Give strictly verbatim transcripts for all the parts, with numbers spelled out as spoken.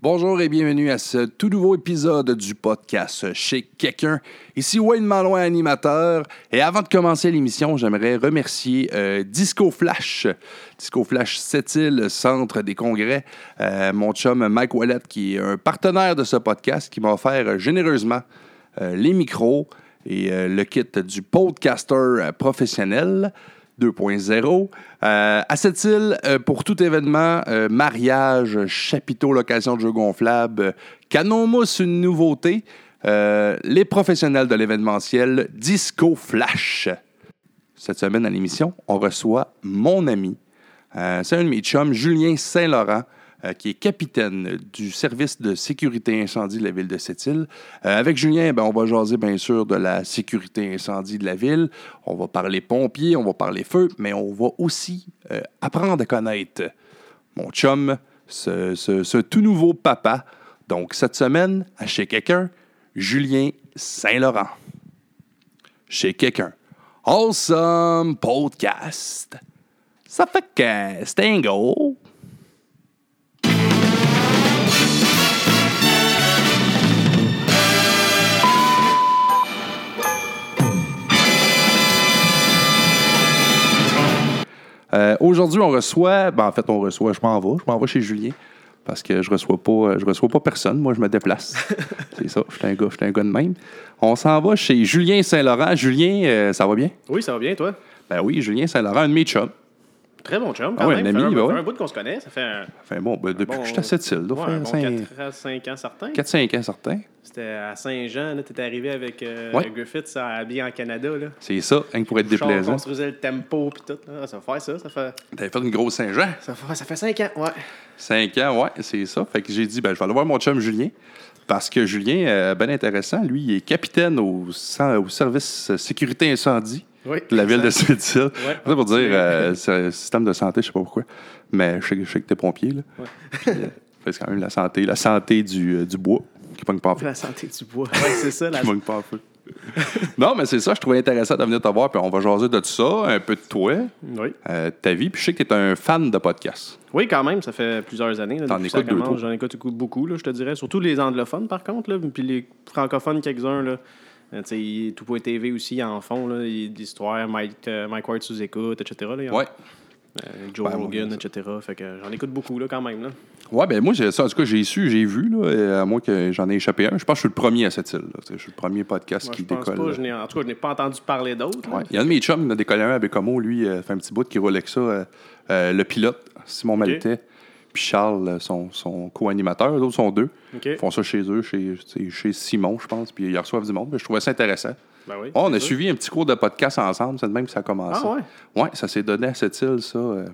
Bonjour et bienvenue à ce tout nouveau épisode du podcast Chez quelqu'un. Ici Wayne Malouin, animateur. Et avant de commencer l'émission, j'aimerais remercier euh, Disco Flash. Disco Flash Sept-Îles, centre des congrès. Euh, mon chum Mike Wallet, qui est un partenaire de ce podcast, qui m'a offert généreusement euh, les micros et euh, le kit du podcaster professionnel deux point zéro. Euh, à Sept-Îles, euh, pour tout événement, euh, mariage, chapiteau, l'occasion de jeux gonflables, euh, canon mousse, une nouveauté, euh, les professionnels de l'événementiel Disco Flash. Cette semaine à l'émission, on reçoit mon ami, euh, c'est un de mes chums, Julien Saint-Laurent, euh, qui est capitaine du service de sécurité incendie de la ville de Sept-Îles. Euh, avec Julien, ben, on va jaser bien sûr de la sécurité incendie de la ville. On va parler pompiers, on va parler feu, mais on va aussi euh, apprendre à connaître mon chum, ce, ce, ce tout nouveau papa. Donc, cette semaine, à Chez quelqu'un, Julien Saint-Laurent. Chez quelqu'un. Awesome podcast. Ça fait que c'est un go. Euh, aujourd'hui, on reçoit... Ben, en fait, on reçoit... Je m'en vais. Je m'en vais chez Julien parce que je reçois pas, je reçois pas personne. Moi, je me déplace. C'est ça. Je suis un gars, je suis un gars de même. On s'en va chez Julien Saint-Laurent. Julien, euh, ça va bien? Oui, ça va bien, toi? Ben oui, Julien Saint-Laurent, un de mes chums. Très bon chum, quand Ah ouais, même. un ami, ça fait un, ben ça fait ouais. un bout qu'on se connaît. Ça fait un... Enfin bon, ben, depuis bon, que je suis à Sept-Îles. Ouais, Ça un fait bon cinq... quatre à cinq ans certains. quatre cinq ans certains. C'était à Saint-Jean. Tu étais arrivé avec euh, Ouais. Griffiths habillé en Canada. Là. C'est ça, rien que pour être Char déplaisant. construisait le tempo puis tout. Là. Ça va faire ça. Ça fait... T'avais fait une grosse Saint-Jean. Ça, fait... ça fait cinq ans, ouais. Cinq ans, ouais, c'est ça. Fait que j'ai dit, ben, je vais aller voir mon chum Julien. Parce que Julien, euh, bien intéressant, lui, il est capitaine au, au service sécurité incendie Oui, de la ville de Sept-Îles. Ouais. Ça pour dire, euh, c'est un système de santé, je sais pas pourquoi. Mais je sais, je sais que t'es pompier, là. Ouais. Puis, euh, c'est quand même la santé, la santé du, euh, du bois qui pogne pas en feu. La santé du bois. Ouais, c'est ça. La... Qui pogne pas en feu. Non, mais c'est ça, je trouvais intéressant de venir te voir, puis on va jaser de tout ça, un peu de toi, Oui. euh, ta vie, puis je sais que t'es un fan de podcasts. Oui, quand même, ça fait plusieurs années. Là, T'en depuis écoutes ça deux, commence. trois. J'en écoute beaucoup, là, je te dirais. Surtout les anglophones, par contre, là, puis les francophones, quelques-uns. Là. Euh, t'sais, Tout point T V aussi, ils en font. Là, il y a des histoires, Mike, euh, Mike Ward sous écoute, et cetera. Là, Ouais. Euh, Joe Ben, Rogan, moi, et cetera. Fait que j'en écoute beaucoup, là, quand même. Là. Ouais, ben moi, j'ai ça, en tout cas, j'ai su, j'ai vu, là, euh, à moins que j'en ai échappé un. Je pense que je suis le premier à cette île. Là. Je suis le premier podcast Moi, qui je pense décolle. pas. Je n'ai, en tout cas, je n'ai pas entendu parler d'autres. là. Ouais. Il y a un de mes chums, il a décollé un à Bécomo, lui, euh, fait un petit bout qui roule avec ça. Euh, euh, le pilote, Simon Maltais, puis Charles, son, son co-animateur. Les autres sont deux. Okay. Ils font ça chez eux, chez, chez Simon, je pense, puis ils reçoivent du monde. Mais je trouvais ça intéressant. Ben oui, Oh, on a sûr. suivi un petit cours de podcast ensemble, c'est de même que ça a commencé. Ah ouais? Ouais, ça s'est donné à cette île, ça, euh,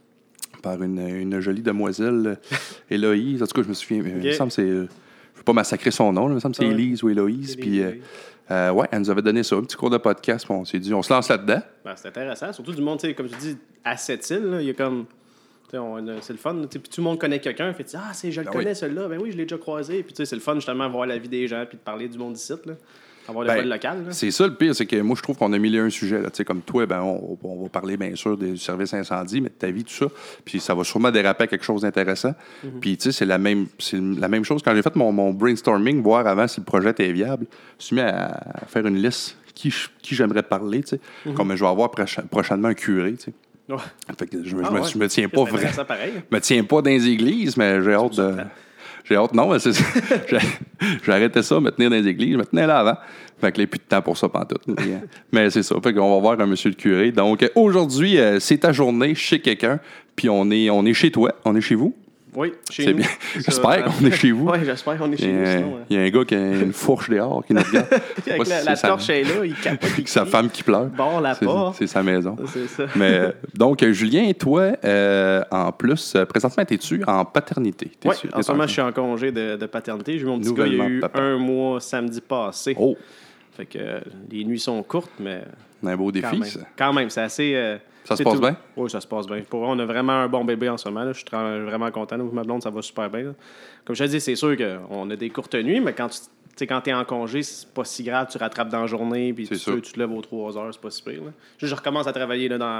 par une, une jolie demoiselle, euh, Héloïse. En tout cas, je me souviens, okay. Il me semble que c'est... Euh, je ne veux pas massacrer son nom, là, il me semble que c'est ouais. Élise ou Héloïse. Puis, euh, euh, ouais, elle nous avait donné ça, un petit cours de podcast, puis on s'est dit, on se lance là-dedans. Ben, c'est intéressant, surtout du monde, tu sais, comme tu dis, à cette île, là, il y a comme... On, c'est le fun, puis tout le monde connaît quelqu'un, fait ah, c'est, je le ben connais, oui. celui-là, ben oui, je l'ai déjà croisé, puis tu sais, c'est le fun, justement, voir la vie des gens, puis de parler du monde d'ici, là. Avoir le ben, vol local. Là. C'est ça le pire, c'est que moi, je trouve qu'on a mis là un sujet. Là, comme toi, ben, on, on va parler bien sûr du service incendie, mais de ta vie, tout ça. Puis ça va sûrement déraper à quelque chose d'intéressant. Mm-hmm. Puis tu sais, c'est la même, c'est la même chose. Quand j'ai fait mon, mon brainstorming, voir avant si le projet était viable, je me suis mis à, à faire une liste qui, qui j'aimerais parler. Mm-hmm. Comme je vais avoir procha- prochainement un curé. T'sais. Ouais. Fait que je, ah, je, me, ouais. je me tiens pas vraiment. Je me tiens pas dans les églises, mais j'ai hâte de. J'ai hâte, non, c'est ça. J'ai arrêté ça, me tenir dans les églises, je me tenais là avant. Fait que là, plus de temps pour ça, pantoute. Mais c'est ça. Fait qu'on va voir un monsieur le curé. Donc, aujourd'hui, c'est ta journée chez quelqu'un, puis on est, on est chez toi, on est chez vous. Oui, chez c'est nous. Bien. J'espère qu'on est chez vous. Oui, j'espère qu'on est chez nous. Sinon, il y a un gars qui a une fourche dehors qui nous regarde. Avec moi, la, la torche sa... est là, il capote. Avec sa femme qui pleure. Bon, la porte. C'est, c'est sa maison. C'est ça. Mais, donc, Julien, toi, euh, en plus, présentement, es-tu en paternité? Oui, en ce moment, je suis en congé de, de paternité. J'ai eu mon petit gars, il y a eu papa. un mois samedi passé. Oh! Fait que euh, les nuits sont courtes, mais... Un beau défi, quand même. ça. Quand même, c'est assez... Euh, ça se passe tout. bien? Oui, ça se passe bien. Pour vrai, on a vraiment un bon bébé en ce moment. Là. Je suis vraiment content. Là. Ma blonde, ça va super bien. Là. Comme je te dis, c'est sûr qu'on a des courtes nuits, mais quand tu quand es en congé, c'est pas si grave. Tu rattrapes dans la journée, puis tu, tu te lèves aux trois heures, c'est pas si pire. Là. Je, je recommence à travailler là, dans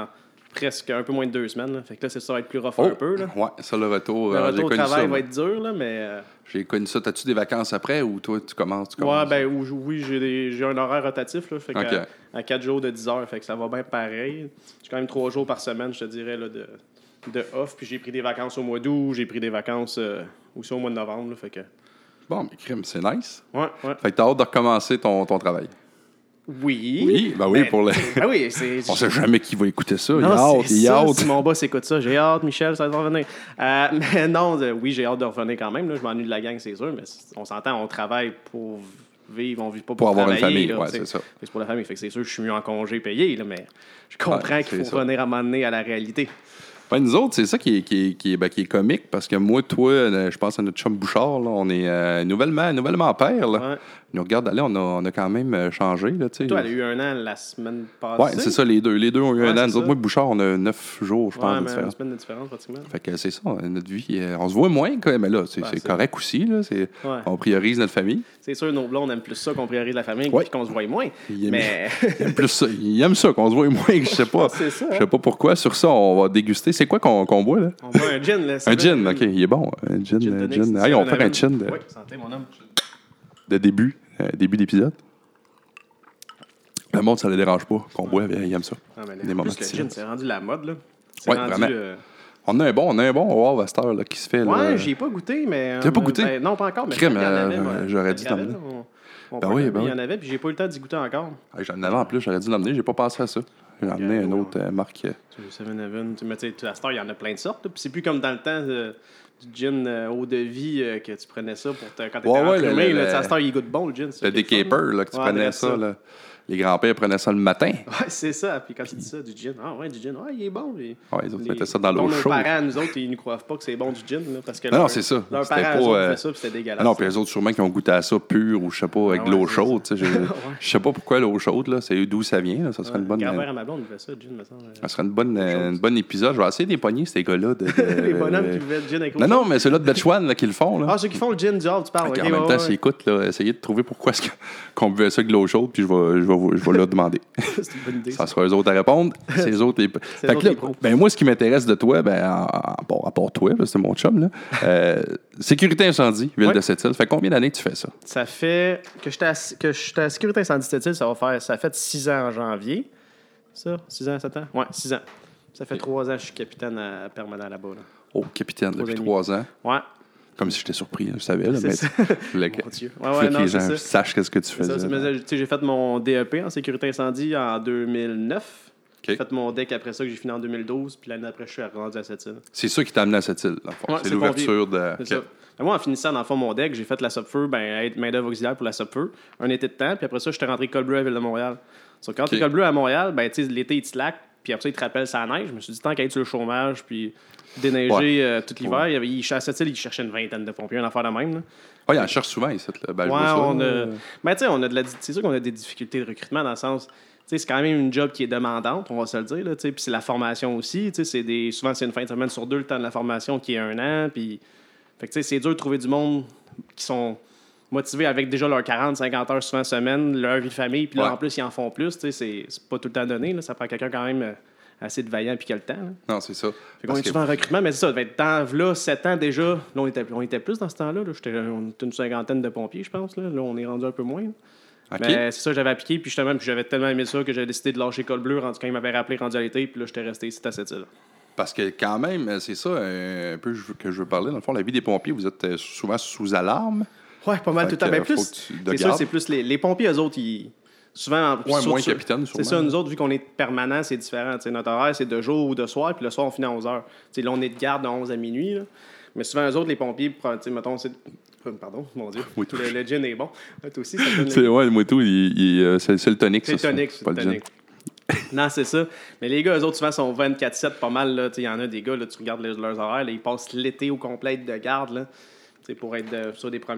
presque un peu moins de deux semaines. Là. Fait que là, c'est ça va être plus rough Oh, un peu. Là. Ouais, ça, le retour. Le euh, retour j'ai au connu travail ça, va moi. être dur, là, mais... Euh... J'ai connu ça. T'as-tu des vacances après ou toi, tu commences? Tu Ouais, commences? ben ou- oui, j'ai, des, j'ai un horaire rotatif. Là, fait OK. qu'à, à quatre jours de dix heures. Fait que ça va bien pareil. J'ai quand même trois jours par semaine, je te dirais, là, de, de off. Puis j'ai pris des vacances au mois d'août. J'ai pris des vacances euh, aussi au mois de novembre. Là, fait que... Bon, mais crime, c'est nice. Ouais, ouais. Fait que t'as hâte de recommencer ton, ton travail. Oui. Oui, ben oui, Ben, pour le... Ben oui, c'est... On sait jamais qui va écouter ça. Il Non, a hâte, c'est il ça, a hâte. si mon boss écoute ça, j'ai hâte, Michel, ça va revenir. Euh, mais non, de- oui, j'ai hâte de revenir quand même. Là. Je m'ennuie de la gang, c'est sûr, mais c- on s'entend, on travaille pour vivre, on vit pas pour, Pour avoir une travailler, famille, là, ouais, tu sais. c'est ça. C'est pour la famille, fait que c'est sûr que je suis mieux en congé payé, là, mais je comprends Ouais, qu'il c'est faut ça. revenir à un moment donné à la réalité. Ben, nous autres, c'est ça qui est, qui, est, qui, est, ben, qui est comique parce que moi, toi, euh, je pense à notre chum Bouchard, là, on est euh, nouvellement, nouvellement père. Là. Ouais. Nous regarde aller, on a, on a quand même euh, changé. Là, tu sais. Toi, elle a eu un an la semaine passée. Ouais, c'est ça, les deux. Les deux ont eu Ouais, un c'est an. Nous ça. autres, moi, Bouchard, on a neuf jours, je pense, Ouais, de mais une différence. semaine de différence, pratiquement. Fait que c'est ça, notre vie, euh, on se voit moins, quand même, mais là, c'est, Ouais, c'est c'est- correct aussi. Là, c'est, Ouais. On priorise notre famille. C'est sûr, nos blonds, on aime plus ça qu'on priorise la famille Ouais. puis qu'on se voit moins. Il aime, Mais il aime plus ça. Il aime ça, qu'on se voit moins, que je sais pas. c'est ça. Je sais pas pourquoi. Sur ça, on va déguster. C'est quoi qu'on, qu'on boit, là? On boit un gin, là. Un gin, OK. Il est bon. Un gin, Gin un tonic, gin. c'est Hey, on seven va faire un eleven. gin de, Oui, santé, mon homme. de début, euh, début d'épisode. Le monde, ça ne le dérange pas qu'on boit. Il aime ça. Ah, mais là, Des en moments plus, de le silence. gin, c'est rendu la mode, là. C'est Ouais, rendu, vraiment. euh, On a un bon, on a un bon wow à cette heure là, qui se fait. Là. Ouais, j'y ai pas goûté, mais... Tu l'as pas euh, goûté? ben, non, pas encore, mais Crème, il y en euh, avait, moi. j'aurais Il dû y en avait, t'emmener. là, mon- mon Ben père, oui, là, ben Il y oui. en avait, puis j'ai pas eu le temps d'y goûter encore. Hey, j'en avais en plus, j'aurais dû l'emmener. J'ai pas pensé à ça. J'ai emmené Ouais, une ouais. autre euh, marque. euh, Tu sais, seven eleven, tu- mais tu sais, à cette heure, il y en a plein de sortes. là, Puis c'est plus comme dans le temps euh, du gin euh, eau de vie euh, que tu prenais ça pour te, quand t'étais Ouais, ouais, enrhumé. le- là, le- tu sais, à cette heure, il goûte bon, le gin. c'est ça Le qui est le fun, Decaper, là, que tu Ouais, prenais bref, ça. Là. Les grands-pères prenaient ça le matin. Ouais, c'est ça. Puis quand tu dis ça, du gin, ah ouais, du gin, ouais, il est bon. lui. Ouais, ils autres Les- mettaient ça dans l'eau dont chaude. Nos parents, nous autres, ils ne croient pas que c'est bon du gin. Là, parce que Non, non, leur- c'est ça. Leurs C'était parents, pas, eux autres, euh, faisaient ça, puis c'était dégueulasse. Ah non, puis les autres, sûrement, qui ont goûté à ça pur ou je sais pas, avec Ah de ouais, l'eau c'est chaude. tu sais, Je Ouais. je sais pas pourquoi l'eau chaude, là. C'est d'où ça vient. Là. Ça serait Ouais, une bonne. Grand-père euh, à ma blonde, il fait ça, le gin, me semble. Ça serait une bonne, euh, chaude. une bonne épisode. Je vais essayer d'époigner ces gars-là. De, de- Les bonhommes euh, qui buvaient le gin avec Non, eau non, chaude. mais ceux-là de Betchwan là, qui le font. Là. Ah, ceux qui font le gin du Havre, tu parles. Fait ok, en même ouais, temps, ouais. s'ils écoutent, là, essayez de trouver pourquoi est-ce que- qu'on buvait ça avec de l'eau chaude, puis je vais, je vais, vous- je vais leur demander. C'est une bonne idée. Ça sera eux autres à répondre. C'est eux autres les. C'est Fait eux que là, autres les pros. ben moi, ce qui m'intéresse de toi, ben, en- en- bon, à part toi, là, c'est mon chum, là, euh, sécurité incendie, ville Ouais. de Sept-Îles. Fait combien d'années que tu fais ça? Ça fait que j'étais à, que j'étais à Sécurité Incendie Sept-Îles, ça va faire. Ça fait six ans en janvier. Ça? six ans, sept ans? Ouais, six ans. Ça fait trois ans que je suis capitaine à- permanent là-bas. Là. Oh, capitaine, Trois depuis ans et demi. trois ans. Ouais, Comme si j'étais surpris, là, je savais, là, c'est mais ça. je voulais que, Mon Dieu. je Ouais, voulais ouais, que non, les c'est gens ça. sachent qu'est-ce que tu C'est faisais. ça, ça me- tu sais, j'ai fait mon D E P en sécurité incendie en deux mille neuf. J'ai OK. fait mon D E C après ça que j'ai fini en deux mille douze. Puis l'année après, je suis rendu à Sept-Îles. C'est ça qui t'a amené à cette île, dans le fond. Ouais, c'est c'est l'ouverture de. C'est OK. ça. Ben, moi, en finissant dans le fond mon deck, j'ai fait la Subfeu, ben, être main-d'œuvre auxiliaire pour la Subfeu, un été de temps, puis après ça, j'étais rentré Col Bleu à Ville de Montréal. So, quand Ok. tu es Col Bleu à Montréal, ben, tu sais, l'été, il te slack, puis après ça, il te rappelle sa neige. Je me suis dit, tant qu'à être sur le chômage, puis déneiger Ouais. euh, tout l'hiver, il, y avait, il, à cette île, il cherchait une vingtaine de pompiers, une affaire de même. Là. Ah, il en cherche souvent ici. Là. Ben, je Ouais, vois ça, on là. a. Ben, tu sais, on a de la. C'est sûr qu'on a des difficultés de recrutement dans le sens. Tu sais, c'est quand même une job qui est demandante, on va se le dire. Là, tu sais, puis c'est la formation aussi. Tu sais, c'est des... Souvent, c'est une fin de semaine sur deux, le temps de la formation qui est un an. Puis... Fait que, tu sais, c'est dur de trouver du monde qui sont motivés avec déjà leurs quarante cinquante heures souvent semaine, leur vie de famille. Puis là, Ouais. en plus, ils en font plus. Tu sais, c'est... c'est pas tout le temps donné. Là. Ça prend quelqu'un quand même euh, assez de vaillant puis qui a le temps. Là. Non, c'est ça. Fait qu'on Parce est que- souvent en recrutement, mais c'est ça, ça devait être temps, là, sept ans déjà. Là, on était, on était plus dans ce temps-là. Là. J'étais, on était une cinquantaine de pompiers, je pense. Là, là on est rendu un peu moins. là. OK. Mais c'est ça, j'avais appliqué, puis justement, puis j'avais tellement aimé ça que j'ai décidé de lâcher Col Bleu rendu, quand il m'avait rappelé rendu à l'été, puis là, j'étais resté ici à cette île. Parce que quand même, c'est ça euh, un peu je veux- que je veux parler. Dans le fond, la vie des pompiers, vous êtes euh, souvent sous alarme. Ouais, pas mal Fait tout le temps. que, Ben, faut plus, que tu- de c'est sûr, garde. c'est plus les, les pompiers, eux autres, ils. Souvent, Ouais, sur- moins sur- capitaine, C'est sûrement. ça, nous autres, vu qu'on est permanent, c'est différent. T'sais, notre horaire, c'est de jour ou de soir, puis le soir, on finit à onze heures. T'sais, là, on est de garde de onze à minuit. Là. Mais souvent, eux autres, les pompiers, t'sais, mettons, c'est. Pardon, mon Dieu. Oui, tout. le, le gin est bon. Ouais, toi aussi, ça te donne le- C'est, ouais, le moito, il, il, euh, c'est, c'est le tonic, C'est ça. le tonic, c'est c'est pas le le gin. tonic. Non, c'est ça. Mais les gars, eux autres, souvent, sont vingt-quatre sept pas mal. là. Il y en a des gars, là, tu regardes les- leurs horaires, là, ils passent l'été au complet de garde là, t'sais, pour être de- sur des premières.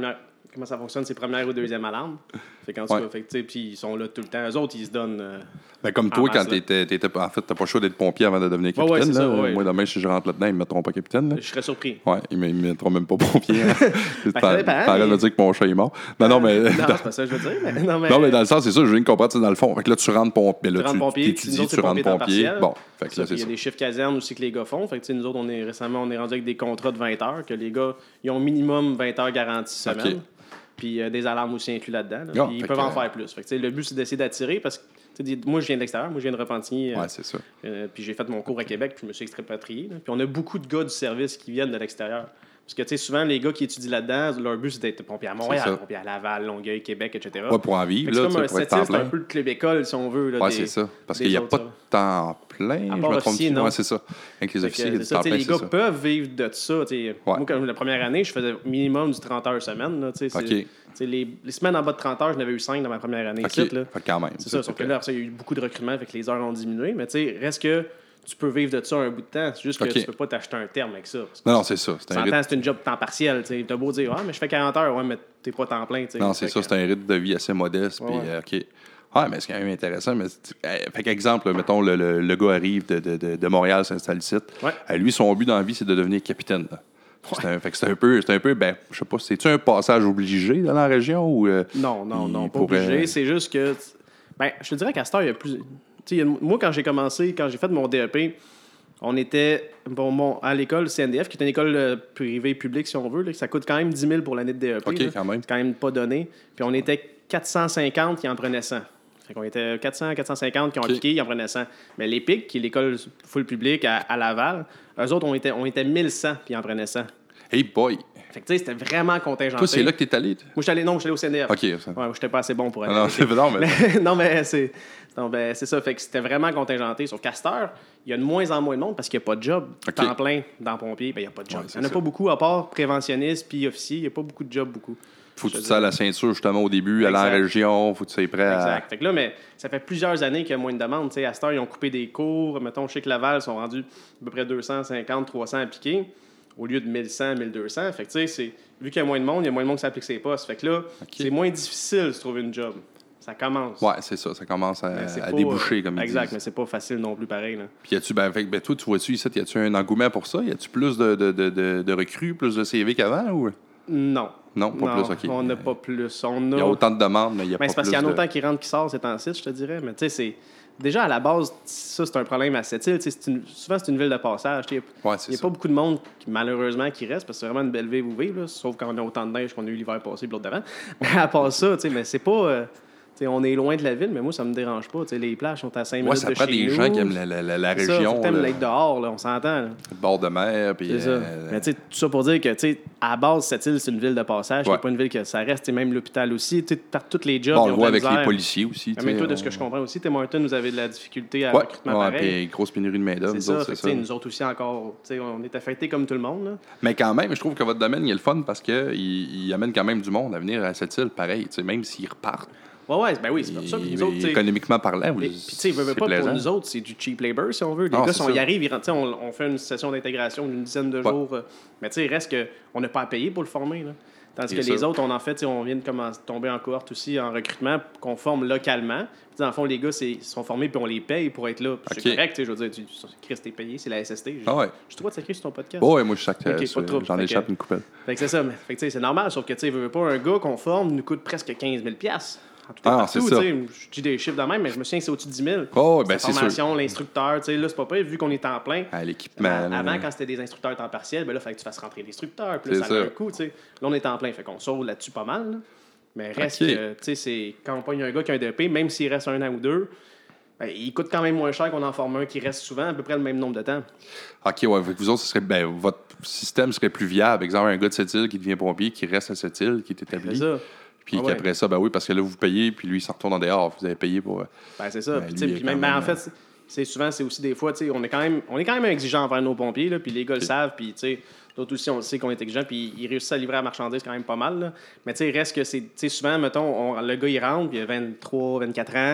comment ça fonctionne, c'est première ou deuxième alarme. Fait qu'en tout Ouais. cas, fait que, tu sais, puis ils sont là tout le temps. Eux autres, ils se donnent. Euh, Ben, comme en toi, quand masse, là. t'étais, t'étais- en fait, t'as pas le choix d'être pompier avant de devenir Ouais, ouais, capitaine. c'est là. ça, ouais. Moi, demain, si je rentre là-dedans, ils me mettront pas capitaine. Là. Je serais surpris. Ouais, ils ne me mettront même pas pompier. Hein. Ben, ça dépend, T'arrêtes de mais- me dire que mon chat est mort. Ben non, mais. Non, c'est pas ça que je veux dire. Mais, non, mais, Non, mais dans le sens, c'est ça, je viens de comprendre, tu sais, dans le fond. Fait que là, tu rentres pompier. Là, tu rentres pompier, puis t'étudies, nous autres, tu c'est rentres pompier temps pompier. partiel. Bon, fait que Ça, là, puis c'est il y a ça. des chiffres casernes aussi que les gars font. Fait que, tu sais, nous autres, on est récemment, on est rendu avec des contrats de vingt heures, que les gars, ils ont minimum vingt heures garanties semaine. OK. Puis euh, des alarmes aussi inclus là-dedans. là. Ah, Puis ils fait peuvent que, en euh, faire plus. Fait que, tu sais, le but, c'est d'essayer d'attirer parce que tu sais, moi, je viens de l'extérieur. Moi, je viens de Repentigny. euh, Ouais, c'est ça. euh, puis j'ai fait mon cours à Québec, puis je me suis expatrié. là. Puis on a beaucoup de gars du service qui viennent de l'extérieur. Parce que, tu sais, souvent, les gars qui étudient là-dedans, leur but, c'est d'être pompier à Montréal, ça. pompier à Laval, Longueuil, Québec, et cetera. Ouais, pour en Fait vivre, que c'est là, comme tu un sais, pour être sept temps c'est un plein. peu le club école, si on veut. Là, Ouais, des- c'est ça. Parce des qu'il n'y a autres, pas de là. temps plein. Je part me trompe officier, non. Ouais, c'est ça. Avec les Fait que, officiers, il y a c'est du ça, temps tu sais, plein, les c'est gars ça. peuvent vivre de ça. tu sais. Ouais. Moi, comme la première année, je faisais minimum du trente heures semaine. Là, tu sais, c'est- OK. tu sais, les, les semaines en bas de trente heures, j'en avais eu cinq dans ma première année. OK. ici, là. Fait que quand même. C'est ça, sauf que là, après ça, il y a eu beaucoup de recrutement, fait que les heures ont diminué. Mais tu sais, reste que tu peux vivre de ça un bout de temps. C'est juste que OK. tu peux pas t'acheter un terme avec ça. Parce que Non, non, c'est ça. C'est tu un rythme. s'entends, c'est une job temps partiel. Tu sais. T'as beau dire, ah, mais je fais quarante heures, ouais, mais t'es pas temps plein. tu sais. Non, c'est Fait ça. que- C'est un rythme de vie assez modeste. Ouais, Puis, ouais. euh, OK. Ouais, mais c'est quand même intéressant. Mais c'est- euh, fait qu'exemple, là, mettons, le, le, le gars arrive de, de, de, de Montréal, s'installe ici. Ouais. Euh, lui, son but dans la vie, c'est de devenir capitaine. là. C'est un, fait que c'est un peu, c'est un peu, ben, je sais pas, c'est-tu un passage obligé dans la région ou. euh, Non, non, il non, pas pourrait- obligé. C'est juste que. Ben, je te dirais qu'à cette heure, il y a plus. Tu sais, il y a- moi, quand j'ai commencé, quand j'ai fait mon D E P, on était bon, bon, à l'école C N D F, qui est une école euh, privée publique, si on veut. Là, ça coûte quand même dix mille pour l'année de D E P. OK, là. quand même. C'est quand même pas donné. Puis on était quatre cent cinquante qui en prenaient cent. Fait qu'on était quatre cents, quatre cent cinquante qui ont OK. appliqué, ils en prenaient cent. Mais l'EPIC, qui est l'école full publique à, à Laval, eux autres, on était, on était mille cent puis ils en prenaient cent. Hey boy! Fait que tu sais, c'était vraiment contingenté. Toi, c'est là que t'es allé? toi? Moi, j'étais allé, non, j'étais allé au C N D F. OK. Ça. Ouais, moi, j'étais pas assez bon pour aller. Ah non, c'est non, mais. Mais- non, mais c'est. Non, ben, c'est ça. Fait que c'était vraiment contingenté. Sauf qu'à cette heure, il y a de moins en moins de monde parce qu'il n'y a pas de job. OK. Temps plein dans pompier, ben, il n'y a pas de job. Ouais, il c'est n'y en a ça. pas beaucoup, à part préventionniste puis officier. Il n'y a pas beaucoup de jobs, beaucoup. Faut que Je tu te te sers dirais. la ceinture justement au début, aller en Exact. région, faut que tu sois prêt à. Exact. Fait que là, mais ça fait plusieurs années qu'il y a moins de demandes. Tu sais, à cette heure, ils ont coupé des cours. Mettons, je sais que Laval sont rendus à peu près deux cent cinquante, trois cents appliqués au lieu de mille cent, mille deux cents. Fait que tu sais, c'est- vu qu'il y a moins de monde, il y a moins de monde qui s'applique ses postes. Fait que là, c'est moins difficile de se trouver une job. Ça commence. Ouais, c'est ça, ça commence à, Mais c'est à pas, déboucher, euh, comme ils Exact, disent. mais c'est pas facile non plus pareil. Là. Puis y a-tu, ben, fait que, ben, toi, tu vois-tu ici, y a-tu un engouement pour ça? Y a-tu plus de, de, de, de, de recrues, plus de C V qu'avant? Ou... Non. Non, pas Non, plus, OK. on n'a pas plus. On Il y a autant de demandes, mais il y a Ben, pas c'est parce plus qu'il y en a de... autant qui rentrent qui sortent ces temps-ci, je te dirais. Mais tu sais, c'est. Déjà, à la base, ça, c'est un problème à cette île. Tu sais, c'est une- Souvent, c'est une ville de passage. Tu sais, Ouais, il c'est n'y a ça. pas beaucoup de monde, qui, malheureusement, qui reste parce que c'est vraiment une belle ville où vivre, là, sauf quand on a autant de neige qu'on a eu l'hiver passé et l'autre d'avant. Mais à part ça, tu sais, mais c'est pas. euh, tu sais, on est loin de la ville, mais moi, ça me dérange pas. Tu sais, les plages sont à cinq Ouais, minutes ça de prend chez des nous. gens qui aiment la, la, la, la C'est ça, faut région, que t'aimes le, l'être dehors, là, on s'entend. là. le bord de mer, puis... C'est ça. euh, Mais tu sais, tout ça pour dire que, tu sais, à la base, cette île, c'est une ville de passage. Ouais. C'est pas une ville que ça reste. Tu sais, même l'hôpital aussi. Tu sais, par tous les jobs. bon, on ils le ont voit de la avec les misère. policiers aussi. Ah, mais tu toi, sais, de ce que on- je comprends aussi, Tim Horton, vous avez de la difficulté à Ouais, recrutement ouais, pareil. puis grosse pénurie de main-d'œuvre, C'est nous ça. autres, Fait c'est que, tu sais, ça. nous autres aussi, encore, tu sais, on est affectés comme tout le monde. Là. Mais quand même, je trouve que votre domaine, il est le fun parce qu'il il amène quand même du monde à venir à cette île, pareil, tu sais, même s'ils repartent. Ouais, ouais, ben oui, c'est pour ça que il- nous autres, tu sais, économiquement parlant, Puis, vous- puis, tu sais, veux, veux c'est pas, plaisant. pour nous autres, c'est du cheap labor, si on veut. Les Non, gars, c'est on ça. y arrive, ils rentrent, tu sais, on, on fait une session d'intégration d'une dizaine de Ouais. jours. euh, mais tu sais, il reste qu'on n'a pas à payer pour le former. Là. Tandis Bien que les sûr. autres, on en fait, tu sais, on vient de commencer, tomber en cohorte aussi en recrutement qu'on forme localement. Puis, dans le fond, les gars, c'est- ils sont formés puis on les paye pour être là. Puis Ok. C'est correct, tu sais, je veux dire, tu, Chris, t'es payé, c'est la S S T. J'ai Ah ouais. j'ai le droit de sacrer sur ton podcast. Oh, ouais, moi, je sais que Ok, pas de ça, trouble. j'en Fait échappe que- une coupelle. Fait que c'est ça. Mais, fait que, tu sais, c'est normal, sauf que, tu sais, veux, veux pas un gars qu'on forme nous coûte presque quinze mille dollars. En tout et Ah, partout, c'est ça. tu sais. Je dis des chiffres de même, mais je me souviens que c'est au-dessus de dix mille. Oh, ben La c'est sûr. formation, l'instructeur, tu sais, là, c'est pas pire, vu qu'on est en plein. Ah, l'équipement. Avant, là, avant, là. quand c'était des instructeurs temps partiel, ben là, il fallait que tu fasses rentrer l'instructeur, puis là, C'est ça a ça. un coût, tu sais. Là, on est en plein, fait qu'on sauve là-dessus pas mal, là. Mais reste Ok. que, tu sais, c'est quand on pogne un gars qui a un D E P, même s'il reste un an ou deux, ben, il coûte quand même moins cher qu'on en forme un qui reste souvent à peu près le même nombre de temps. OK, ouais, fait que vous autres, ce serait, ben, votre système serait plus viable. Exemple, un gars de cette île qui devient pompier, qui reste à cette île, qui est C'est établi. ça. Puis Ah ouais. qu'après ça, ben oui, parce que là, vous payez, puis lui, il s'en retourne en dehors. Vous avez payé pour. Ben, c'est ça. Ben, Puis, tu sais, lui, puis il est même, quand ben, en même, fait, c'est- c'est souvent, c'est aussi des fois, tu sais, on est quand même, on est quand même exigeant envers nos pompiers, là, puis les gars le savent, puis tu sais, d'autres aussi, on le sait qu'on est exigeant, puis ils réussissent à livrer la marchandise quand même pas mal, là. Mais tu sais, il reste que c'est, tu sais, souvent, mettons, on- le gars, il rentre, puis il a vingt-trois, vingt-quatre ans,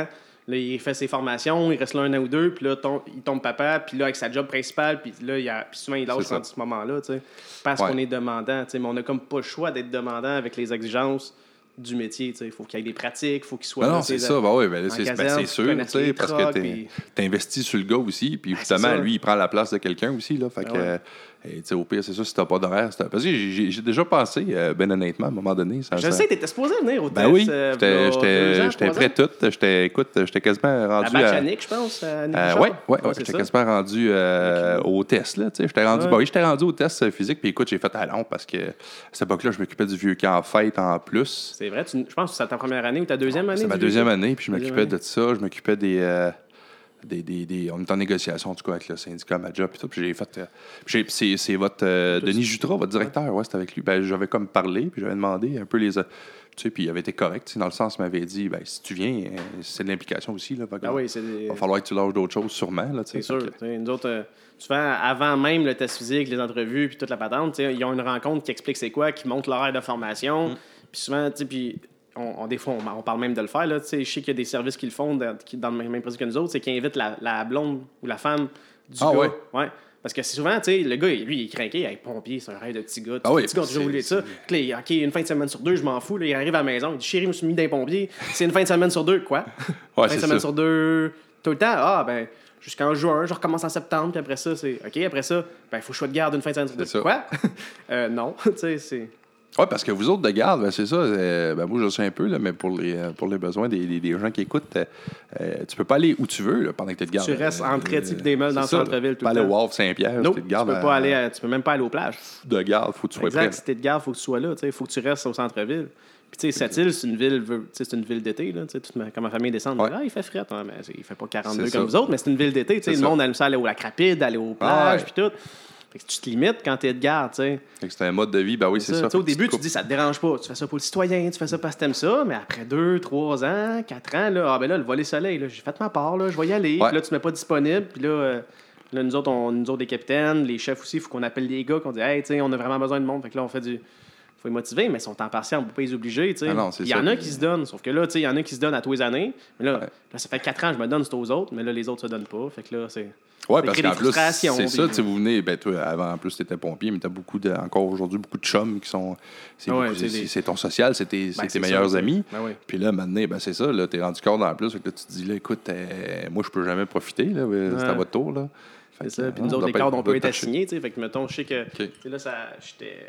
Là, il fait ses formations, il reste là un an ou deux, puis là, tom- il tombe papa, puis là, avec sa job principale, puis là, il a, puis souvent, il lâche à ce moment-là, tu sais, parce ouais. qu'on est demandant, tu sais, mais on n'a comme pas le choix d'être demandant avec les exigences du métier, tu sais. Il faut qu'il y ait des pratiques, il faut qu'il soit... Non, là, non, c'est ça, ben oui, ben là, c'est, caserne, ben c'est sûr, tu sais, parce trucks, que tu puis... investis sur le gars aussi, puis justement, lui, il prend la place de quelqu'un aussi, là, fait ben que... Ouais. Et, au pire, c'est ça, si t'as pas d'horaire. C'est... Parce que j'ai, j'ai déjà pensé, euh, ben honnêtement, à un moment donné. Ça, je ça... sais, t'étais supposé venir au ben test. Oui, euh, j'étais, j'étais, j'étais prêt tout. J'étais, écoute, j'étais quasiment rendu. La batch à Nick, je pense. À Nick euh, oui, ouais, ouais, ouais, j'étais ça. quasiment rendu euh, au test. Là, j'étais, rendu, ouais. bah, oui, j'étais rendu au test physique. Puis écoute, j'ai fait à long parce que à cette époque-là, je m'occupais du vieux camp en fête en plus. C'est vrai, tu, je pense que c'est ta première année ou ta deuxième année? C'est ma deuxième année, puis je m'occupais de ça. Je m'occupais des. Euh, Des, des, des, on est en négociation, en tout cas, avec le syndicat, ma job, et tout. Puis j'ai fait. Euh, j'ai, c'est, c'est votre. Euh, Denis Jutras, votre directeur, ouais, c'était avec lui. Ben, j'avais comme parlé, puis j'avais demandé un peu les. Euh, tu sais, puis il avait été correct, dans le sens, il m'avait dit, ben, si tu viens, euh, c'est de l'implication aussi, là. Ah oui, c'est des... Il va falloir que tu lâches d'autres choses, sûrement, là, c'est sûr. Que... Nous autres, euh, souvent, avant même le test physique, les entrevues, puis toute la patente, ils ont une rencontre qui explique c'est quoi, qui montre l'horaire de formation. Mm. Puis souvent, tu sais, puis. On, on, des fois, on, on parle même de le faire. Là. Je sais qu'il y a des services qui le font dans, qui, dans le même principe que nous autres, c'est qu'ils invitent la, la blonde ou la femme du ah, gars. Ouais. Ouais. Parce que souvent, tu sais, le gars, lui, il est craqué, il est pompier, c'est un rêve de petit gars. Ah oui, petit gars, toujours voulu ça. Puis là, OK, une fin de semaine sur deux, je m'en fous. Là, il arrive à la maison, il dit chérie, je me suis mis d'un pompier. C'est une fin de semaine sur deux. Quoi? Ouais, une fin de semaine ça. sur deux, tout le temps. Ah, ben, jusqu'en juin, je recommence en septembre, puis après ça, c'est OK, après ça, ben, il faut que je sois de garde une fin de semaine sur deux. C'est Quoi? euh, non, tu sais, c'est. Oui, parce que vous autres de garde, ben c'est ça. Euh, ben moi, je sais un peu, là, mais pour les, pour les besoins des, des, des gens qui écoutent, euh, tu peux pas aller où tu veux là, pendant que tu es de garde. Tu restes euh, entre type des meubles dans le centre-ville tout le temps. Pas aller au Wharf Saint-Pierre, non, tu es de garde. Tu peux, pas à... aller à, tu peux même pas aller aux plages. De garde, il faut que tu sois exact, prêt. Si tu es de garde, il faut que tu sois là. Il faut que tu restes au centre-ville. Puis, tu sais, Sept-Îles, c'est une ville, c'est une ville d'été. Là, toute ma, quand ma famille descend, ouais. ah, il fait fret. Hein, mais il fait pas quarante-deux c'est comme ça. Vous autres, mais c'est une ville d'été. Le monde aime ça aller au lac rapide, aller aux plages, puis tout. Fait que tu te limites quand t'es de garde, tu sais. C'est un mode de vie, ben oui, c'est, c'est ça. ça. Au début, tu te dis, ça te dérange pas. Tu fais ça pour le citoyen, tu fais ça parce que t'aimes ça, mais après deux, trois ans, quatre ans, là, ah ben là, le volet soleil, là, j'ai fait ma part, là, je vais y aller. Ouais. Puis là, tu ne mets pas disponible. Puis là, euh, là, nous autres, on, nous autres, les capitaines, les chefs aussi, il faut qu'on appelle les gars, qu'on dit, hey, tu sais, on a vraiment besoin de monde. Fait que là, on fait du. Faut les motiver, mais ils sont en partiel, on ne peut pas les obliger. Il ah y en a qui se donnent, sauf que là, il y en a qui se donnent à tous les années. Mais là, ouais. là, ça fait quatre ans que je me donne, c'est aux autres, mais là, les autres se donnent pas. Fait que là, c'est. Oui, parce qu'en plus, c'est ça, tu sais, vous venez, ben toi, avant, en plus, tu étais pompier, mais tu as beaucoup de, encore aujourd'hui, beaucoup de chums qui sont, c'est, ouais, beaucoup, c'est, c'est, c'est ton social, c'est tes, ben, c'est tes meilleurs ça, amis. Ben oui. Puis là, maintenant, ben, c'est ça, là, t'es rendu corps en plus, fait que là, tu te dis, là, écoute, euh, moi, je peux jamais profiter, là, ouais. c'est à votre tour, là. Fait c'est ça, puis nous autres, les cadres, on peut être assignés, tu sais, fait que, mettons, je sais que, okay. tu sais, là, ça, j'étais...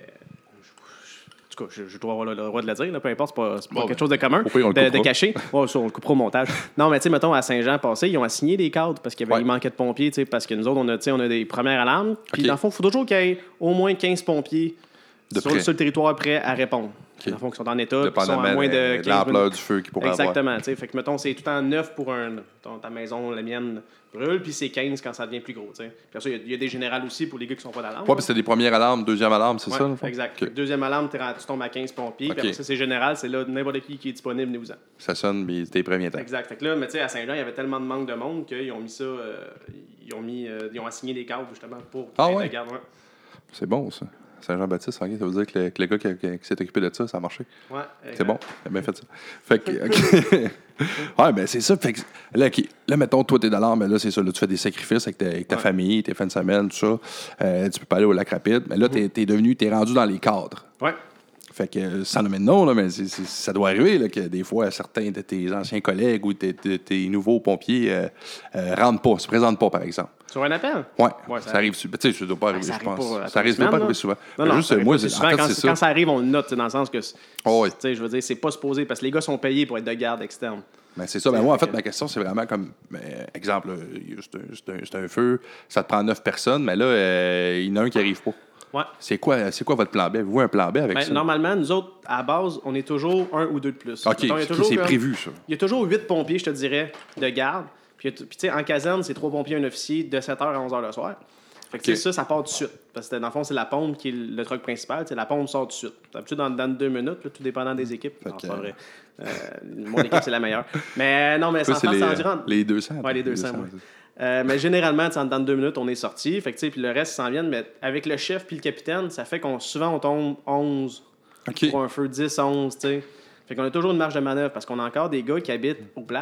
Je, je dois avoir le, le droit de le dire, là, peu importe, c'est pas, c'est pas bon, quelque chose de commun, de, de caché. Ouais, ça, on le coupera au montage. Non, mais tu sais, mettons, à Saint-Jean passé, ils ont assigné des cadres parce qu'il y avait, ouais. il manquait de pompiers, tu sais, parce que nous autres, on a, on a des premières alarmes. Puis, okay. dans le fond, il faut toujours qu'il y ait au moins quinze pompiers de sur, sur le territoire prêt à répondre. Okay. Dans le fond, qui sont en état, qui sont à moins de quinze de l'ampleur du feu qui pourrait Exactement, avoir. Exactement, tu sais. Fait que, mettons, c'est tout en neuf pour un. Ton, ta maison, la mienne, brûle, puis c'est quinze quand ça devient plus gros, tu sais. Puis ça, il y, y a des générales aussi pour les gars qui sont pas d'alarme. Ouais, puis c'est des premières alarmes, deuxième alarme, c'est ouais, ça, le fond? Exact. Okay. Deuxième alarme, tu tombes à quinze pompiers, okay. Puis après ça, c'est général, c'est là, n'importe qui qui est disponible, venez-vous-en. Ça sonne, mais t'es prêt, viens-t'en. Exact. Fait que là, mais tu sais, à Saint-Jean, il y avait tellement de manque de monde qu'ils ont mis ça, euh, ils ont mis, euh, ils ont assigné des cadres, justement, pour ah, ouais. la garde. Ouais. C'est bon, ça. Saint-Jean-Baptiste, okay, ça veut dire que le, que le gars qui, qui, qui s'est occupé de ça, ça a marché. Ouais. C'est bon, il a bien fait ça. Fait que, okay. ouais, ben c'est ça. Fait que, là, okay. là, mettons, toi, t'es d'alarme, mais là, c'est ça. Là, tu fais des sacrifices avec ta, avec ta ouais. famille, tes fins de semaine, tout ça. Euh, tu peux pas aller au lac rapide. Mais là, t'es, t'es devenu, t'es rendu dans les cadres. Ouais. Fait que, sans nommer de nom, là, mais c'est, c'est, ça doit arriver là, que des fois, certains de tes anciens collègues ou tes, tes, tes nouveaux pompiers euh, euh, rentrent pas, se présentent pas, par exemple. Sur un appel? Ouais, ouais ça, ça arrive. Tu sais, ça doit pas arriver, ben, je pense. Pas, ça risque pas arriver souvent. Non, non, juste, moi, c'est, souvent, en fait, quand, c'est ça. Quand ça arrive, on le note, dans le sens que, oh, oui. je veux dire, c'est pas supposé, parce que les gars sont payés pour être de garde externe. Ben, c'est ça. Ben, moi, en fait, ma question, c'est vraiment comme, ben, exemple, c'est un, c'est, un, c'est un feu, ça te prend neuf personnes, mais là, euh, il y en a un qui arrive pas. Ouais. C'est quoi, c'est quoi votre plan B? Avez-vous un plan B avec ben, ça? Normalement, nous autres, à la base, on est toujours un ou deux de plus. OK, Mettons, toujours c'est comme, prévu, ça. Il y a toujours huit pompiers, je te dirais, de garde. Puis, tu sais, en caserne, c'est trois pompiers et un officier de sept heures à onze heures le soir. Fait que okay. ça, ça part tout de suite. Parce que dans le fond, c'est la pompe qui est le truc principal. T'sais, la pompe sort tout de suite. D'habitude, dans, dans deux minutes, là, tout dépendant des équipes. Non, c'est pas vrai. Euh, mon équipe, c'est la meilleure. Mais non, mais ça en fait, ça endurant. Les deux cents. Oui, les deux cents, oui. Euh, mais généralement, dans deux minutes, on est sorti. Fait que, puis le reste s'en vient. Mais avec le chef puis le capitaine, ça fait qu'on souvent on tombe onze okay. pour un feu dix, onze. T'sais. Fait qu'on a toujours une marge de manœuvre parce qu'on a encore des gars qui habitent aux plages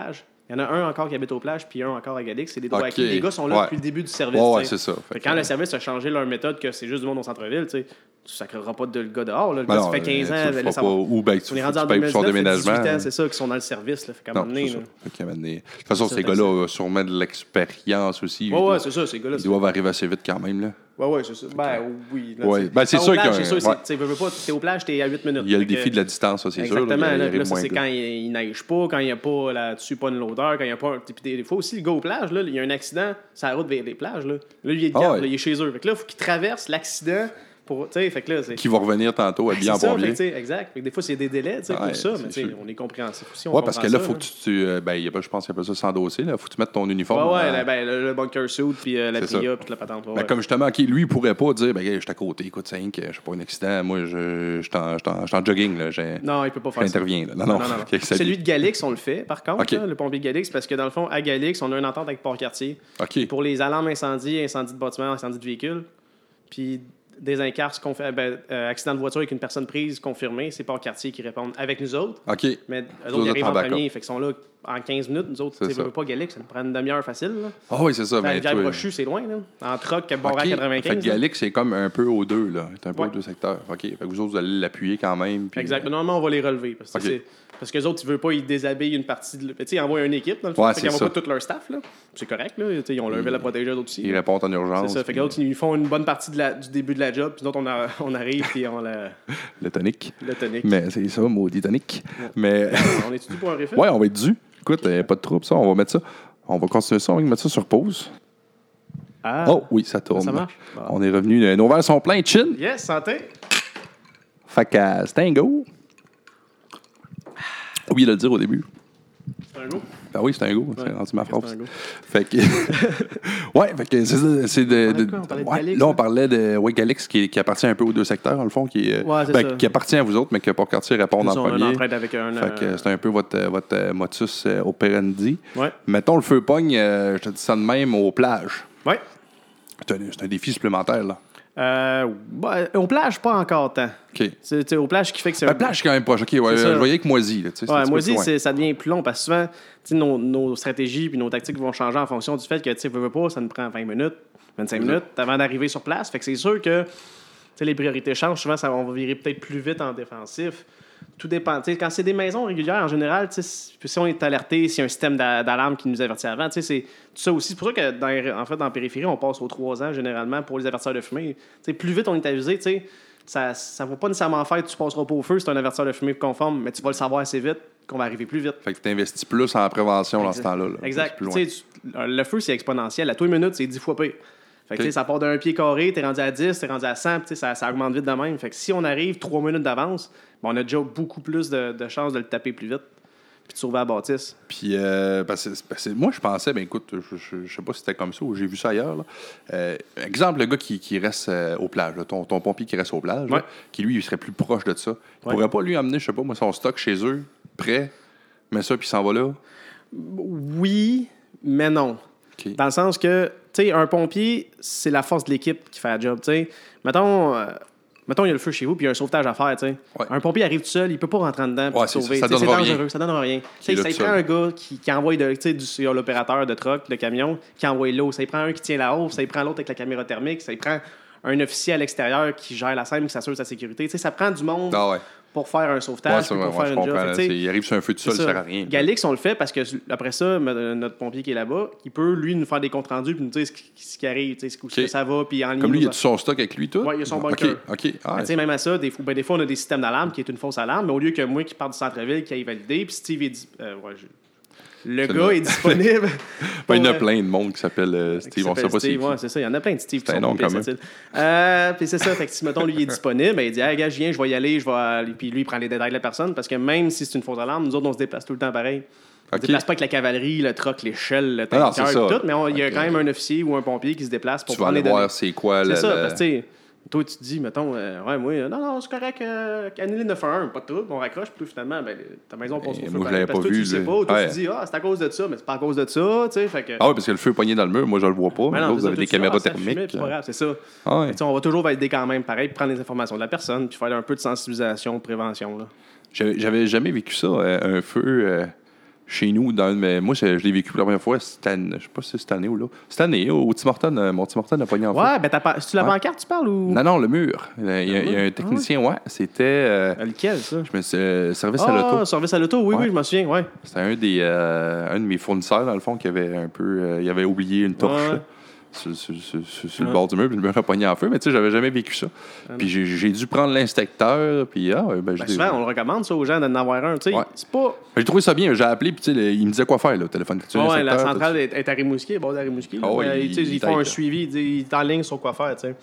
Il y en a un encore qui habite aux plages, puis un encore à Galix. C'est des droits OK. acquis. Les gars sont là Ouais. depuis le début du service. Ouais, ouais, tu sais. c'est ça. Fait Fait que quand que- le service a changé leur méthode, que c'est juste du monde au centre-ville, tu sais, tu sacreras pas de le gars dehors. Là. Le Ben gars, non, ça fait quinze euh, ans. tu le ben, feras ça pas, va- ou ben, tu, On est faut rendu que en tu payes pour son deux mille dix-neuf, déménagement. dix-huit ans, c'est ça, qui sont dans le service. Là. Fait qu'à un Non, moment donné, c'est ça. là- Fait qu'à un moment donné- De toute façon, C'est ces ça, gars-là fait ont sûrement de l'expérience aussi. Ouais, Ils ouais, doivent- c'est ça, ces gars-là. Ils c'est- doivent arriver assez vite quand même. Là. Ouais, ouais, c'est ça. Ben oui. Là, Ouais. tu sais. Ben, c'est Aux sûr plages, qu'il y a c'est un- sûr, c'est- ouais. tu sais, veux, veux pas, t'es aux plages, t'es à huit minutes. Il y a le Fait que- défi de la distance, ça, c'est sûr. Exactement. Là, il Là, arrive là, ça, moins c'est de- quand il, il neige pas, quand il n'y a pas là-dessus pas une l'odeur, quand il n'y a pas. Puis des, des fois aussi, le gars aux plages, là, il y a un accident sur la route vers les plages. Là, là lui, il est de Ah garde, ouais. là, il est chez eux. Fait que là, il faut qu'il traverse l'accident pour. Tu sais, fait que là, c'est. Qui va revenir tantôt habillé en C'est ça, fait pompier. que, tu sais, exact. Fait que des fois, c'est des délais tu sais, Ouais, pour ça, c'est mais tu sais, sûr. on est compréhensif aussi. On Ouais, parce que comprend là, ça, faut que tu. tu- euh, ben, il y a pas, je pense qu'il y a pas ça s'endosser. Il faut que tu mettes ton uniforme. Ouais, ouais, euh, là, ben, le, le bunker suit, puis euh, la C'est ça. Priya, puis la patente. Ouais, Ben, ouais. comme justement, OK, lui, il pourrait pas dire, ben, je suis à côté, écoute, cinq, je sais pas, un accident, moi, je je suis en, je suis en- je suis en jogging, là, j'ai- Non, il peut pas faire ça. j'interviens, là. Non, non, Non, non, non. OK, salut. Celui de Galix, on le fait, par contre, OK. là, le pompier de Galix, parce que dans le fond, à Galix, on a une entente avec Port-Cartier OK. pour les alarmes incendie, incendie de bâtiment, incendie de véhicule. Puis des incarces, qu'on fait, ben, euh, accident de voiture avec une personne prise confirmée, c'est Port-Cartier qui répondent avec nous autres. OK. Mais eux Vous autres, ils êtes arrivent en en backup. premier, fait qu'ils sont là en quinze minutes. Nous autres, C'est tu ça. sais, pas Galix, ça nous prend une demi-heure facile. Là. Ah oui, c'est ça. La Ben, rivière toi- Brochu, c'est loin, là. En troc, Barra OK. à Fait quatre-vingt-quinze. que Galix, c'est comme un peu aux deux, là. C'est un peu Ouais. aux deux secteurs. OK. Fait que vous autres, vous allez l'appuyer quand même. Puis, Exact. Mais normalement, on va les relever. Parce que OK. c'est- parce que les autres, ils veulent pas, ils déshabillent une partie de. Tu sais, ils envoient une équipe, dans le fond. Ouais, fait qu'ils c'est envoient ça. pas tout leur staff, là. C'est correct, là. Tu sais, ils ont leur ville à protéger, eux autres aussi. Ils là. répondent en urgence. C'est ça. Fait que puis l'autre, ils font une bonne partie de la- du début de la job, puis nous autres, on, a- on arrive, puis on la, Le tonique. le tonique. Mais c'est ça, maudit tonique. Mais. on est-tu dû pour un refill? Ouais, on va être dû. Écoute, euh, pas de trouble, ça. On va mettre ça. On va continuer ça. On va mettre ça sur pause. Ah. Oh, oui, ça tourne. Ça marche? Bon. On est revenu. euh, Nos verres sont pleins, chill. Yes, santé! Fait que euh, c'est un go. Oublié de le dire au début. C'est un go. Ben oui, c'est un go. C'est Ouais, rendu ma c'est un phrase. go. Fait que. ouais, fait que c'est ça. C'est de, On parlait de de- quoi? On parlait de ouais, Galix, là, on là? parlait de ouais, Galix qui, qui appartient un peu aux deux secteurs, dans le fond, qui, est, Ouais, c'est ben, ça. qui appartient à vous autres, mais que pour quartier répondre Ils en ont un premier. entraide avec un. Fait que euh, c'est un peu votre, votre euh, motus euh, operandi. Ouais. Mettons le feu pogne, euh, je te dis ça de même, aux plages. Ouais. C'est un, c'est un défi supplémentaire, là. Euh, bah, aux plages, pas encore tant. OK. C'est tu sais, aux plages qui fait que c'est La un- plage, c'est quand même proche. OK, ouais, C'est ça. je voyais que moisi. Là, tu sais, c'est un Ouais, petit moi peu aussi, plus loin. c'est- ça devient plus long parce que souvent, tu sais, nos, nos stratégies puis nos tactiques vont changer en fonction du fait que, tu sais, veux, veux pas, ça nous prend vingt minutes, vingt-cinq C'est ça. minutes avant d'arriver sur place. Fait que c'est sûr que, tu sais, les priorités changent. Souvent, ça, on va virer peut-être plus vite en défensif. Tout dépend. Tu sais, quand c'est des maisons régulières, en général, tu sais, si si on est alerté, s'il y a un système d'a- d'alarme qui nous avertit avant, tu sais, c'est tout ça aussi. C'est pour ça que, dans, les- en fait, dans la périphérie, on passe aux trois ans, généralement, pour les avertisseurs de fumée. Tu sais, plus vite on est avisé, tu sais, ça ne va pas nécessairement faire que tu passeras pas au feu, c'est un avertisseur de fumée conforme, mais tu vas le savoir assez vite qu'on va arriver plus vite. Fait que tu investis plus en prévention dans ce Exact. temps-là. là. Exact. C'est plus Tu loin. sais, tu- le feu, c'est exponentiel. À tous les minutes, c'est dix fois pire. Fait que, Ok. tu sais, ça part d'un pied carré, t'es rendu à dix, t'es rendu à cent, puis tu sais, ça, ça augmente vite de même. Fait que si on arrive trois minutes d'avance, ben, on a déjà beaucoup plus de, de chances de le taper plus vite puis de sauver la bâtisse. Puis, euh, parce que- parce que moi, je pensais, ben écoute, je, je, je sais pas si c'était comme ça ou j'ai vu ça ailleurs. Là. Euh, exemple, le gars qui, qui reste euh, aux plages, là, ton, ton pompier qui reste aux plages, là, Ouais. qui lui, il serait plus proche de ça. Il Ouais. pourrait pas lui amener, je sais pas, moi, son stock chez eux, prêt, met ça, puis il s'en va là. Oui, mais non. OK. Dans le sens que, tu sais, un pompier, c'est la force de l'équipe qui fait la job, tu sais. Mettons, euh, mettons, il y a le feu chez vous, puis il y a un sauvetage à faire, tu sais. Ouais. Un pompier arrive tout seul, il peut pas rentrer en dedans pour Ouais, te c'est sauver. ça, ça Tu sais, c'est donnera rien. dangereux, ça donnera rien. Tu sais, est là ça tout prend seul. un gars qui, qui envoie, de, tu sais, du- sur l'opérateur de truck, de camion, qui envoie l'eau. Ça y prend un qui tient la haut, ça y prend l'autre avec la caméra thermique, ça y prend un officier à l'extérieur qui gère la scène, qui s'assure de sa sécurité. Tu sais, ça prend du monde Ah ouais. pour faire un Ouais, sauvetage, ça, puis ouais, pour ouais, faire je une job. comprends. Fait là, que, tu sais, c'est- il arrive sur un feu tout seul, c'est ça ça. sert à rien. Galix, on le fait parce que après ça, m- notre pompier qui est là-bas, il peut, lui, nous faire des comptes rendus puis nous dire ce qui, ce qui arrive, tu sais, ce que OK. ça va, puis en ligne. Comme lui, il nos a tout son stock avec lui, tout? Ouais, il a son OK, bunker. OK. Ah, Mais tu sais, même à ça, des fois, ben, des fois, on a des systèmes d'alarme qui est une fausse alarme, mais au lieu que moi qui parte du centre-ville, qui aille valider, puis Steve est dit. euh, ouais, je- Le C'est gars le- est disponible. ben, il y en a pour, euh, plein de monde qui s'appelle euh, qui Steve. On sait s'appelle pas si. Steve, ouais, c'est ça. Il y en a plein de Steve qui C'est un sont nom pompiers, commun. cette île. Euh, puis c'est ça. Fait que si, mettons, lui, il est disponible, ben, il dit, hey, gars, je viens, je vais y aller, je vais aller. Puis lui, il prend les détails de la personne parce que même si c'est une fausse alarme, nous autres, on se déplace tout le temps pareil. On OK. se déplace pas avec la cavalerie, le troc, l'échelle, le Ah non, tanker, c'est ça. tout, mais on- il y a OK. quand même un officier ou un pompier qui se déplace pour Tu vas prendre aller les données. voir c'est quoi C'est le. ça, le- parce que, tu sais, toi, tu te dis, mettons, euh, ouais, moi, euh, non, non, c'est correct, euh, annuler neuf un un, pas de trouble, on raccroche, puis toi, finalement, ben, ta maison passe au Et feu. moi, je pareil, l'avais parce pas que toi, vu, tu sais là. pas, toi, Ouais. tu dis, ah, c'est à cause de ça, mais c'est pas à cause de ça, tu sais, fait que. Ah oui, parce que le feu est pogné dans le mur, moi je le vois pas, mais Ben non, là, c'est vous ça, avez toi, des tu dis, caméras ah, ça fumait, thermiques. puis c'est pas grave, c'est ça. Ah ouais. Tu sais, on va toujours valider quand même, pareil, puis prendre les informations de la personne, puis faire un peu de sensibilisation, de prévention, là. J'avais j'avais jamais vécu ça, euh, un feu. euh, chez nous. Dans, mais moi, je, je l'ai vécu pour la première fois cette année. Je sais pas si c'est cette année ou là. Cette année, au Tim Hortons, euh, mon Tim Hortons a pogné en feu. Ouais, ben, t'as, si tu la Ouais. pancarte, tu parles ou. Non, non, le mur. Il y a, il y a- il y a un technicien, ouais. C'était. euh, Ah, lequel, ça? je me suis. euh, service à Ah, l'auto. service à l'auto, oui, Ouais. oui, je m'en souviens, ouais. C'était un, des, euh, un de mes fournisseurs, dans le fond, qui avait un peu. euh, il avait oublié une torche. Ouais. là, Sur, sur- sur- sur- sur le Ouais. bord du mur, puis le mur a pogné en feu, mais tu sais, j'avais jamais vécu ça. Puis j'ai, j'ai dû prendre l'inspecteur, puis ah, ouais, ben, Ben, j'ai, souvent, on le recommande, ça, aux gens d'en avoir un. Tu sais, Ouais. c'est pas. j'ai trouvé ça bien, j'ai appelé, puis tu sais, le- il me disait quoi faire, là, au téléphone. Tu Ouais, la l'inspecteur, centrale t'as-tu- est, est à Rimouski, bon, à Rimouski. là, Ah ouais, mais, il- tu sais, il ils font un t'aide. suivi, ils ils sont en ligne sur quoi faire, tu sais.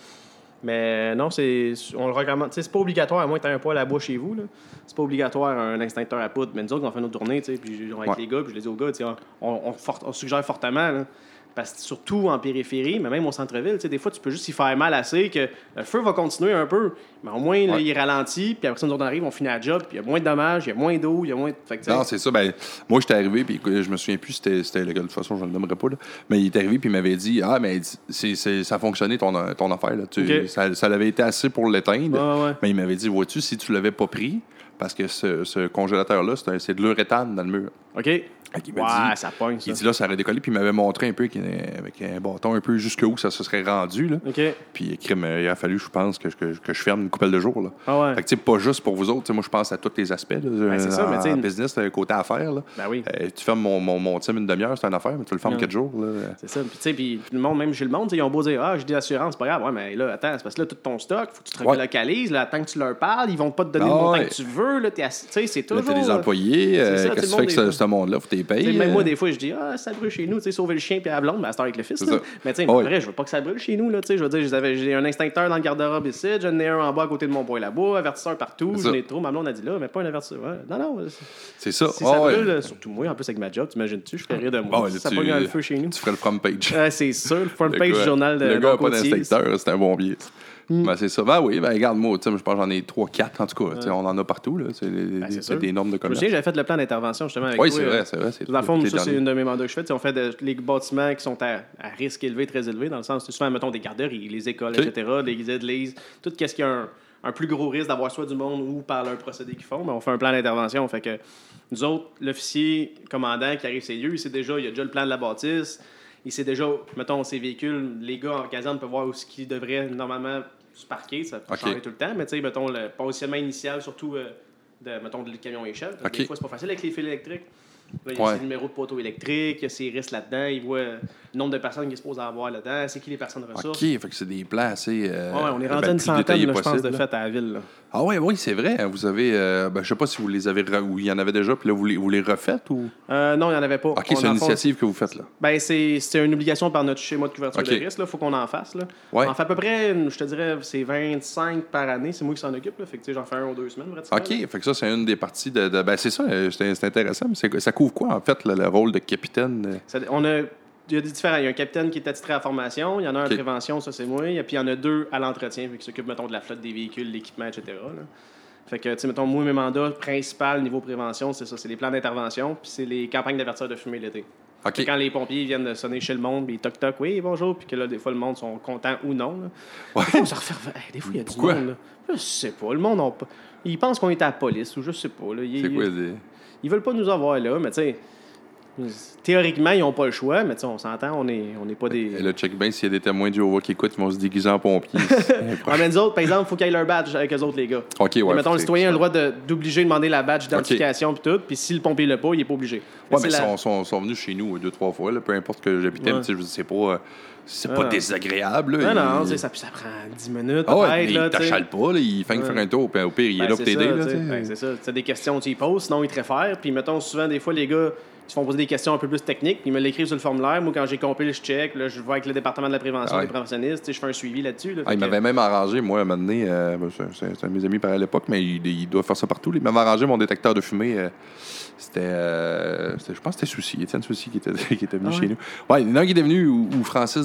Mais non, c'est, on le recommande. Tu sais, c'est pas obligatoire, à moins que tu aies un poêle à bois chez vous. Là. C'est pas obligatoire un extincteur à poudre. Mais nous autres, on fait nos tournées, tu sais, puis avec Ouais. les gars, puis je les dis aux gars, tu sais, on, on, fort- on suggère fortement, là, parce que surtout en périphérie, mais même au centre-ville, tu sais, des fois, tu peux juste y faire mal assez que le feu va continuer un peu, mais au moins, là, Ouais. il ralentit, puis après ça, nous autres, on arrive, on finit la job, puis il y a moins de dommages, il y a moins d'eau, il y a moins de. Fait que, tu sais, Non, c'est ça. Ben, moi, j'étais arrivé, puis écoute, je me souviens plus, c'était, c'était le gars, de toute façon, je ne le nommerai pas, là. Mais il est arrivé, puis il m'avait dit ah, mais c'est, c'est, ça a fonctionné ton, ton affaire. Là. Tu, Ok. ça, ça l'avait été assez pour l'éteindre. Ouais, ouais. Mais il m'avait dit vois-tu, si tu l'avais pas pris, parce que ce, ce congélateur-là, c'est, un- c'est de l'uréthane dans le mur. OK. Fait qu'il Ouais, m'a dit- ça pogne, ça. Il dit là, ça aurait décollé, puis il m'avait montré un peu qu'il- avec un bâton un peu jusqu'où ça se serait rendu. Là. OK. Puis crime, il a fallu, je pense, que, que, que je ferme une coupelle de jours. Là. Ah ouais. Fait que, tu sais, pas juste pour vous autres. Tu sais, moi, je pense à tous les aspects. Là, Ben, c'est ça, en, mais tu sais, en business, le côté affaires. Là. Ben oui. Euh, tu fermes mon, mon, mon team une demi-heure, c'est une affaire, mais tu le fermes Ouais. quatre jours. Là. C'est ça. Puis, tu sais, puis le monde, même chez le monde, tu sais, ils ont beau dire ah, j'ai des assurances, c'est pas grave. Ouais, mais là, attends, c'est parce que là, tout ton stock, faut que tu te Ouais. relocalises. Là, tant que tu leur parles, ils vont pas te donner Ah le montant ouais. que tu veux. Là, t'es assis- tu sais, c'est Là, toujours. t'as des là, employés. c'est euh, ça, Qu'est-ce que tout tu le fais avec monde ce, est- ce monde-là? Faut que tu les Tu sais, payes. même euh. moi, des fois, je dis ah, ça brûle chez nous, tu sais, sauver le chien puis la blonde, ben, c'est avec le fils. C'est Là. ça. Mais tu sais, Ah ouais. vrai, je veux pas que ça brûle chez nous. Là, tu sais, je veux dire, j'avais- j'ai un extincteur dans le garde-robe ici, j'en ai un en bas à côté de mon poêle là-bas, avertisseur partout, C'est j'en ça. ai trop. Ma blonde a dit là, mais pas un avertisseur. Ouais. Non, non. C'est ça. Si Ah ça ouais. brûle, là, surtout moi, en plus avec ma job, t'imagines-tu, je ferais rire de moi. Bon, si là, ça tu- pogne le feu chez nous. Tu ferais le front page. Ah, c'est sûr, le front Le page gars- du journal de Le gars n'a pas Côtier. d'inspecteur, c'est un bon biais. Ben, c'est ça. Ben oui, ben regarde, moi, tu sais, je pense que j'en ai trois, quatre en tout cas. Tu sais, on en a partout. Là, c'est les- Ben, c'est des, sûr. des normes de Je me commerce. souviens, j'avais fait le plan d'intervention justement avec Oui, toi, c'est euh, vrai, c'est vrai. C'est Dans le fond, tout est ça, c'est dernier. une de mes mandats que je fais. Tu sais, on fait de- les bâtiments qui sont à, à risque élevé, très élevé, dans le sens, c'est souvent, mettons, des garderies, les écoles, Ok. et cetera, des églises, tout ce qui a un, un plus gros risque d'avoir soit du monde ou par leur procédé qu'ils font, mais on fait un plan d'intervention. Fait que nous autres, l'officier commandant qui arrive ces lieux, il sait déjà, il a déjà le plan de la bâtisse, il sait déjà, mettons, ses véhicules, les gars en caserne peuvent voir où ce qu'ils devraient normalement se parquer, ça peut Ok. changer tout le temps, mais tu sais, mettons, le positionnement initial, surtout euh, de, mettons, le camion échelle. Ok. Des fois, c'est pas facile avec les fils électriques. Là, il y a Ouais. ses numéros de poteau électrique, il y a ses risques là-dedans, il voit le nombre de personnes qu'il est supposé avoir là-dedans, c'est qui les personnes ressources. OK, fait que c'est des plans assez. Euh, Ouais, on est ben, rendu le à une plus centaine, détaillé là, je pense, possible, de là. fêtes à la ville. Là. Ah oui, oui, c'est vrai. hein, Vous avez. Euh, ben, je sais pas si vous les avez. re- Ou il y en avait déjà, puis là, vous les, vous les refaites ou. Euh, non, il n'y en avait pas. OK, On, c'est dans une le fond, initiative que vous faites là. Ben, c'est c'est une obligation par notre schéma de couverture OK. de risque. Il faut qu'on en fasse. Là. Ouais. On en fait à peu près, une- je te dirais, c'est vingt-cinq par année. C'est moi qui s'en occupe. Là. Fait que tu sais, j'en fais un ou deux semaines. pratiquement, OK, là. fait que ça, c'est une des parties de. de- ben, c'est ça, euh, c'est c'est intéressant. Mais c'est- ça couvre quoi, en fait, le, le rôle de capitaine? euh? Ça- on a, il y a des différents. Il y a un capitaine qui est attitré à la formation. Il y en a un OK. à prévention, ça c'est moi. Et puis il y en a deux à l'entretien, qui s'occupent, mettons, de la flotte des véhicules, l'équipement, et cetera. là. Fait que, tu sais, mettons, moi, mes mandats principaux niveau prévention, c'est ça, c'est les plans d'intervention, puis c'est les campagnes d'avertisseurs de fumée l'été. OK. Fait que Quand les pompiers viennent de sonner chez le monde, puis toc toc, oui, bonjour, puis que là, des fois, le monde sont contents ou non. Là. Ouais. Des fois, on se refait- Hey, des fois, il y a du Pourquoi? monde. Là. Je sais pas. Le monde, on... ils pensent qu'on est à la police ou je sais pas. Là. Ils, C'est quoi? des- ils veulent pas nous avoir là, mais tu sais, théoriquement, ils ont pas le choix, mais tu sais, on s'entend, on n'est on est pas des. Et là, check bien s'il y a des témoins de Jéhovah qui écoutent, ils vont se déguiser en pompiers. Ah, mais nous autres, par exemple, il faut qu'ils aient leur badge avec eux autres, les gars. OK, Et ouais. mettons, faut le que- citoyen a le droit de- d'obliger de demander la badge d'identification puis tout, puis si le pompier l'a pas, il est pas obligé. Ouais, c'est mais ils la- sont, sont, sont venus chez nous deux, trois fois, là, peu importe que j'habitais, Ouais. mais tu sais, je veux dire, c'est pas, euh, c'est Ah pas non. désagréable. Là, Non, non, il- tu sais, ça, ça prend dix minutes, Ah ouais, peut-être, mais là, il tu sais. t'achale pas, là, il fait que Ouais. faire un tour, puis au pire, il est Ben, là pour c'est t'aider. ça, Là, tu sais. tu sais. Ben, c'est ça. Tu as des questions, tu y poses, sinon ils te réfèrent. Puis, mettons, souvent, des fois, les gars, ils se font poser des questions un peu plus techniques, puis ils me l'écrivent sur le formulaire. Moi, quand j'ai compilé, je check, là, je vois avec le département de la prévention, Ah ouais. les préventionnistes, tu sais, je fais un suivi là-dessus. Là, Ah, fait il que- m'avait même arrangé, moi, à un moment donné, euh, ben, c'est, c'est- c'est un de mes amis par à l'époque, mais il, il doit faire ça partout. là. Il m'avait arrangé mon détecteur de fumée. euh, c'était, euh, c'était- je pense que c'était Souci, Étienne Souci qui était, qui était venu Ah chez ouais? nous. Ouais, il y en a un qui était venu, ou, ou Francis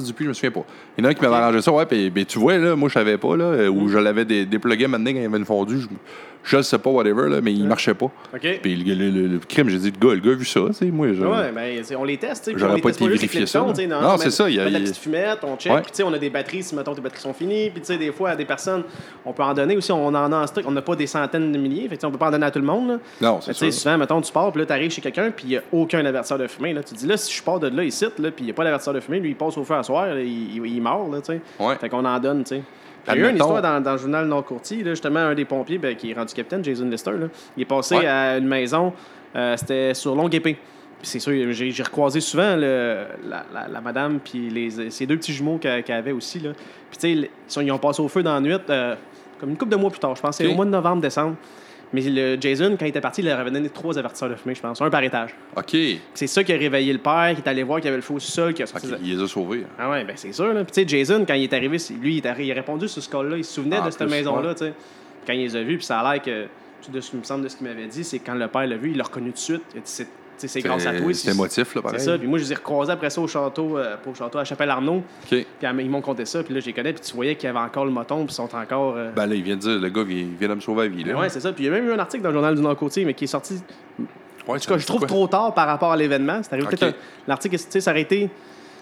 du puits, je me souviens pas. Il y en a un qui m'avait arrangé ça, ouais, puis tu vois, là, moi, je savais pas, là, où je l'avais dé- déplugué maintenant quand il y avait une fondue. Je, je le sais pas, whatever, là, mais il marchait pas. OK. Puis le, le, le, le crime, j'ai dit, le gars, le gars a vu ça, tu sais, moi, je... Ouais, ben, on les teste, tu sais. J'aurais on les pas teste été juste vérifier les ça. cliptons, Non, non, c'est ça, il y a- on met la il- petite fumette, on check, Ouais. puis tu sais, on a des batteries, si, mettons, tes batteries sont finies, puis tu sais, des fois, à des personnes, on peut en donner aussi, on en a en stock, on n'a pas des centaines de milliers, fait que tu sais, on peut pas en donner à tout le monde, là. Non, c'est Mais tu sais, ça. souvent, mettons, tu pars, puis là, t'arrives chez quelqu'un, puis il n'y a aucun avertisseur de fumée, là. Tu te dis, là, si je pars de là, ici, là, puis il n'y a pas d'avertisseur de fumée, lui, il passe au feu à soir, là, il, il, il meurt, là, tu sais. Ouais. Fait qu'on en donne, tu sais. Il y a eu une Admettons- histoire dans, dans le journal Nord-Courtier, là, justement, un des pompiers ben, qui est rendu capitaine, Jason Lister, là, il est passé Ouais. à une maison, euh, c'était sur Longue-Épée. Puis c'est sûr, j'ai, j'ai recroisé souvent le, la, la, la madame puis les, ces deux petits jumeaux qu'elle, qu'elle avait aussi. Là. Puis tu sais, ils, sont- ils ont passé au feu dans la nuit, euh, comme une couple de mois plus tard, je pense. C'est Ok. au mois de novembre, décembre. Mais le Jason, quand il était parti, il leur avait donné trois avertisseurs de fumée, je pense, un par étage. OK. Puis c'est ça qui a réveillé le père, qui est allé voir qu'il y avait le feu au sol, qui a sorti... OK, il les a sauvés. Ah ouais, ben c'est sûr. Là. Puis tu sais, Jason, quand il est arrivé, c'est- lui, il, est arri- il a répondu sur ce call-là. Il se souvenait Ah, de cette plus, maison-là, ouais. tu sais. Quand il les a vus, puis ça a l'air que, de ce, il me semble de ce qu'il m'avait dit, c'est quand le père l'a vu, il l'a reconnu tout de suite. Il a dit, c'est, tu sais, c'est grâce à toi. C'est émotif, là, pareil. C'est ça. Puis moi, je les ai recroisés après ça au château, euh, pas au château, à Chapelle-Arnaud. OK. Puis elle- ils m'ont conté ça. Puis là, je les connais. Puis tu voyais qu'il y avait encore le moton. Puis ils sont encore. euh, Ben là, il vient de dire, le gars, il vient de me sauver la vie, là. Ouais, c'est ça. Puis il y a même eu un article dans le Journal du Nord-Côtier, mais qui est sorti. Ouais, En tout cas, je trouve trop tard par rapport à l'événement. C'est arrivé Ok. peut-être un- L'article, tu sais, ça aurait été.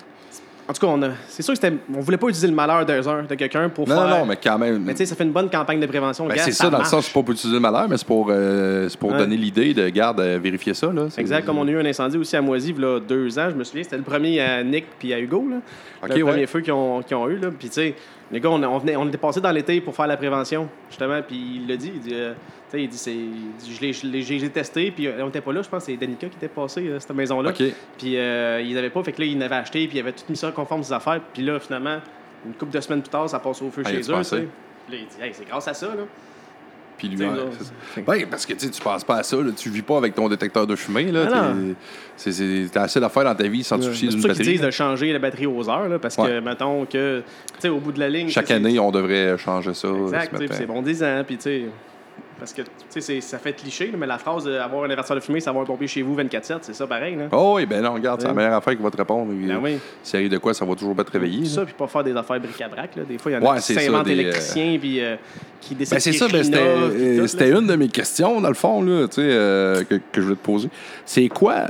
En tout cas, on a... c'est sûr que c'était. On voulait pas utiliser le malheur d'un heure de quelqu'un pour Non, faire. non, non, mais quand même. Mais tu sais, ça fait une bonne campagne de prévention. Ben, Gars, c'est ça, dans le marche. sens, c'est pas pour utiliser le malheur, mais c'est pour, euh, c'est pour Ouais. donner l'idée de, garde, euh, vérifier ça, là. C'est- Exact, comme on a eu un incendie aussi à Moisy, il y a deux ans, je me souviens, c'était le premier à Nick puis à Hugo, là. Ok, le ouais. premier feu qu'ils ont, qu'ils ont eu, là. Puis tu sais, les gars, on, on, venait, on était passé dans l'été pour faire la prévention, justement, puis il l'a dit, il dit, euh, tu sais, il dit, c'est, il dit, je l'ai, je l'ai, j'ai testé, puis euh, on était pas là, je pense que c'est Danica qui était passé, euh, cette maison-là. OK. Puis euh, ils avaient pas, fait que là, ils l'avaient acheté, puis ils avaient tout mis ça conforme ses affaires, puis là, finalement, une couple de semaines plus tard, ça passe au feu Ah, chez il a-tu eux, tu pensé? sais. Puis là, il dit, hey, c'est grâce à ça, là. Puis lui, T'sais, ouais, là, c'est ça. fait- Ben, parce que tu sais, tu penses pas à ça, là. Tu vis pas avec ton détecteur de fumée, là. Ah, non. T'es- c'est, c'est, t'as assez d'affaires dans ta vie sans te C'est soucier pour d'une ça qu'ils batterie. disent de changer la batterie aux heures, là, parce que, Ouais. mettons que, tu sais, au bout de la ligne. Chaque c'est- année, on devrait changer ça. Exact, se tu sais, mettre- puis c'est bon dix ans, puis tu sais. Parce que, tu sais, c'est- ça fait cliché, là, mais la phrase euh, avoir un avertisseur de fumée, c'est avoir un pompier chez vous vingt-quatre sept, c'est ça pareil, là. Oh oui, ben non, regarde, c'est la Ouais. meilleure affaire qui va te répondre. Ben oui. S'il arrive de quoi, ça va toujours pas te réveiller. Ça, là. puis pas faire des affaires bric-à-brac, là. Des fois, il y en Ouais, a qui c'est ça, s'inventent des, euh, électriciens, puis euh, qui décident Ben c'est qu'ils ça, ben c'était, rénovent, puis tout, euh, là. c'était une de mes questions, dans le fond, là, tu sais, euh, que, que je voulais te poser. C'est quoi,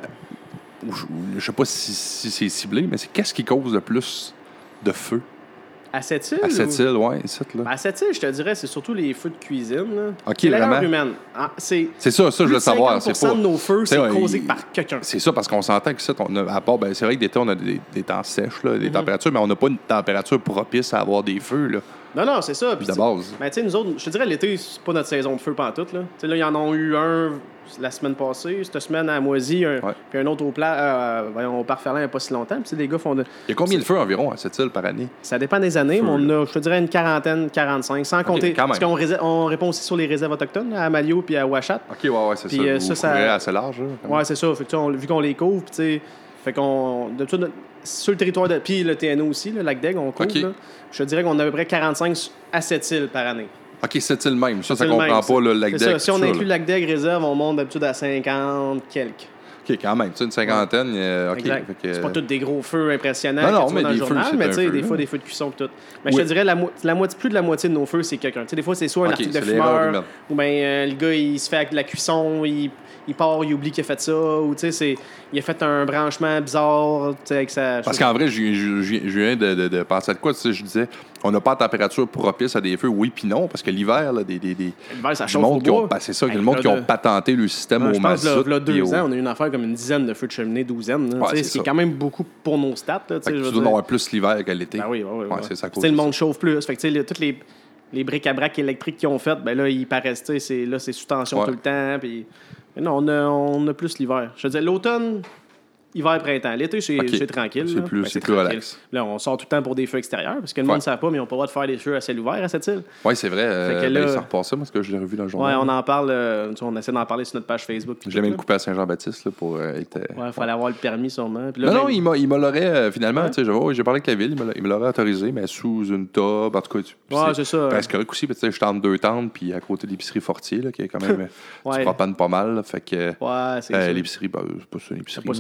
ou je, je sais pas si, si c'est ciblé, mais c'est qu'est-ce qui cause le plus de feu À cette île? à cette ou- île, ouais, ici, là? Ben, à cette île, je te dirais, c'est surtout les feux de cuisine, là. Ok, C'est l'erreur vraiment? humaine. Ah, c'est... C'est ça, ça, je Plus veux de savoir. cinquante C'est pas... de nos feux, c'est C'est vrai, causé il- par quelqu'un. C'est ça, parce qu'on s'entend que ça, on a, à part, ben, c'est vrai que d'été, on a des, des temps sèches, là, Mhm. des températures, mais on n'a pas une température propice à avoir des feux, là, Non, non, c'est ça. Puis de tu- base. Ben, tu sais, nous autres, je te dirais, l'été, c'est pas notre saison de feu pantoute, là. Tu sais, là, il y en a eu un la semaine passée, cette semaine à Moisy, un, Ouais. puis un autre au plat, euh, voyons, au Parc-Ferland il n'y a pas si longtemps. Puis, tu sais, les gars font de... Il y a combien de feux environ à cette île par année? Ça dépend des années, Feu, mais on là. a, je te dirais, une quarantaine, quarante-cinq, sans compter. quand même. Parce qu'on réserve- on répond aussi sur les réserves autochtones, là, à Malio puis à Ouachat. OK, ouais, ouais, c'est Puis, ça. euh, Vous ça, ça- couvrez assez large, là, quand même. Ouais, c'est ça. Fait que, tu sais, on- vu qu'on les couvre, puis tu sais, fait qu'on. De tout, sur le territoire de. Puis le T N O aussi, le lac d'Aigle, on couvre. OK. Là. Je te dirais qu'on a à peu près quarante-cinq à cette île par année. OK, cette île même. Ça, ça C'est le comprend même, pas le lac C'est ça. d'Aigle. Si on tout ça, inclut le là. lac d'Aigle réserve, on monte d'habitude à cinquante quelques. OK, quand même. Tu sais, une cinquantaine. euh, OK. Exact. fait que- C'est pas tous des gros feux impressionnants Non, non, que tu vois mais dans le des feux, journal, c'est mais un tu sais, feu, des là. fois, des feux de cuisson pis tout. Mais Oui. je te dirais, la, mo- la moitié, plus de la moitié de nos feux, c'est quelqu'un. Tu sais, des fois, c'est soit un OK, article de c'est l'erreur fumeur, humaine. ou bien euh, le gars, il se fait avec de la cuisson, il, il part, il oublie qu'il a fait ça, ou tu sais, c'est- il a fait un branchement bizarre, tu sais, avec sa... Parce qu'en vrai, je, je- je- je viens de, de- de penser à de quoi. Tu sais, je disais, on n'a pas de température propice à des feux, oui puis non, parce que l'hiver, là, des, des, des, L'hiver, ça du chauffe au monde qui ont, bois. ben, c'est ça, Hey, le monde là, qui ont de- patenté le système Ouais, au je pense mazout. que là, puis deux au- ans, on a eu une affaire comme une dizaine de feux de cheminée, douzaine, là, Ouais, tu sais, c'est ce qui est ça. quand même beaucoup pour nos stats. Là, tu Fait sais, que je tu veux dois en dire. avoir plus l'hiver que l'été. Ben oui, oui, oui. Ouais, oui. c'est ça à Puis, cause tu sais, de le ça. monde chauffe plus. Fait que, tu sais, les- toutes les, les bric-à-brac électriques qu'ils ont fait, ben là, ils paraissent, tu sais, c'est, là, c'est sous tension Ouais. tout le temps. Puis... Mais non, on a, on a plus l'hiver. Je veux dire, l'automne, hiver, printemps. L'été, c'est, Ok. c'est tranquille. C'est là. plus- Ben, c'est plus tranquille. relax. Là, on sort tout le temps pour des feux extérieurs parce que le monde Ouais. ne savent pas, mais ils n'ont pas le droit de faire des feux à ciel ouvert à cette île. Oui, c'est vrai. euh, Fait que ben, là- ça repasse ça, parce que je l'ai revu dans le Ouais, journal. on en parle. euh, tu sais, on essaie d'en parler sur notre page Facebook. puis Je l'ai tout, même là. coupé à Saint-Jean-Baptiste là, pour euh, être. euh, Ouais, il fallait avoir le permis sûrement. Puis là, Non, non, ben, il m'a, il m'a l'aurait, euh, finalement, Ouais. tu sais, j'ai, ouais, j'ai parlé avec la ville, il me, l'a- il me l'aurait autorisé, mais sous une table, en tout cas. tu- Ouais, c'est ça. Ben, c'est correct aussi, parce que tu sais, je tente deux tentes, puis à côté de l'épicerie Fortier, là, qui est quand même. Ouais. Tu propanes pas mal, là, fait que. Ouais, c'est euh, ça. l'épicerie, ben, c'est pas ça, l'épicerie. La poissonnerie? Poissonnerie,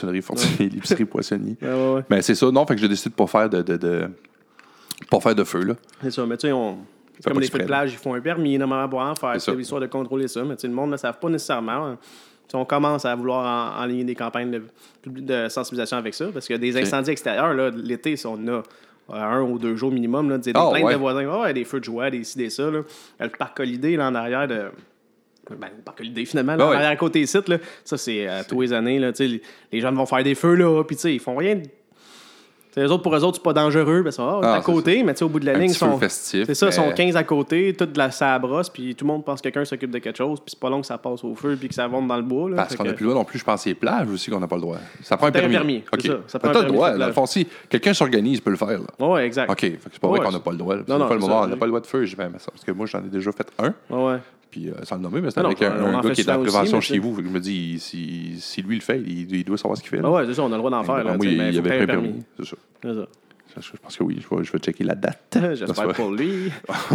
poissonnerie fortunée, l'épicerie poissonnier. Ouais, ouais, ouais. Mais c'est ça, non, fait que j'ai décidé de pas faire de, de, de pas faire de feu, là. C'est ça, mais tu sais, on... Ça comme pas les feux de exprès, plage, ils font un permis, normalement, pour en faire, C'est ça. c'est histoire de contrôler ça, mais tu sais, le monde ne le savent pas nécessairement. Hein. Tu sais, on commence à vouloir en, enligner des campagnes de, de sensibilisation avec ça, parce qu'il y a des incendies extérieurs, là, l'été, si on a euh, un ou deux jours minimum, là, des Oh, plaintes ouais. de voisins, oh, ouais, des feux de joie, des ci, des ça, là. Le parc Holiday, là, en arrière de... Ben, le parc Holiday, finalement, là, Ah, en ouais. arrière côté site, là, ça, c'est euh, tous les années, là, tu sais, les, les gens vont faire des feux, là, puis tu sais, ils font rien de... T'sais, les autres, pour eux autres, c'est pas dangereux. Parce que, ah, on est Ah, à côté, mais tu sais, au bout de la Un ligne, petit ils sont. feu festif, C'est ça, ils mais- sont quinze à côté, toute de la ça brosse, puis tout le monde pense que quelqu'un s'occupe de quelque chose, puis c'est pas long que ça passe au feu, puis que ça monte dans le bois. Là, Parce Fait qu'on que- n'a plus le droit non plus, je pense, c'est les plages aussi qu'on n'a pas le droit. Ça prend un T'as un permis. permis, OK. c'est ça. Ça prend Mais un t'as le permis droit. sur Dans le place. fond, si quelqu'un s'organise, il peut le faire. Là. Ouais, exact. OK. Fait que c'est pas vrai Ouais, qu'on n'a pas le droit. là. C'est non, pas le c'est moment, ça. on n'a pas le droit de feu. Je dis, ben, mais ça, parce que moi, j'en ai déjà fait un. Ouais, ouais. Puis, euh, sans le nommer, mais c'était Non, avec non, un, on un en gars fait qui est en souvent aussi, prévention mais chez c'est- vous. Fait que je me dis, si, si lui le fait, il, il doit savoir ce qu'il fait. Ah là. ouais, c'est ça, on a le droit d'en faire. Là, Moi, tu sais, mais il faut avait que pris t'aies un un permis. permis. C'est ça. C'est ça. Ça, Je pense que oui, je vais, je vais checker la date. J'espère pour lui.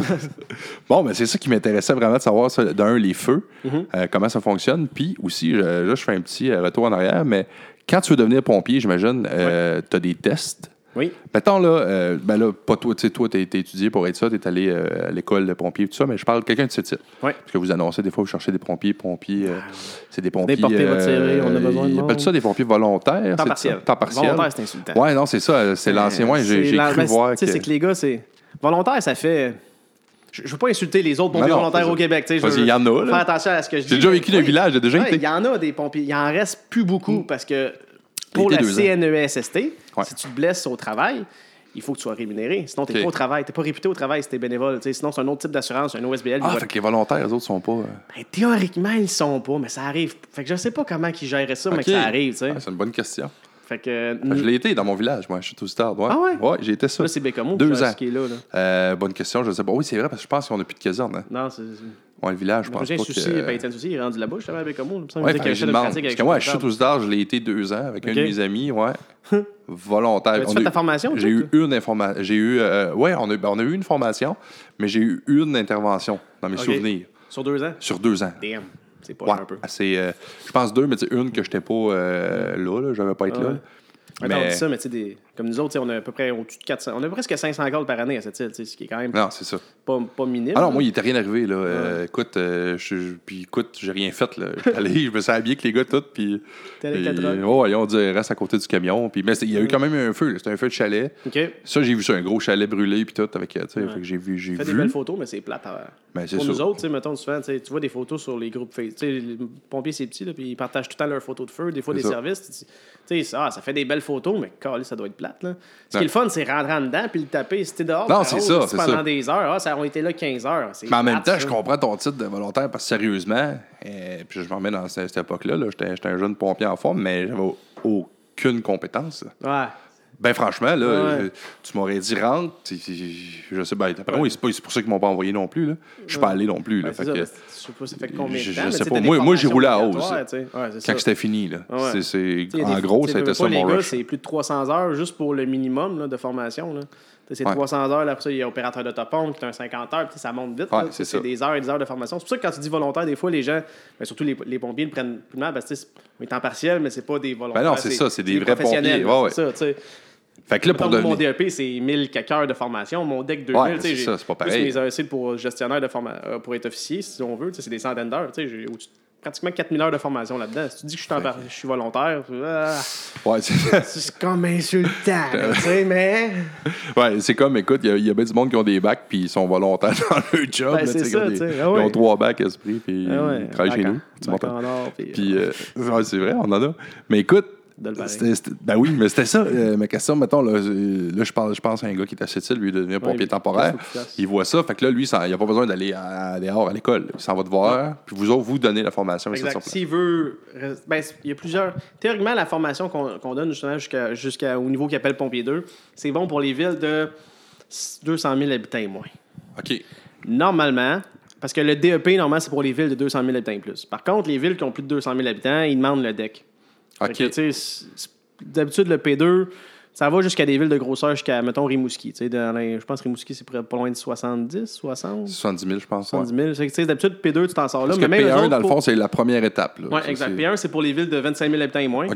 Bon, mais c'est ça qui m'intéressait vraiment de savoir, ça, d'un, les feux, Mm-hmm. euh, comment ça fonctionne. Puis aussi, je- là, je fais un petit euh, retour en arrière, mais quand tu veux devenir pompier, j'imagine, euh, tu as des tests. Oui. Mettons, là, euh, ben là, pas toi, tu sais, toi, t'as été étudié pour être ça, t'es allé euh, à l'école de pompier, tout ça, mais je parle de quelqu'un de ce type. Ouais. Parce que vous annoncez, des fois, vous cherchez des pompiers, pompiers, euh, c'est des pompiers... Déportez votre C V, on a besoin de Ils monde. appellent ça des pompiers volontaires, Temps c'est partiel. ça? Temps partiel. Volontaire, c'est insultant. Ouais, non, c'est ça, c'est l'ancien, ouais, j'ai C'est j'ai la- cru ben, voir Tu sais, que... c'est que les gars, c'est. Volontaire, ça fait. Je, je veux pas insulter les autres pompiers Non, non, volontaires c'est au ça. Québec. tu sais, je Parce veux qu'il y en a, là. Faire attention à ce que je dis. J'ai déjà vécu dans un Oui. village, j'ai déjà Ouais, été. Il y en a des pompiers. Il en reste plus beaucoup parce que pour L'été, la deux C N E S S T, Ouais. si tu te blesses au travail, il faut que tu sois rémunéré. Sinon, tu n'es Ok. pas au travail. Tu n'es pas réputé au travail si tu es bénévole. tu sais. Sinon, c'est un autre type d'assurance, un O S B L. il Ah, va- fait que les volontaires, eux autres, sont pas... euh, Ben, théoriquement, ils sont pas, mais ça arrive. Fait que je sais pas comment ils géraient ça, mais OK. que ça arrive. tu sais. Ah, c'est une bonne question. Fait que. Je l'ai été dans mon village, moi, je suis tout stade. Ouais. Ah ouais? Ouais, j'ai été ça. Là, c'est Bécamo Deux qui ans. qui est là. là. Euh, bonne question, je sais pas. Oui, c'est vrai, parce que je pense qu'on n'a plus de caserne. Hein. Non, c'est. Ouais, le village, je pense J'ai pas souci, que... ben, Étienne Soucy, il est rendu là-bas, justement, à Bécamo. Il me semble Ouais, qu'il fait que y a j'ai une demandé. pratique Parce avec que moi, son je suis comptable. tout stade, je l'ai été deux ans avec un OK. de mes amis, ouais. Volontaire. As-tu On fait a ta eu- formation, J'ai toi, eu une information. J'ai eu. Euh, ouais, on a, ben, on a eu une formation, mais j'ai eu une intervention dans mes OK. souvenirs Sur deux ans? sur deux ans. Damn. C'est pas Ouais, un peu. c'est, euh, je pense deux, mais c'est une que j'étais pas euh, là, là, j'avais pas être Ouais. là. Attends, on Mais dit ça, mais tu sais, des... comme nous autres, tu sais, on a à peu près au-dessus de quatre cents. On a presque cinq cents calls par année à cette île, tu sais, ce qui est quand même non, c'est ça. pas, pas minime. Ah non, là. moi, il était rien arrivé, là. Euh, écoute, euh, je, je- puis écoute, j'ai rien fait, là. J'étais allé, je me suis habillé avec les gars, tout, puis... T'es avec puis, la trotte. ouais, ils ont dit, reste à côté du camion. Puis, mais c'est- il y a eu quand même un feu, là. C'était un feu de chalet. OK. Ça, j'ai vu ça, un gros chalet brûlé, puis tout, avec, tu sais, Ouais. fait que j'ai vu, j'ai Fais des vu. belles photos, mais c'est plate. à- Ben, c'est Pour ça. nous autres, tu sais, mettons, souvent, tu sais, tu vois des photos sur les groupes Facebook. Tu sais, les pompiers, c'est petit, là, puis ils partagent tout le temps leurs photos de feu, des fois C'est des ça. services. Tu tu sais, ça, ah, ça fait des belles photos, mais calé, ça doit être plate. Là. Ce qui Ouais. est le fun, c'est rentrer en dedans puis le taper. Si t'es dehors, Non, par c'est haut, ça, là, c'est pendant ça. des heures. Ah, ça, on était là quinze heures. C'est Mais en même plate, temps, ça. je comprends ton titre de volontaire parce que sérieusement, euh, puis je m'en mets dans cette, cette époque-là, là, j'étais, j'étais un jeune pompier en forme, mais j'avais aucune compétence. Ouais. Ben franchement, là, Ouais. je- tu m'aurais dit rentre, c'est- c'est- je sais, ben, d'après moi, c'est, pas, c'est pour ça qu'ils m'ont pas envoyé non plus. Là. Je suis pas allé non plus. Là, Ben, fait c'est ça, que, mais c'est- je sais pas, ça fait combien de je- temps. je mais sais tu sais, pas. t'as des Moi- moi, j'ai formations roulé à hausse, obligatoires, tu sais. Ouais, c'est quand ça. c'était fini, là. Ouais. C'est, c'est- Tu sais, il y a en des- gros, tu sais, ça a veux été pas, ça les mon gars, rush. c'est plus de trois cents heures juste pour le minimum là, de formation. Là. Tu sais, C'est Ouais. trois cents heures, là, après ça, il y a opérateur d'autopompe qui est un cinquante heures, puis ça monte vite. Ouais, là. c'est c'est ça. des heures et des heures de formation. C'est pour ça que quand tu dis volontaire, des fois, les gens, ben, surtout les, les pompiers, le prennent plus mal parce que tu sais, c'est un temps partiel, mais c'est pas des volontaires. Ben non, c'est ça, c'est des vrais professionnels, pompiers. Ouais, c'est ça, tu sais. Fait que là, pour Mettons, Mon devenir... D E P, c'est mille quelques heures de formation. Mon D E C deux mille, Ouais, tu sais, c'est j'ai ça, c'est pas plus pareil. mes A E C pour gestionnaire de forma... euh, pour être officier, si on veut, tu sais, c'est des centaines d'heures. Tu sais, j'ai au-dessus de pratiquement quatre mille heures de formation là-dedans. Si tu dis que je suis, en par- je suis volontaire, ah, Ouais, c'est... c'est comme insultant, là, tu sais, mais... ouais, c'est comme, écoute, il y, a- il y a bien du monde qui ont des bacs puis ils sont volontaires dans leur job. Ben, là, c'est tu sais, ça, comme des- tu sais. Ah Ils ouais. ont trois bacs esprit puis Ah ouais, ils travaillent chez bac nous. en- Tu bac m'entends? en or, puis, Puis, euh, ouais, c'est vrai, on en a. Mais écoute, De le pareil. c'était, c'était- ben oui, mais c'était ça, euh, ma question. Mettons, là, euh, là je, parle, je pense à un gars qui est à cette île, lui, de devenir pompier Ouais, temporaire. qu'est-ce qu'il faut qu'il fasse? Il voit ça, fait que là, lui, ça- il n'a pas besoin d'aller à, à dehors à l'école. Il s'en va te voir, puis vous autres, vous donnez la formation. mais c'est Exact. sur place. S'il veut. rest- Ben, il y a plusieurs. Théoriquement, la formation qu'on qu'on donne justement jusqu'à, jusqu'au niveau qu'il appelle Pompier deux, c'est bon pour les villes de deux cent mille habitants et moins. OK. Normalement, parce que le D E P, normalement, c'est pour les villes de deux cent mille habitants et plus. Par contre, les villes qui ont plus de deux cent mille habitants, ils demandent le D E C. OK. Fait que, tu sais, c'est- c'est- d'habitude, le P deux, ça va jusqu'à des villes de grosseur, jusqu'à, mettons, Rimouski. Tu sais, dans les- je pense que Rimouski, c'est près- pas loin de soixante-dix, soixante, soixante-dix mille, je pense. ouais. soixante-dix mille. Fait que, tu sais, d'habitude, P deux, tu t'en sors là. Parce mais que même P eux un, autres, dans le pour- fond, c'est la première étape. Là. Oui, Ça, exact. c'est- P un, c'est pour les villes de vingt-cinq mille habitants et moins. OK.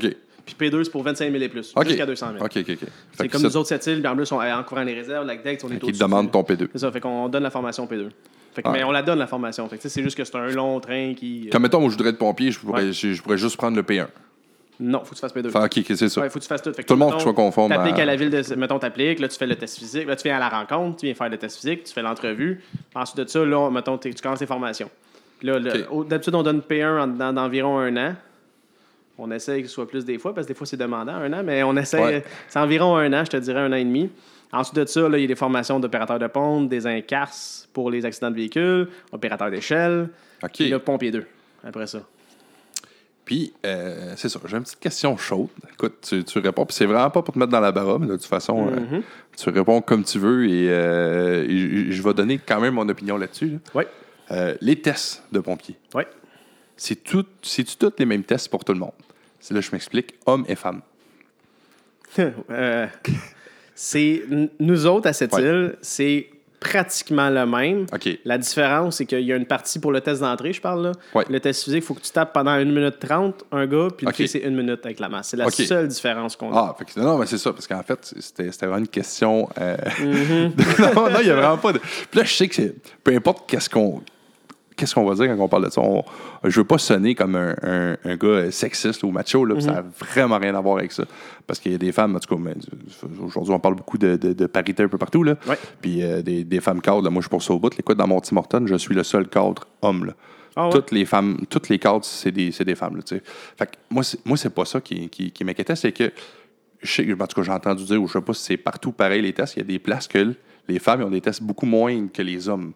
Puis P deux, c'est pour vingt-cinq mille et plus, okay. jusqu'à deux cent mille. OK, OK, OK. C'est comme nous autres, cette île, puis en plus, on est en courant les réserves, lac Deck, on est au-dessus. Qui te demande ton P deux. C'est ça, fait qu'on donne la formation P deux. Fait que, ah. Mais on la donne, la formation. Fait que c'est juste que c'est un long train qui... Comme mettons, moi, je voudrais être pompier, je pourrais, ouais. je, je pourrais juste prendre le P un. Non, faut que tu fasses P deux. Enfin, OK, c'est ça. Ouais, faut que tu fasses tout. Fait que tout le monde mettons, soit conforme. T'appliques à... à la ville de... Mettons, t'appliques, là, tu fais le test physique, là, tu viens à la rencontre, tu viens faire le test physique, tu fais l'entrevue. Ensuite de ça, là, mettons, tu commences tes formations. Puis là, okay. le, d'habitude, on donne P un en, dans, d'environ un an. On essaie que ce soit plus des fois, parce que des fois, c'est demandant, un an, mais on essaie... Ouais. C'est environ un an, je te dirais un an et demi. Ensuite de ça, là, il y a des formations d'opérateurs de pompe, des incarces pour les accidents de véhicules, opérateurs d'échelle, okay. et là, pompier deux, après ça. Puis, euh, c'est ça, j'ai une petite question chaude. Écoute, tu, tu réponds, puis c'est vraiment pas pour te mettre dans la barre, mais de toute façon, mm-hmm. euh, tu réponds comme tu veux et, euh, et je vais donner quand même mon opinion là-dessus. Là. Oui. Euh, les tests de pompiers. Oui. C'est tout, c'est-tu tous les mêmes tests pour tout le monde? C'est là je m'explique, hommes et femmes. euh, c'est nous autres à cette ouais. île, c'est pratiquement le même. Okay. La différence, c'est qu'il y a une partie pour le test d'entrée, je parle là. Ouais. Le test physique, il faut que tu tapes pendant une minute trente, un gars, puis okay. le fait, c'est une minute avec la masse. C'est la okay. seule différence qu'on a. Ah, fait que, non, mais c'est ça, parce qu'en fait, c'était, c'était vraiment une question... Euh... Mm-hmm. non, non, il n'y a vraiment pas de... Puis là, je sais que c'est... Peu importe qu'est-ce qu'on... Qu'est-ce qu'on va dire quand on parle de ça? On... Je veux pas sonner comme un, un, un gars sexiste ou macho, là, mm-hmm. ça n'a vraiment rien à voir avec ça. Parce qu'il y a des femmes, en tout cas, mais, aujourd'hui, on parle beaucoup de, de, de parité un peu partout, là. Ouais. Puis euh, des, des femmes cadres, là, moi, je suis pour ça au bout. Écoute, dans mon Tim Hortons, je suis le seul cadre homme, là. Oh, ouais. Toutes les femmes, toutes les cadres, c'est des, c'est des femmes, là, tu sais. Fait que moi, c'est, moi, c'est pas ça qui, qui, qui m'inquiétait, c'est que, je sais, en tout cas, j'ai entendu dire, ou je sais pas si c'est partout pareil, les tests, il y a des places que les femmes, ils ont des tests beaucoup moins que les hommes.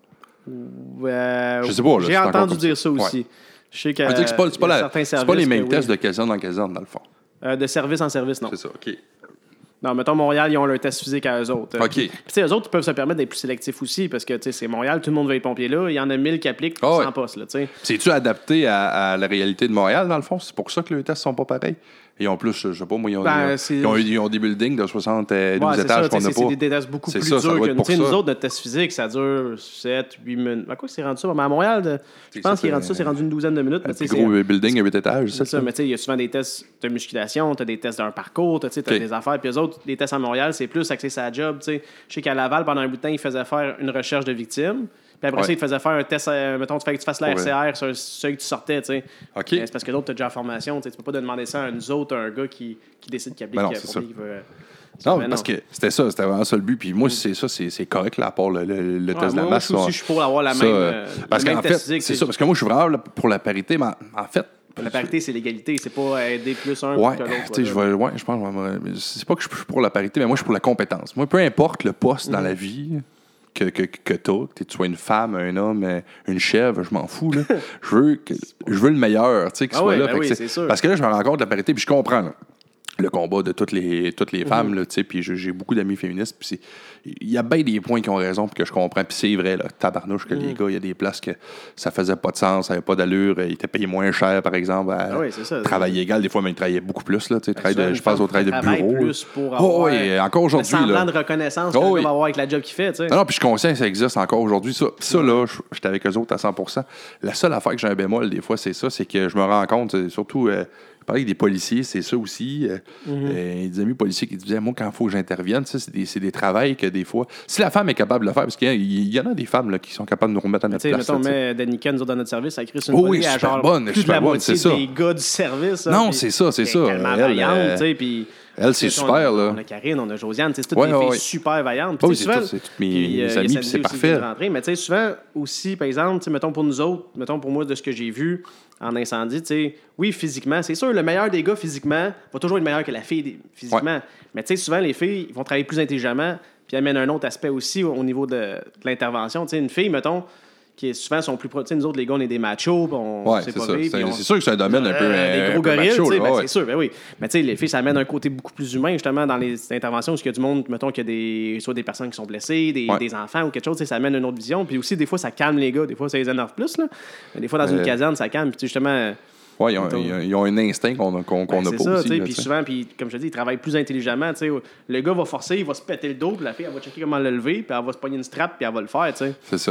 Euh, je sais pas, là, j'ai entendu dire ça, ça aussi. Ouais. Je sais que, que c'est pas, c'est pas, la, c'est pas les mêmes tests oui. de caserne en caserne, dans le fond. Euh, de service en service, non. C'est ça, OK. Non, mettons, Montréal, ils ont leur test physique à eux autres. OK. Puis, tu sais, eux autres, ils peuvent se permettre d'être plus sélectifs aussi, parce que, tu sais, c'est Montréal, tout le monde veut être pompier là. Il y en a mille qui appliquent pour oh, cent postes, là, tu sais. C'est-tu adapté à, à la réalité de Montréal, dans le fond? C'est pour ça que les tests sont pas pareils? Et en plus, je sais pas, moi, ils ont, ben, ils, ils, ont, ils ont des buildings de soixante-douze ouais, étages ça, qu'on n'a pas. C'est des tests beaucoup c'est plus ça, durs que nous. Tu sais, nous autres, notre test physique, ça dure sept, huit minutes. À quoi c'est rendu ça? Mais à Montréal, de, je pense qu'il est rendu ça, c'est rendu une douzaine de minutes. Un plus gros building à huit étages, c'est ça. Mais tu sais, il y a souvent des tests de musculation, tu as des tests d'un parcours, tu as des affaires. Puis eux autres, les tests à Montréal, c'est plus axé sur la job. Je sais qu'à Laval, pendant un bout de temps, ils faisaient faire une recherche de victimes. Puis après ouais. ça, ils te faisaient faire un test, euh, mettons, tu fais que tu fasses la R C R sur un seuil que tu sortais, tu sais. Okay. C'est parce que d'autres, tu as déjà en formation, tu peux pas demander ça à nous autres, un gars qui, qui décide qu'il applique non, pour lui qui veut. Non, mais parce non. que c'était ça, c'était vraiment ça le but. Puis moi, c'est ça, c'est, c'est correct, là, à part le, le, le test ouais, de la masse. Moi aussi, je suis pour avoir la ça, même, euh, parce le même même test fait, physique. C'est, c'est ça, parce que moi, je suis vraiment pour la parité, mais en fait... La parité, c'est l'égalité, c'est pas aider plus un ouais, que l'autre. Tu sais, je vais, ouais, je pense, c'est pas que je suis pour la parité, mais moi, je suis pour la compétence. Moi, peu importe le poste mm. dans la vie... que, que, que t'as, que tu sois une femme, un homme, une chèvre, je m'en fous. Là. je, veux que, je veux le meilleur, tu sais, qu'il ah soit oui, là. Ben oui, c'est sûr. Parce que là, je me rends compte de la parité, puis je comprends là, le combat de toutes les, toutes les mm-hmm. femmes, tu sais, puis j'ai beaucoup d'amis féministes, puis il y a bien des points qui ont raison, puis que je comprends, puis c'est vrai, là, tabarnouche, que mm. les gars, il y a des places que ça faisait pas de sens, ça avait pas d'allure, ils étaient payés moins cher, par exemple, à ah oui, c'est ça, travail c'est... égal, des fois, mais ils travaillaient beaucoup plus, là, tu sais, ben, je pense au travail de bureau. Plus pour avoir oh, oui, encore aujourd'hui, le semblant là. de reconnaissance oh, qu'on oui. va avoir avec la job qu'il fait, tu sais. Non, non, puis je suis conscient que ça existe encore aujourd'hui, ça. Puis ça, là, j'étais avec eux autres à cent pour cent. La seule affaire que j'ai un bémol, des fois, c'est ça, c'est que je me rends compte, surtout... Euh, je parlais avec des policiers, c'est ça aussi. Euh, mm-hmm. euh, des amis policiers qui disaient, moi, quand il faut que j'intervienne, ça, c'est des, c'est des travails que des fois... Si la femme est capable de le faire, parce qu'il y, a, il y en a des femmes là, qui sont capables de nous remettre à notre t'sais, place. Mettons, on met Danica, nous autres, dans notre service, elle crée une oh, oui, à genre bonne, plus super de la bonne, c'est ça. des gars du service. Non, là, c'est ça, c'est ça. Tellement elle, vaillante, euh, tu sais, puis... Elle, c'est super, on, là. On a Karine, on a Josiane, c'est toutes ouais, des ouais, filles ouais. super vaillantes. Oh, oui, c'est, c'est, souvent, tout, c'est toutes mes, puis, mes euh, amis, puis c'est parfait. Mais tu sais, souvent aussi, par exemple, mettons pour nous autres, mettons pour moi, de ce que j'ai vu en incendie, tu sais, oui, physiquement, c'est sûr, le meilleur des gars physiquement va toujours être meilleur que la fille physiquement. Ouais. Mais tu sais, souvent, les filles vont travailler plus intelligemment, puis amènent un autre aspect aussi au, au niveau de, de l'intervention. Tu sais, une fille, mettons, qui souvent sont plus pro... Tu sais, nous autres, les gars, on est des machos, on ouais, c'est c'est pas ça. vrai, C'est, on... c'est sûr que c'est un domaine un peu euh, des gros gorilles, macho, tu sais, ben, ouais. c'est sûr, ben oui. Mais tu sais, les filles, ça amène un côté beaucoup plus humain, justement, dans les interventions, où il y a du monde, mettons, qu'il y a des... soit des personnes qui sont blessées, des, ouais. des enfants ou quelque chose, tu sais, ça amène une autre vision. Puis aussi, des fois, ça calme les gars, des fois, ça les énerve plus, là. Mais des fois, dans euh... une caserne, ça calme, puis justement... Oui, ils ont, ils ont un instinct qu'on qu'on, qu'on ben, n'a pas ça, aussi. Là, puis souvent, puis comme je te dis, ils travaillent plus intelligemment. T'sais. Le gars va forcer, il va se péter le dos, puis la fille, elle va checker comment le lever, puis elle va se pogner une strap, puis elle va le faire. T'sais. C'est ça.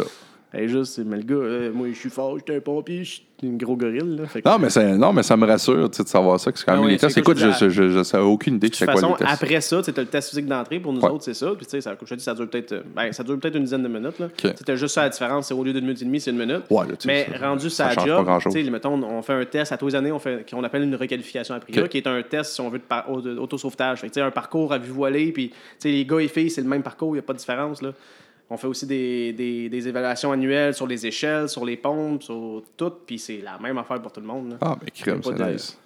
Elle est juste, mais le gars, euh, moi, je suis fort, j'étais un pompier, je suis un gros gorille. Là. Fait que... non, mais ça, non, mais ça me rassure de savoir ça. Que c'est quand même ah oui, les tests. Écoute, je je savais aucune idée de c'est quoi les tests. Après ça, tu as le test physique d'entrée. Pour nous ouais. autres, c'est ça. Puis, tu sais, comme je te dis, ça dure peut-être ben, ça dure peut-être une dizaine de minutes. Là. Okay. C'était juste ça la différence. C'est au lieu d'une minute et demie, c'est une minute. Ouais, là, mais ça, rendu ça ça à job, mettons, on fait un test à tous les années on fait, qu'on appelle une requalification après okay. qui est un test, si on veut, d'autosauvetage. Fait que, un parcours à vue voilée. Puis, les gars et filles, c'est le même parcours. Il n'y a pas de différence. Là. On fait aussi des, des, des évaluations annuelles sur les échelles, sur les pompes, sur tout, puis c'est la même affaire pour tout le monde. Là. Ah, mais crème, c'est de... nice.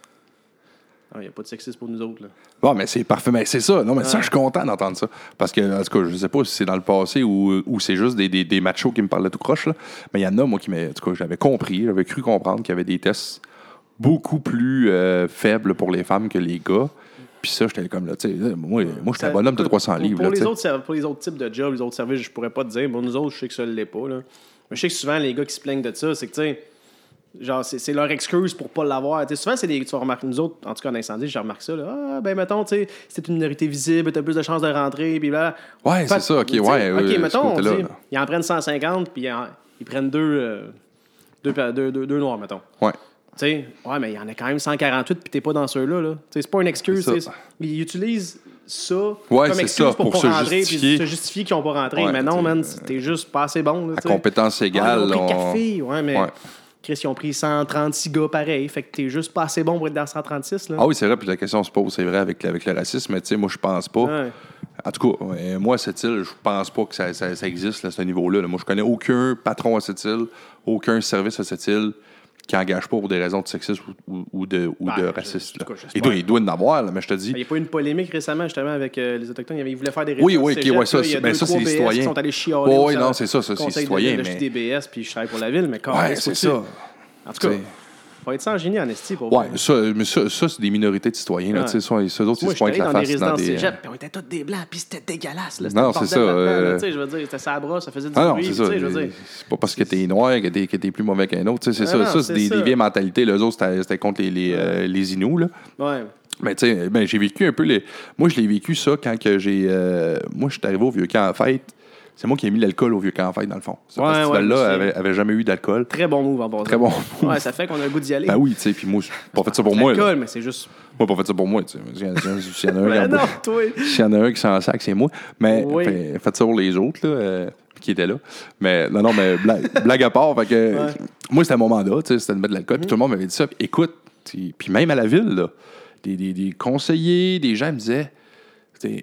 Il n'y a pas de sexisme pour nous autres. Là. Bon, mais c'est parfait. Mais c'est ça. Non, mais ouais. ça, je suis content d'entendre ça. Parce que, en tout cas, je sais pas si c'est dans le passé ou, ou c'est juste des, des, des machos qui me parlaient tout croche, là. Mais il y en a, moi, qui m'a. En tout cas, j'avais compris, j'avais cru comprendre qu'il y avait des tests beaucoup plus euh, faibles pour les femmes que les gars. Puis ça, j'étais comme là, tu sais, moi, moi j'étais un bonhomme de trois cents livres. Pour, là, les autres, pour les autres types de jobs, les autres services, je pourrais pas te dire. Bon, nous autres, je sais que ça ne l'est pas. Là. Mais je sais que souvent, les gars qui se plaignent de ça, c'est que, tu sais, genre, c'est, c'est leur excuse pour pas l'avoir. T'sais, souvent, c'est des. Tu vas remarquer, nous autres, en tout cas, en incendie, je remarque ça. Là. Ah, ben, mettons, tu sais, c'est une minorité visible, t'as plus de chances de rentrer, puis là. Ouais, fait, c'est ça, ok, ouais. OK, euh, mettons, on dit, ils en prennent cent cinquante, puis ils prennent deux, euh, deux, deux, deux, deux noirs, mettons. Ouais. Tu sais, ouais, mais il y en a quand même cent quarante-huit puis t'es pas dans ceux-là. Là. C'est pas une excuse. Ils utilisent ça ouais, comme excuse ça, pour, pour pas se rentrer justifier. puis se justifier qu'ils ont pas rentré. Ouais, mais non, man, t'es juste pas assez bon. Là, à compétence égale. Ah, ils ont pris on... café, ouais, mais ouais. Chris, ils ont pris cent trente-six gars pareil. Fait que t'es juste pas assez bon pour être dans cent trente-six. Là. Ah oui, c'est vrai. Puis la question se pose, c'est vrai, avec, avec le racisme. Mais tu sais, moi, je pense pas. Ouais. En tout cas, moi, à cette île, je pense pas que ça, ça, ça existe, là, ce niveau-là. Là. Moi, je connais aucun patron à cette île, aucun service à cette île qui n'engage pas pour des raisons de sexisme ou, ou, ou de, ou ben, de racisme. Je, je, il, doit, il doit en avoir, là, mais je te dis... Il n'y a pas eu une polémique récemment, justement, avec euh, les Autochtones. Ils voulaient faire des réponses. Oui, oui, okay, ouais, ça, il y a ben, deux, ça c'est les citoyens. Qui sont allés chialer. Oh, oui, non, c'est ça, ça c'est les citoyens. Je mais... suis des B S, puis je travaille pour la ville, mais quand ouais, c'est ça. En tout cas... Faut être sans génie en esti pour ouais, ça, mais ça, ça, c'est des minorités de citoyens. Là, ouais. Ceux autres, ils se pointent la face dans des... Cégep, on était tous des blancs, puis c'était dégueulasse. Là, non, c'est ça. Euh... Je veux dire, c'était ça à bras, ça faisait du ah, bruit. Non, c'est ça. Je veux dire, c'est pas parce que t'es noir que t'es, que t'es plus mauvais qu'un autre. C'est ah, ça, non, ça, c'est, c'est des, des vieilles mentalités. Les autres, c'était, c'était contre les, les, ouais. euh, les Inuits. Là. Ouais. Mais tu sais, ben, j'ai vécu un peu les... Moi, je l'ai vécu ça quand que j'ai... Euh... Moi, je suis arrivé au Vieux Camp en fête. C'est moi qui ai mis l'alcool au Vieux Camp en fête, dans le fond. Ce ouais, festival-là ouais, avait, avait jamais eu d'alcool. Très bon move en passant. Très bon move. Ouais, ça fait qu'on a le goût d'y aller. Ben oui, tu sais, puis moi, j'ai pas fait ça pour moi. L'alcool, mais c'est juste... Moi, pas fait ça pour moi, tu sais. S'il y en a un, ben non, toi. S'il y en a un qui s'en sac, c'est moi. Mais oui. fait, faites ça pour les autres, là, euh, qui étaient là. Mais non, non, mais blague, blague à part, fait que... Ouais. Moi, c'était mon mandat, tu sais, c'était de mettre de l'alcool, puis mm-hmm. tout le monde m'avait dit ça. Puis écoute, puis même à la ville, là, des, des, des conseillers, des gens me disaient... Euh,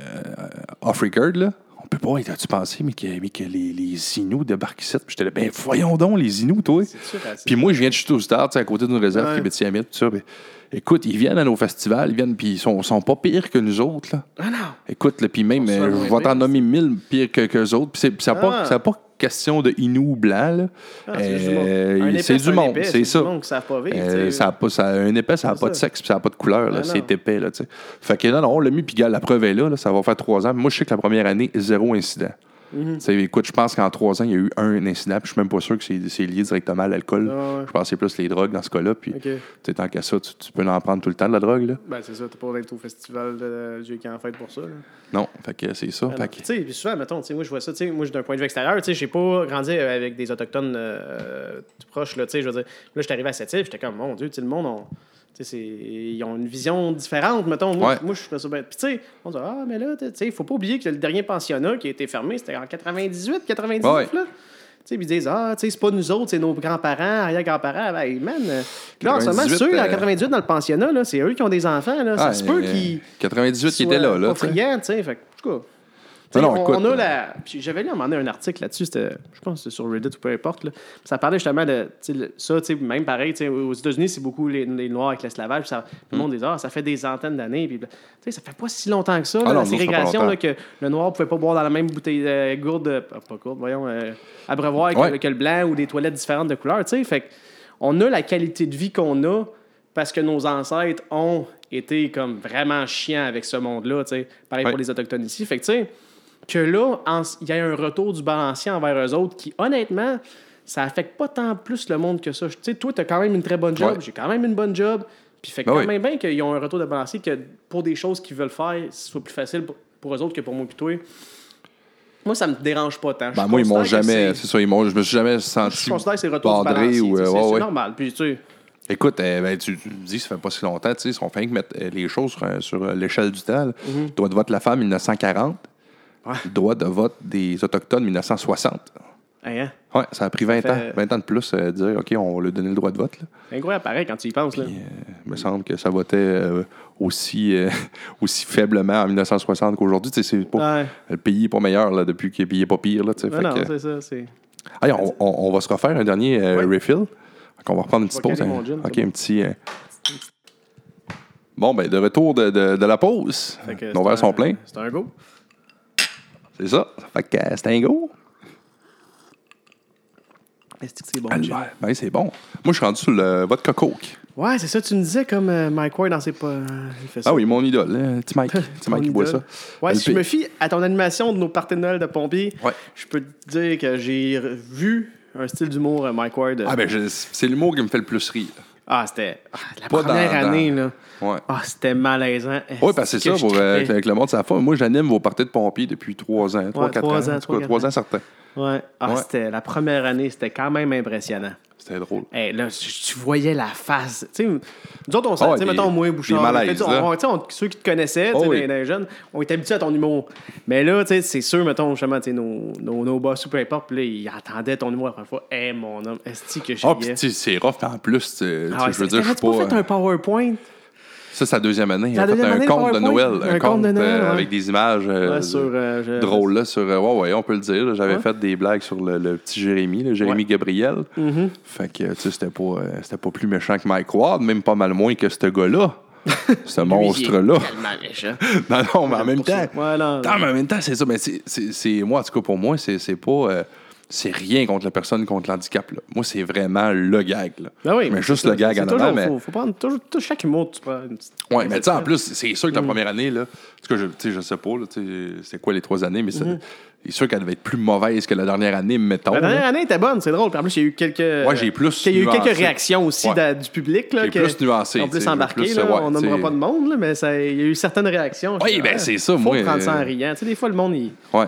off-record, là. On peut pas, as-tu pensé, mais que, mais que les, les Inuits débarquent ici? Puis j'étais là, ben voyons donc, les Inuits, toi. Puis moi, je viens de Chute-au-Start, à côté d'une réserve ouais. qui est Bétiamite, tout ça. Ben, écoute, ils viennent à nos festivals, ils viennent, puis ils sont, sont pas pires que nous autres, là. Ah non! Écoute, puis même, euh, je vais t'en nommer mille pires que qu'eux autres. Puis ça n'a ah. pas, pas question de Inuits blancs, là. Ah, c'est, euh, du c'est du monde, épais, c'est, c'est ça. Du monde qui savent pas vivre, euh, ça a pas, ça, un épais, ça n'a pas de sexe, puis ça n'a pas de couleur, là. Ah, c'est épais, là, tu sais. Fait que non, non, on l'a mis, puis la preuve est là, là, ça va faire trois ans. Moi, je sais que la première année, zéro incident. Mm-hmm. Écoute, je pense qu'en trois ans, il y a eu un incident, puis je suis même pas sûr que c'est, c'est lié directement à l'alcool. Ah ouais. Je pense que c'est plus les drogues dans ce cas-là, puis okay. tant qu'à ça, tu, tu peux en prendre tout le temps de la drogue. Là. Ben, c'est ça, t'as pas besoin d'être au festival de Dieu qui en fête pour ça. Là. Non, fait que c'est ça. Tu sais, puis souvent, mettons, moi je vois ça, moi d'un point de vue extérieur, tu sais, j'ai pas grandi avec des Autochtones euh, tout proches, là, tu sais, je veux dire, là, j'étais arrivé à cette île, j'étais comme, mon Dieu, tu sais, le monde, on. C'est, ils ont une vision différente, mettons. Moi, ouais. moi je fais ça bien. Puis, tu sais, on dit, ah, mais là, tu sais, il faut pas oublier que le dernier pensionnat qui a été fermé, c'était en quatre-vingt-dix-huit, quatre-vingt-dix-neuf, ouais. là. Tu sais, ils disent, ah, tu sais, c'est pas nous autres, c'est nos grands-parents, arrière-grands-parents. Ben, man, là, en ce moment, ceux en quatre-vingt-dix-huit dans le pensionnat, là, c'est eux qui ont des enfants, là. Ça ah, se peut qu'ils. quatre-vingt-dix-huit qui étaient là, là. Pas friands, tu sais. Fait que, en tout cas. Non, non, on, écoute, on a la... Puis j'avais lu à un moment donné un article là-dessus, c'était, je pense que c'était sur Reddit ou peu importe. Là. Ça parlait justement de ça, même pareil, aux États-Unis, c'est beaucoup les, les Noirs avec l'esclavage. Ça, mm. Le monde dit, ah, ça fait des centaines d'années. Puis, ça fait pas si longtemps que ça, ah, là, non, la ségrégation, là, que le Noir ne pouvait pas boire dans la même bouteille euh, gourde, euh, pas gourde, voyons, euh, abreuvoir ouais. que, que le blanc ou des toilettes différentes de couleur. Fait on a la qualité de vie qu'on a parce que nos ancêtres ont été comme vraiment chiants avec ce monde-là. T'sais. Pareil ouais. pour les Autochtones ici. Fait que, tu sais, que là, il y a un retour du balancier envers eux autres qui, honnêtement, ça affecte pas tant plus le monde que ça. Tu sais, toi, tu as quand même une très bonne job, ouais. j'ai quand même une bonne job, puis fait ben quand oui. même bien qu'ils ont un retour de balancier que pour des choses qu'ils veulent faire, ce soit plus facile pour, pour eux autres que pour moi et toi. Moi, ça me dérange pas tant. Ben, moi, ils m'ont jamais. C'est ça, ils m'ont, je me suis jamais senti. Je considère que c'est le retour du balancier. Ou, euh, c'est, ouais, c'est ouais. normal. Puis, tu sais. Écoute, euh, ben, tu, tu dis, ça fait pas si longtemps, tu sais, si on fait que mettre les choses sur, sur l'échelle du temps. Mm-hmm. Le droit de vote de la femme, dix-neuf cent quarante. Ouais. Le droit de vote des Autochtones, dix-neuf cent soixante. Hein? Ouais, ça a pris vingt ça fait... ans. vingt ans de plus euh, de dire, OK, on va lui donner le droit de vote. Là. C'est incroyable, pareil, quand tu y penses. Là. Puis, euh, il me semble que ça votait euh, aussi, euh, aussi faiblement en dix-neuf cent soixante qu'aujourd'hui. Tu sais, c'est pas, ouais. Le pays n'est pas meilleur là, depuis qu'il n'est pas pire. Là, tu sais, non, fait non, que... c'est ça. C'est... Allez, on, on, on va se refaire un dernier euh, ouais. refill. On va reprendre une petite pause. Hein. Gin, OK, un petit... Euh... Bon, ben, de retour de, de, de la pause. Nos verres sont pleins. C'est un go. C'est ça. Ça fait que c'est un go. Est-ce que c'est bon? Ah, ben, c'est bon. Moi, je suis rendu sur le vodka Coke. Ouais, c'est ça, tu me disais comme euh, Mike Ward dans ses pas. Il fait ça. Ah oui, mon idole, hein, petit Mike. Petit Mike qui boit ça. Ouais, L P. Si je me fie à ton animation de nos parties de Noël de pompiers, ouais. je peux te dire que j'ai vu un style d'humour Mike Ward. Ah ben, je, c'est l'humour qui me fait le plus rire. Ah, c'était ah, la pas première dans, année, dans... là. Ouais. Ah, c'était malaisant. Oui, parce que c'est ça, pour, euh, avec le monde, ça fait. Moi, j'anime vos parties de pompiers depuis trois ans, trois, quatre ans. Trois ans, certains. Ouais. Ah, ouais. C'était la première année, c'était quand même impressionnant. C'était drôle. Hey, là, tu voyais la face. Tu sais, nous autres, on s'en, oh, tu sais, mettons, moi, Bouchard, malaises, on, on, on, ceux qui te connaissaient, oh, oui. les, les jeunes, on était habitués à ton humour. Mais là, tu sais, c'est sûr, mettons, justement, tu sais, nos, nos, nos boss ou peu importe, puis là, ils attendaient ton humour la première fois. Hé, hey, mon homme, est-ce que je Ah, puis c'est rough en plus. Tu ah, ouais, je veux dire, je suis pas. Tu pas fait un PowerPoint? Ça, c'est la deuxième année. Il a fait un compte de Noël. Un compte de Noël, ouais. Avec des images euh, ouais, sur, euh, je... drôles. Là, sur, euh, ouais, ouais, on peut le dire. Là, j'avais ouais. fait des blagues sur le, le petit Jérémy, le Jérémy ouais. Gabriel. Mm-hmm. Fait que, tu sais, c'était pas, euh, c'était pas plus méchant que Mike Ward, même pas mal moins que ce gars-là. Ce monstre-là. non, non, mais en même temps. Ouais, non, non, mais en même temps, c'est ça. Mais c'est, c'est, c'est, moi, en tout cas, pour moi, c'est, c'est pas. Euh, c'est rien contre la personne contre l'handicap. Là. Moi, c'est vraiment le gag. Là. Ben oui, mais juste le gag en avant. Il mais... faut, faut prendre toujours, chaque mot, tu prends une petite... Oui, mais tu sais, en plus, c'est sûr que la mm. première année, là, en tout cas, je, tu sais, je sais pas, là, c'est quoi les trois années, mais c'est, mm. c'est sûr qu'elle devait être plus mauvaise que la dernière année, mettons. La dernière là. année était bonne, c'est drôle. Puis en plus, il y a eu quelques. Ouais, j'ai plus. Il y a eu quelques réactions aussi ouais. du public. Là, j'ai plus nuancé. En plus embarqué, là, ouais, on nommera pas de monde, là, mais ça, il y a eu certaines réactions. Oui, ben c'est ça, moi. Faut prendre ça en riant. Tu sais, des fois, le monde, il. Ouais.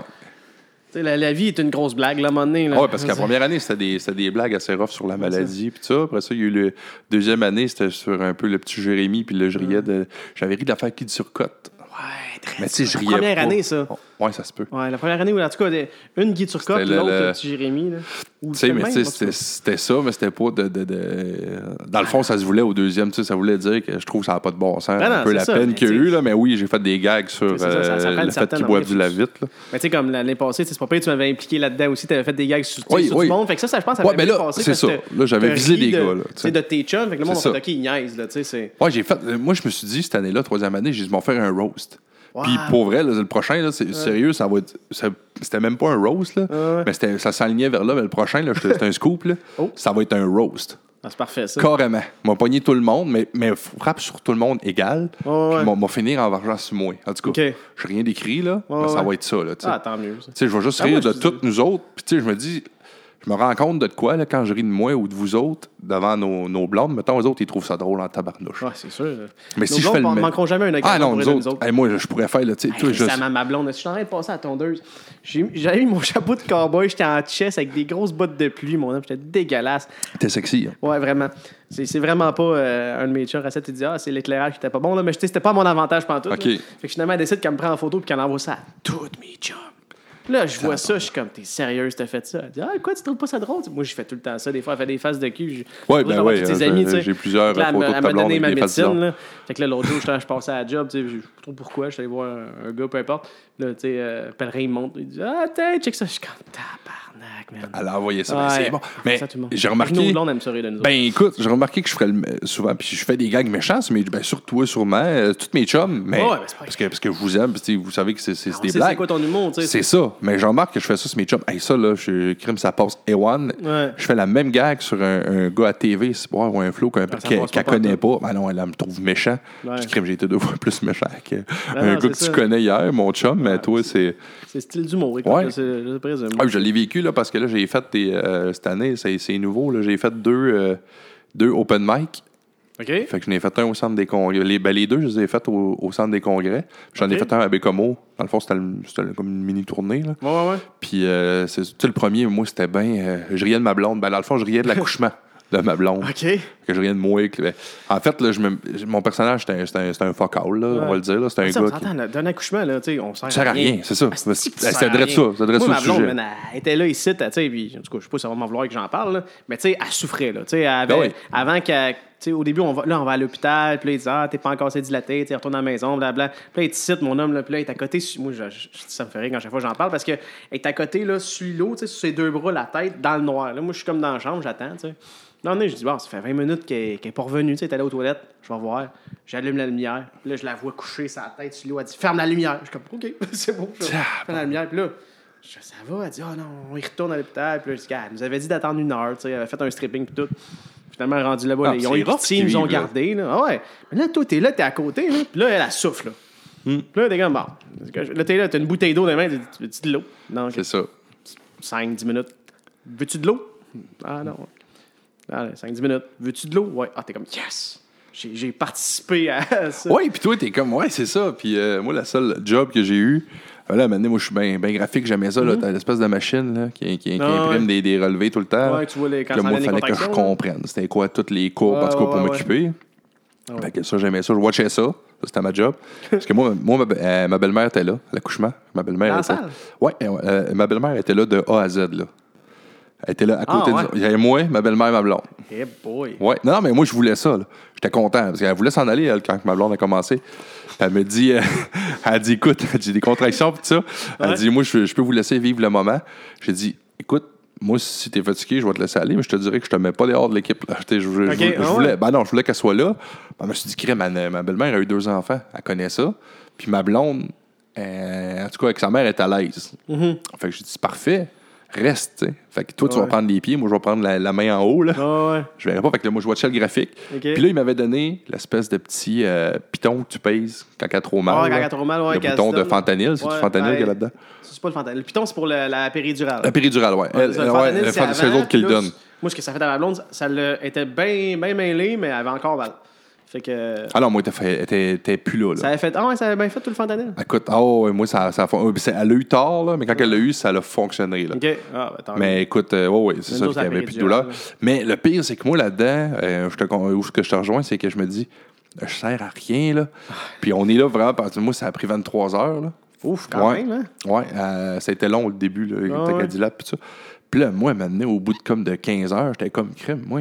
La, la vie est une grosse blague, là, à un moment donné. Oui, parce que la première année, c'était des, c'était des blagues assez rough sur la maladie, puis ça. Après ça, il y a eu le deuxième année, c'était sur un peu le petit Jérémy, puis là, je riais de... J'avais ri de l'affaire Kid Turcotte. Ouais, très mais tu sais, je riais La première pas. année, ça. Ouais, ça se peut. Ouais, la première année, où en tout cas, une Guy Turcotte, puis l'autre, le petit Jérémy. Tu sais, mais tu sais, c'était, c'était ça, mais c'était pas de, de, de... Dans le fond, ça se voulait au deuxième, tu sais, ça voulait dire que je trouve que ça n'a pas de bon sens. Ben non, un peu la ça, peine qu'il y a eu, là, mais oui, j'ai fait des gags sur ça, ça, ça euh, le fait qu'ils boivent du Lavite. Mais tu sais, comme l'année passée, c'est pas pire, tu m'avais impliqué là-dedans aussi, tu avais fait des gags sur, oui, sur oui. du monde. Fait que ça, ça je pense, ça ouais, mais là, passé. C'est ça. Là, j'avais visé des gars. C'est de tes chums, fait que le monde a fait, OK, ils niaisent, là, tu sais. Ouais, j'ai fait. Moi, je me suis dit, cette année-là, troisième année, j'ai dit, m'en faire un roast. Wow. Puis pour vrai, là, le prochain, là, c'est, ouais. sérieux, ça va être. Ça, c'était même pas un roast, là, ouais. mais c'était, ça s'alignait vers là. Mais le prochain, là, c'était un scoop, là, oh. ça va être un roast. Ah, c'est parfait, ça. Carrément. M'a pogné tout le monde, mais, mais frappe sur tout le monde égal. Oh, ouais. Puis m'a finir en vargeant sur moi. En tout cas, okay. j'ai rien d'écrit, là, oh, mais ça ouais. va être ça. Là, ah, tant mieux. Tu sais, je vais juste ah, rire moi, de toutes dis... nous autres. Puis, tu sais, je me dis. Je me rends compte de quoi, là, quand je ris de moi ou de vous autres, devant nos, nos blondes. Mettons, eux autres, ils trouvent ça drôle en tabarnouche. Ouais, c'est sûr. Mais nos si je fais le même... manqueront jamais un occasion ah, non, pour nous autres, nous autres. Hey, moi, je pourrais faire, là, tu sais. Hey, je... Ça m'a ma blonde. Je suis en train de passer à la tondeuse. J'ai, j'avais mis mon chapeau de cowboy, j'étais en chess avec des grosses bottes de pluie, mon homme. J'étais dégueulasse. T'es sexy, hein? Ouais, vraiment. C'est, c'est vraiment pas euh, un de mes chums à cette. Il dit, ah, c'est l'éclairage qui était pas bon, là. Mais c'était pas à mon avantage pantoute. OK. Fait que finalement, elle décide qu'elle me prend en photo puis qu'elle envoie ça à toutes mes chums. Là, je vois ça, je suis comme, t'es sérieuse, t'as fait ça? Elle dit, ah, quoi, tu trouves pas ça drôle? Moi, je fais tout le temps ça. Des fois, elle fait des faces de cul. Oui, ben oui. Tes amis, tu sais. J'ai plusieurs là, photos elle de m'a donné ma médecine, là. Fait que là, l'autre jour, je, je passais à la job, tu sais, je sais pas trop pourquoi, je suis allé voir un, un gars, peu importe. Là, tu sais, euh, Pèlerin, il monte, il dit, ah, t'es, check ça. Je suis comme, tabarnak, man. Elle a envoyé ça, ouais, mais c'est bon. Mais ça, j'ai remarqué. Nous, on aime ça rire de nous ben, écoute, j'ai remarqué que je ferais le, souvent, puis je fais des gags méchants, mais ben, sur toi, sûrement, euh, toutes mes chums, mais. Ouais, parce, que, parce que je vous aime, puis vous savez que c'est, c'est, c'est des blagues. C'est quoi ton humour, tu sais. C'est ça. Mais je remarque que je fais ça sur mes chums. Hey, ça, là, je crime, ça passe Ewan. Ouais. Je fais la même gag sur un, un gars à T V, c'est ou un flow qu'elle ne connaît pas. Ben non, elle, elle me trouve méchant. Ouais. Je crime, j'ai été deux fois plus méchant qu'un gars que ça. Tu connais hier, mon chum, mais ouais, toi, c'est. C'est style d'humour, écoute, ouais. là, c'est, je présume. Ah, je l'ai vécu, là, parce que là, j'ai fait des, euh, cette année, c'est, c'est nouveau, là, j'ai fait deux, euh, deux open mic. OK. Fait que j'en ai fait un au centre des congrès. Les, ben, les deux, je les ai fait au, au centre des congrès. J'en Okay. ai fait un à Bécomo. Dans le fond, c'était, le, c'était comme une mini-tournée. Là. Ouais, ouais, ouais. Puis, euh, c'est, tu sais, le premier, moi, c'était bien... Euh, je riais de ma blonde. Ben, dans le fond, je riais de l'accouchement de ma blonde. OK. Que je riais de moi. Que, ben, en fait, là, je me, mon personnage, c'était un, c'était un, c'était un fuck-all, là, Ouais. on va le dire. Là. C'était un Ça, gars on s'entend, qui... d'un accouchement, là, tu sais, on sert Ça sert à rien, c'est ça. Ah, c'est que tu Ben, sers ça à adresse rien. ça, ça adresse Moi, ça ma au blonde, sujet. man, elle était là ici, tu sais, puis en tout cas, je sais pas si ça va m'en vouloir que j'en parle, là, mais tu sais, elle souffrait, là, tu sais, elle avait- Ben oui. avant qu'elle, tu sais, au début, on va, là, on va à l'hôpital, puis là, il dit, ah, t'es pas encore assez dilaté, tu sais, retourne à la maison, blablabla. Puis là, il te cite, mon homme, là, puis là, il est à côté, sur- moi, je- je- ça me fait rire quand chaque fois que j'en parle, parce qu'elle est à côté, là, sur l'eau, tu sais, sur ses deux bras, la tête, dans le noir. Là, moi, je suis comme dans la chambre, j'attends, tu sais. Non, non, je dis, bon, ça fait vingt minutes qu'elle n'est pas revenue, tu sais, elle est allée aux toilettes, je vais voir, j'allume la lumière, puis là, je la vois coucher sa tête sur l'eau, elle dit, ferme la lumière. Je suis comme, OK, c'est bon, je ferme la lumière, puis là, je dis, ça va, elle dit, oh non, on y retourne à l'hôpital, puis là, je dis, elle nous avait dit d'attendre une heure, tu sais, elle avait fait un stripping, puis tout. Finalement, rendu là-bas, Ah, là, ils ont c'est eu rough pitié, ce ils nous ont qu'ils vivent, là. gardés, là. Ah ouais, mais là, toi, t'es là, t'es à côté, là, puis là, elle, elle souffle, là. Hmm. Puis là, t'es comme, bon, là, t'es là, t'as une bouteille d'eau dans les mains, tu dis, veux-tu de l'eau? Non, C'est ça. cinq dix minutes. Veux-tu de l'eau? Ah non. Allez, cinq dix minutes. Veux-tu de l'eau? Ouais. Ah, t'es comme, yes! J'ai, j'ai participé à ça. Oui, puis toi, t'es comme, ouais, c'est ça. Puis euh, moi, la seule job que j'ai eue, ben là, maintenant, moi, je suis bien ben graphique, j'aimais ça. Là, t'as l'espèce de machine là, qui, qui, qui Ah, imprime ouais. des, des relevés tout le temps. Ouais, tu vois les, quand Puis là, ça moi, en il vient fallait des que je contractions, là. comprenne. C'était quoi toutes les courbes, Ouais, en tout cas, ouais, pour ouais, m'occuper. ouais. Fait que ça, j'aimais ça. Je watchais ça. Ça, c'était ma job. Parce que moi, moi ma, be- euh, ma belle-mère était là, à l'accouchement. Ma belle-mère Dans la était... salle? Ouais, euh, ma belle-mère était là de A à Z, là. Elle était là à côté Ah, de ouais. nous. Il y avait moi, ma belle-mère et ma blonde. Hey boy. Ouais. Non, non, mais moi, je voulais ça. Là. J'étais content. Parce qu'elle voulait s'en aller, elle, quand ma blonde a commencé. Puis elle me dit, euh, elle dit, écoute, j'ai des contractions, puis tout ça. Elle Ouais. dit, moi, je, je peux vous laisser vivre le moment. J'ai dit, écoute, moi, si t'es fatigué, je vais te laisser aller, mais je te dirais que je te mets pas dehors de l'équipe. Là. Je, je, je, Ok, je, je ah voulais, ouais. ben non, je voulais qu'elle soit là. Ben, je me suis dit, crème, ma, ma belle-mère a eu deux enfants. Elle connaît ça. Puis ma blonde, euh, en tout cas, avec sa mère, elle est à l'aise. Mm-hmm. Fait que j'ai dit, parfait. Reste, tu sais. Fait que toi, tu vas Ouais. prendre les pieds, moi, je vais prendre la, la main en haut, là. Ah ouais. Je verrais pas. Fait que là, moi, je watchais le graphique. OK. Puis là, il m'avait donné l'espèce de petit euh, piton que tu pèses quand elle a trop mal. Ah, quand là. elle a trop mal, ouais, Le qu'elle bouton se de donne. fentanyl. C'est Ouais, du fentanyl ouais. qu'il y a là-dedans. C'est pas le fentanyl. Le piton, c'est pour le- la péridurale. La péridurale, ouais. Elle, Ça, elle, le ouais, fentanyl, le c'est fentanyl, c'est eux avant, autres qui le puis là, donnent. Moi, ce que ça fait dans ma blonde, ça l'a- était bien bien mêlé, mais elle avait encore mal. Fait que. Ah non, moi, elle était, était plus là. là. Ça avait fait. Ah ouais, ça avait bien fait tout le fentanyl. Écoute, ah ouais, moi, ça, ça a fon- c'est- elle a eu tard, là, mais quand elle l'a eu, ça a fonctionné. Là. OK. Ah, ben, tant Mais écoute, euh, ouais, ouais, c'est Mais ça, nous, qu'il n'y ça avait a plus de pris du douleur. temps, là. Mais le pire, c'est que moi, là-dedans, euh, je te con- où ce que je te rejoins, c'est que je me dis, je sers à rien, là. Puis on est là vraiment, parce que moi, ça a pris vingt-trois heures, là. Ouf, quand Ouais. même, hein? Ouais, euh, ça a été long au début, là, Ah, avec ouais. Cadillac, puis ça. Puis là, moi, maintenant, au bout de comme de quinze heures, j'étais comme crème, moi.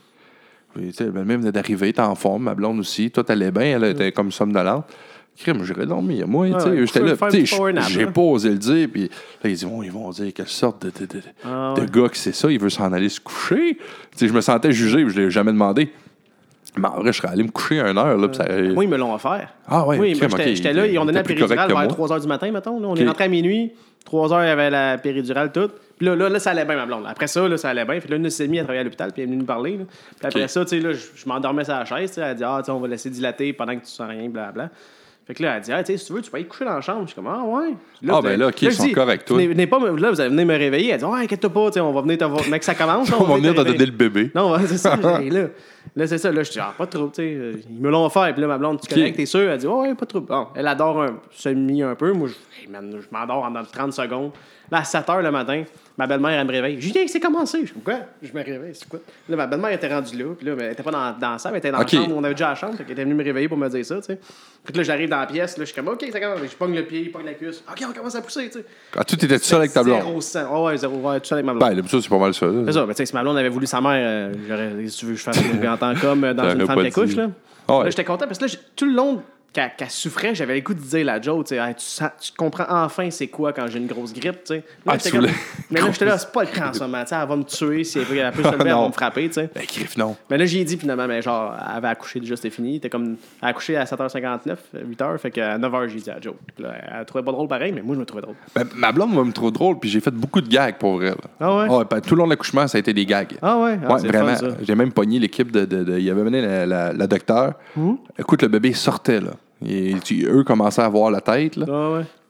Tu sais, ma mère venait d'arriver, t'es en forme, ma blonde aussi. Toi, t'allais bien, elle était comme somnolente. Crème, j'irais dormir. Moi, tu sais, Ouais, j'étais faut là. faire un Tu petit sais, power nap, j'ai là. pas osé le dire. Puis là, ils disent, oh, ils vont dire quelle sorte de, de, de, Ah, de ouais. gars que c'est ça, il veut s'en aller se coucher. Tu sais, je me sentais jugé, je l'ai jamais demandé. Mais en vrai, je serais allé me coucher à une heure. Là, puis ça... Moi, ils me l'ont offert. Ah ouais, Oui, crème, moi, j'étais ok, j'étais là, ils ont donné la t'es plus correct péridurale que vers moi. trois heures du matin, mettons. Là. On Ok. est rentré à minuit. trois heures, il y avait la péridurale toute. Puis là, là, là, ça allait bien, ma blonde. Après ça, là, ça allait bien. Puis là, une de elle travaillait à l'hôpital, puis elle est venue nous parler. Là. Puis après Ok. ça, tu sais, là, je, je m'endormais sur la chaise. tu sais, Elle dit, ah, tu sais, on va laisser dilater pendant que tu sens rien, blablabla. Fait que là, elle dit, ah, tu sais, si tu veux, tu peux aller te coucher dans la chambre. Je suis comme, ah, ouais. Ah, ben là, ok, ils je sont dis, corrects, toi. Venez, venez pas, me- là, vous allez venir me réveiller. Elle dit, ouais, inquiète-toi pas, tu sais, on va venir te voir. Mais que ça commence, On va venir te réveiller. donner le bébé. Non, ouais, c'est ça. j'ai- là, là c'est ça. Là, je dis, ah, pas de trouble, tu sais. euh, Ils me l'ont offert. Puis là, ma blonde, tu Ok. connais, t'es sûr? Elle dit, ouais, pas de trouble. Bon, elle adore un semi un peu. Moi, je, hey, man, je m'endors en dans trente secondes. Là, à sept heures le matin, ma belle-mère, elle me réveille. Julien, c'est commencé. Je dis, quoi? Je me réveille, c'est quoi? Là, ma belle-mère était rendue là. Puis là, elle était pas dans, dans la salle, elle était dans Ok. la chambre. On avait déjà la chambre. Fait qu'elle était venue me réveiller pour me dire ça, tu sais. Puis là, j'arrive dans la pièce. Là, je suis comme, OK, ça commence. Je pogne le pied, je pogne la cuisse. OK, on commence à pousser, tu sais. Ah, tout était seul avec ta blonde. Zéro sang. Oh, ouais, zéro. Ouais, tout seul avec ma blonde. Ben, ça, c'est pas mal ça. là. C'est ça, mais tu sais, si ma blonde avait voulu sa mère, euh, j'aurais, si tu veux que je fasse une en tant qu'homme euh, dans T'aurais une femme pas qui accouche, dit. là. Ah ouais. Là, j'étais content parce que là, j'ai- tout le long qu'elle, qu'elle souffrait, j'avais le goût de dire la joke, tu sais, Hey, tu, sens- tu comprends enfin c'est quoi quand j'ai une grosse grippe, tu sais. Là, Ah, j'étais tu comme- voulais- Mais là, j'étais là, c'est pas le cas en ce moment, tu sais, elle va me tuer, si elle peut, elle peut se lever, elle va Non. me frapper, tu sais. Ben, griffe, non. Mais là, j'ai dit finalement, mais genre, elle avait accouché déjà, c'était fini. Elle était comme, elle a accouché à sept heures cinquante-neuf, huit heures, fait qu'à neuf heures, j'ai dit à Joe. Puis là, elle trouvait pas drôle pareil, mais moi, je me trouvais drôle. Ben, ma blonde me trouve drôle, puis j'ai fait beaucoup de gags pour vrai. là. Ah ouais? Ouais, ben, tout le long de l'accouchement, ça a été des gags. Ah ouais? Ah, ouais, c'est le vraiment. fun, ça. J'ai même pogné l'équipe de, de, de- Il avait mené la, la, la docteure. Mmh. Écoute, le bébé sortait, là. Et, tu- eux commençaient à voir la tête, là. Ah ouais?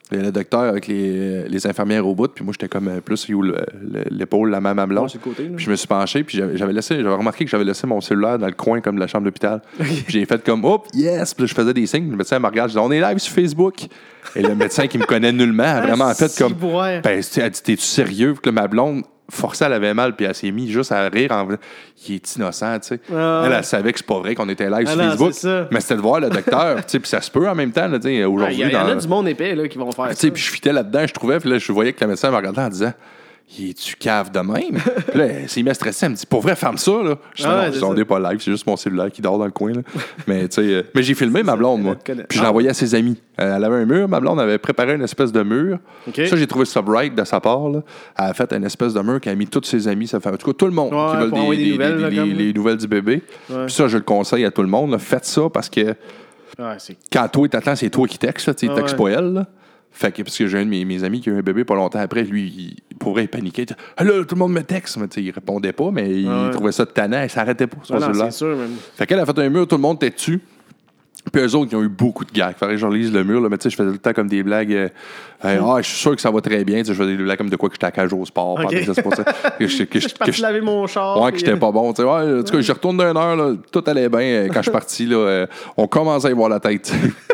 Il y a le docteur avec les, les infirmières au bout, puis moi, j'étais comme euh, plus où le- le- l'épaule, la main à ma blonde. Ouais, sur le côté, là. Puis je me suis penché, puis j'avais, j'avais laissé, j'avais remarqué que j'avais laissé mon cellulaire dans le coin comme de la chambre d'hôpital. Puis j'ai fait comme, hop, yes! Puis là, je faisais des signes, le médecin me regarde, je dis, on est live sur Facebook. Et le médecin qui me connaît nullement a vraiment Ah, fait si, comme, ouais. ben, tu sais, elle dit, t'es-tu sérieux? Puis que là, ma blonde, forcée, elle avait mal, puis elle s'est mise juste à rire en il est innocent, tu sais. Ah. Elle, elle savait que c'est pas vrai qu'on était live Ah sur non, Facebook. c'est ça. Mais c'était de voir le docteur, tu sais, puis ça se peut en même temps, là, tu sais, Il aujourd'hui. y, y en dans- a du monde épais là, qui vont faire tu ça. sais, puis je fitais là-dedans, je trouvais, puis là, je voyais que le médecin me regardait en disant, il est-tu cave de même? Puis là, elle s'est mis à stresser, elle me dit, pour vrai, ferme ça, là. Je dis, Ah ouais, non, c'est on ça. n'est pas live, c'est juste mon cellulaire qui dort dans le coin, là. Mais, tu sais, euh, mais j'ai filmé ma blonde, moi. te connaît. Puis je l'ai Ah. envoyé à ses amis. Euh, Elle avait un mur, ma blonde avait préparé une espèce de mur. OK. Ça, j'ai trouvé ça bright de sa part, là. Elle a fait une espèce de mur qui a mis tous ses amis, ça fait, en tout cas, tout le monde Ouais, qui veut pour des, envoyer des des- nouvelles, des- là, les- comme. les nouvelles du bébé. Ouais. Puis ça, je le conseille à tout le monde, là. Faites ça parce que Ouais, c'est... quand toi t'attends, c'est toi qui textes, là, tu sais, Ah textes ouais. pas elle. Là. Fait que, parce que j'ai un de mes, mes amis qui a eu un bébé pas longtemps après, lui, il, pour vrai, il paniquait. Il disait, ah là, tout le monde me texte. Mais tu sais, il répondait pas, mais il Ah ouais. trouvait ça tannant, il s'arrêtait pas sur Ah son non, cellulaire. c'est sûr, même. Fait qu'elle a fait un mur, tout le monde était dessus. Puis eux autres, ils ont eu beaucoup de gags. Il fallait que je relise le mur, là, mais tu sais, je faisais tout le temps comme des blagues. euh, euh, ah, je suis sûr que ça va très bien. Tu sais, je faisais des blagues comme de quoi que j'étais à cage au sport. Ok. pendant que ça se passait. Que je- que Je je- suis parti que je- laver mon char. Ouais, que puis, j'étais pas bon. Tu sais, ouais, en tout cas, je retourne d'une heure, là, tout allait bien. Euh, Quand je suis parti, là, euh, on commençait à y voir la tête.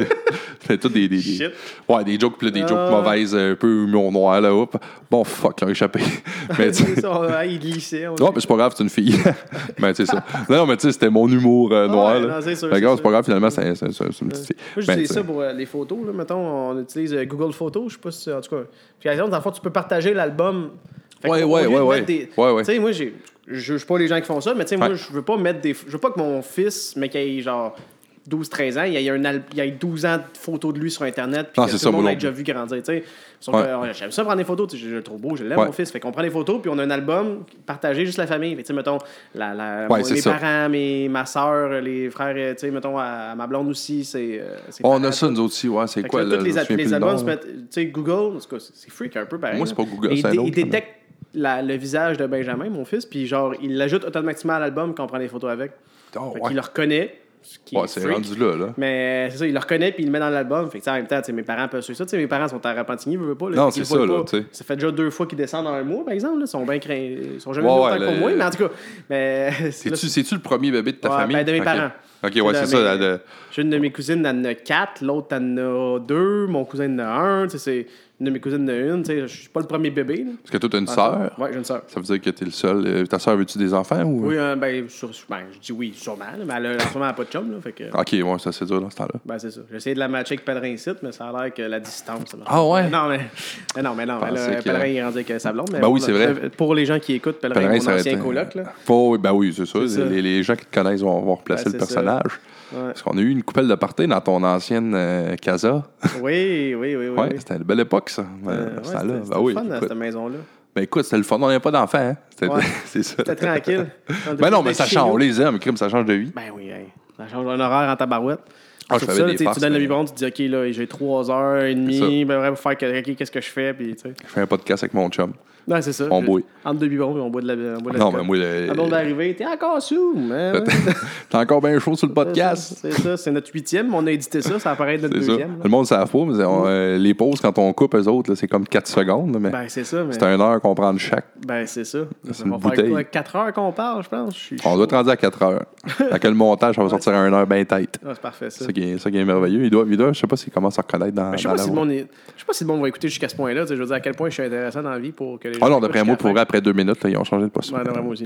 Fait tout des, des, des- Shit. Ouais, des jokes, puis là, des Ah. jokes mauvaises, un peu humour noir, là, hop. Bon, fuck, là, échappé. Mais tu sais, C'est ça, on- il glissait. on- non, mais c'est pas grave, c'est une fille. Mais c'est ça. Non, mais tu sais, c'était mon humour euh, noir. ouais, là. non, c'est sûr, Fait que, c'est gars, c'est sûr. pas grave, finalement, c'est c'est- c'est- c'est une petite fille. Moi, Ben, j'utilise tu ça sais. pour euh, les photos. Là, mettons, on utilise euh, Google Photos. Je sais pas si, en tout cas. Puis, par exemple, dans le fond, tu peux partager l'album. Fait que Ouais, au ouais, lieu de ouais, mettre ouais. des- Ouais, ouais. Tu sais, moi, j'ai- je juge pas les gens qui font ça, mais tu sais, moi, Ouais. je veux pas mettre des. Je veux pas que mon fils, mais qu'il ait genre douze treize ans, il y a, un al- il y a douze ans de photos de lui sur Internet, puis Non, que c'est tout ça, le monde moi l'a non déjà vu grandir, tu sais. Sauf Ouais. que, euh, j'aime ça prendre des photos, tu sais, je le trouve beau, je l'aime, Ouais. mon fils. Fait qu'on prend des photos, puis on a un album partagé juste la famille. Fait que, tu sais, mettons, la, la, Ouais, mon- c'est mes ça. parents, mes, ma soeur, les frères, euh, tu sais, mettons, à, à ma blonde aussi, c'est. euh, ses On parents, a ça, tout. nous aussi, ouais. C'est Fait que quoi, là, là? tous je les, me souviens les plus le albums nom, se là. mettent. Tu sais, Google, en tout cas, c'est c'est freak un peu pareil. Moi, c'est pas là. Google, Mais c'est un il, dé- autre, il détecte la- le visage de Benjamin, mon fils, puis genre, il l'ajoute automatiquement à l'album quand on prend des photos avec. Oh, Fait ouais. qu'il le reconnaît. Ce qui Ouais, est c'est freak. rendu là, là. Mais c'est ça, il le reconnaît puis il le met dans l'album. Fait que, tu sais, en même temps, tu sais, mes parents peuvent suivre ça. Tu sais, mes parents sont à Repentigny, ils veulent pas. Là, Non, Fait qu'ils c'est le ça, voient là, pas. tu sais. Ça fait déjà deux fois qu'ils descendent dans un mois, par exemple. Là. Ils sont bien craints. Ils sont jamais Ouais, venus ouais, autant que le- moi, mais en tout cas. Mais, c'est- là, C'est-tu c'est-tu le premier bébé de ta Ouais, famille? ben, de mes Ok. parents. Ok, ouais, de c'est ça. mes- la- de- J'ai une de mes cousines, elle en a quatre, l'autre en a deux, mon cousin en a un. Tu sais, c'est une de mes cousines en a une. Tu sais, je suis pas le premier bébé. Là. Parce que toi, t'as une Ah, sœur. Ouais, j'ai une sœur. Ça veut dire que t'es le seul. Euh, Ta sœur, veux-tu des enfants ou. Oui, euh, ben, sur- ben, je dis oui, sûrement. là, mais elle a, en ce moment, elle n'a pas de chum. Là, fait que, Ok, ouais, ça, c'est dur dans ce temps-là. ben, c'est ça. J'ai essayé de la matcher avec Pèlerin ici, mais ça a l'air que la distance. Ça marche Ah ouais? pas. Non, mais, mais non, mais non. Je mais là, pensais que- Pèlerin est rendu avec sa blonde. Mais Ben oui, bon, c'est là, vrai. Pour les gens qui écoutent, Pèlerin, Pèlerin, est ça mon va ancien être, coloc. Là. Oh, oui, ben oui, c'est ça. C'est ça. Les, les gens qui te connaissent vont, vont replacer Ben, le c'est ça. personnage. Ouais. Parce qu'on a eu une coupelle de party dans ton ancienne euh, casa. Oui, oui, oui. oui, Ouais, oui. c'était une belle époque, ça. Euh, Euh, ouais, ça, là. c'était Ben c'était oui, fun, écoute. cette maison-là. Ben écoute, c'était le fun. On n'avait pas d'enfants, hein? C'était Ouais. c'est ça. C'était tranquille. Ben non, mais ça change. On les aime, crime, ça change de vie. Ben oui, hey, ça change un horaire en tabarouette. Ah, je Sur savais ça, des tu sais, farces, tu donnes le mais- biberon, tu te dis, OK, là, j'ai trois heures et C'est demie, ben, vraiment, pour faire que, OK, qu'est-ce que je fais, puis, tu sais. Je fais un podcast avec mon chum. Non, c'est ça. On Je- boit. Entre deux biberons, puis on boit de la, on boit de la Non, vodka. mais moi, le- La blonde est arrivée, t'es encore sous, mais ouais. T'es encore bien chaud sur le podcast. C'est ça, c'est notre huitième, mais on a édité ça, ça apparaît être notre C'est ça. deuxième. là. Le monde ne savent pas, mais on, euh, les pauses, quand on coupe, eux autres, là, c'est comme quatre secondes. là, mais Ben, c'est ça, mais. c'est une heure qu'on prend de chaque. Ben, c'est ça. C'est Ça une va faire bouteille. quoi, quatre heures qu'on parle, je pense. Je suis On chaud. doit être rendu à quatre heures. Avec le montage, ça va sortir à une heure bien tête. Ah, c'est parfait, ça. C'est ça qui est, ça qui est merveilleux. Il doit, il doit, je sais pas s'il commence à reconnaître dans, Ben, je sais dans pas la si le voix. monde est- je sais pas si le monde va écouter jusqu'à ce point-là. Tu sais, je veux dire à quel point je suis intéressant dans la vie pour que les gens. Ah non, écoutent d'après moi, jusqu'à pour la vrai, après deux minutes, là, ils ont changé de poste. fin. Ouais, non, moi aussi.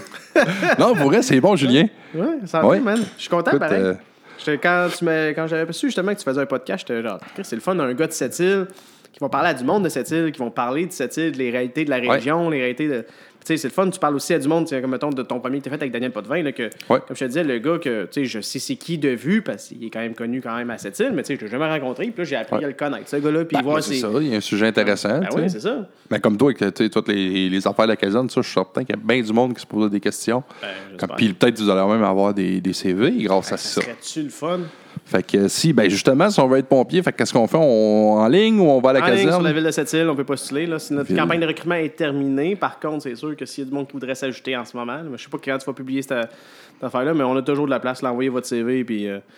Non, pour vrai, c'est bon, Julien. Ouais, ça Ouais. va, man. Je suis content, Écoute, pareil. euh, J'étais- Quand, tu m'as- quand j'avais su justement que tu faisais un podcast, j'étais genre, Chris, c'est le fun d'un gars de cette île qui vont parler à du monde de cette île, qui vont parler de cette île, des réalités de la région, les réalités de. Tu sais, c'est le fun, tu parles aussi à du monde, tu sais, comme mettons de ton premier que tu as fait avec Daniel Potvin, là, que, Ouais. comme je te disais, le gars que, tu sais, je sais c'est qui de vue, parce qu'il est quand même connu quand même à cette île, mais tu sais, je l'ai jamais rencontré, puis là, j'ai appris Ouais. à le connaître, ce gars-là, puis ben, voir c'est ses. ça, il y a un sujet intéressant. Ben tu oui, sais. c'est ça. Mais comme toi, avec tu sais, toutes les, les affaires de la caserne, ça, je suis certain qu'il y a bien du monde qui se pose des questions. Ben, Comme- j'espère. Puis peut-être que vous allez même avoir des, des C V grâce à Ça ça. serait-tu le fun? Fait que si, ben justement, si on veut être pompier, fait que qu'est-ce qu'on fait? On, en ligne ou on va à la En ligne, sur caserne? la ville de Sept-Îles, on peut postuler. Là. Si notre Ville. campagne de recrutement est terminée, par contre, c'est sûr que s'il y a du monde qui voudrait s'ajouter en ce moment, là, mais je sais pas quand tu vas publier cette, cette affaire-là, mais on a toujours de la place. Là, envoyez votre C V, puis euh,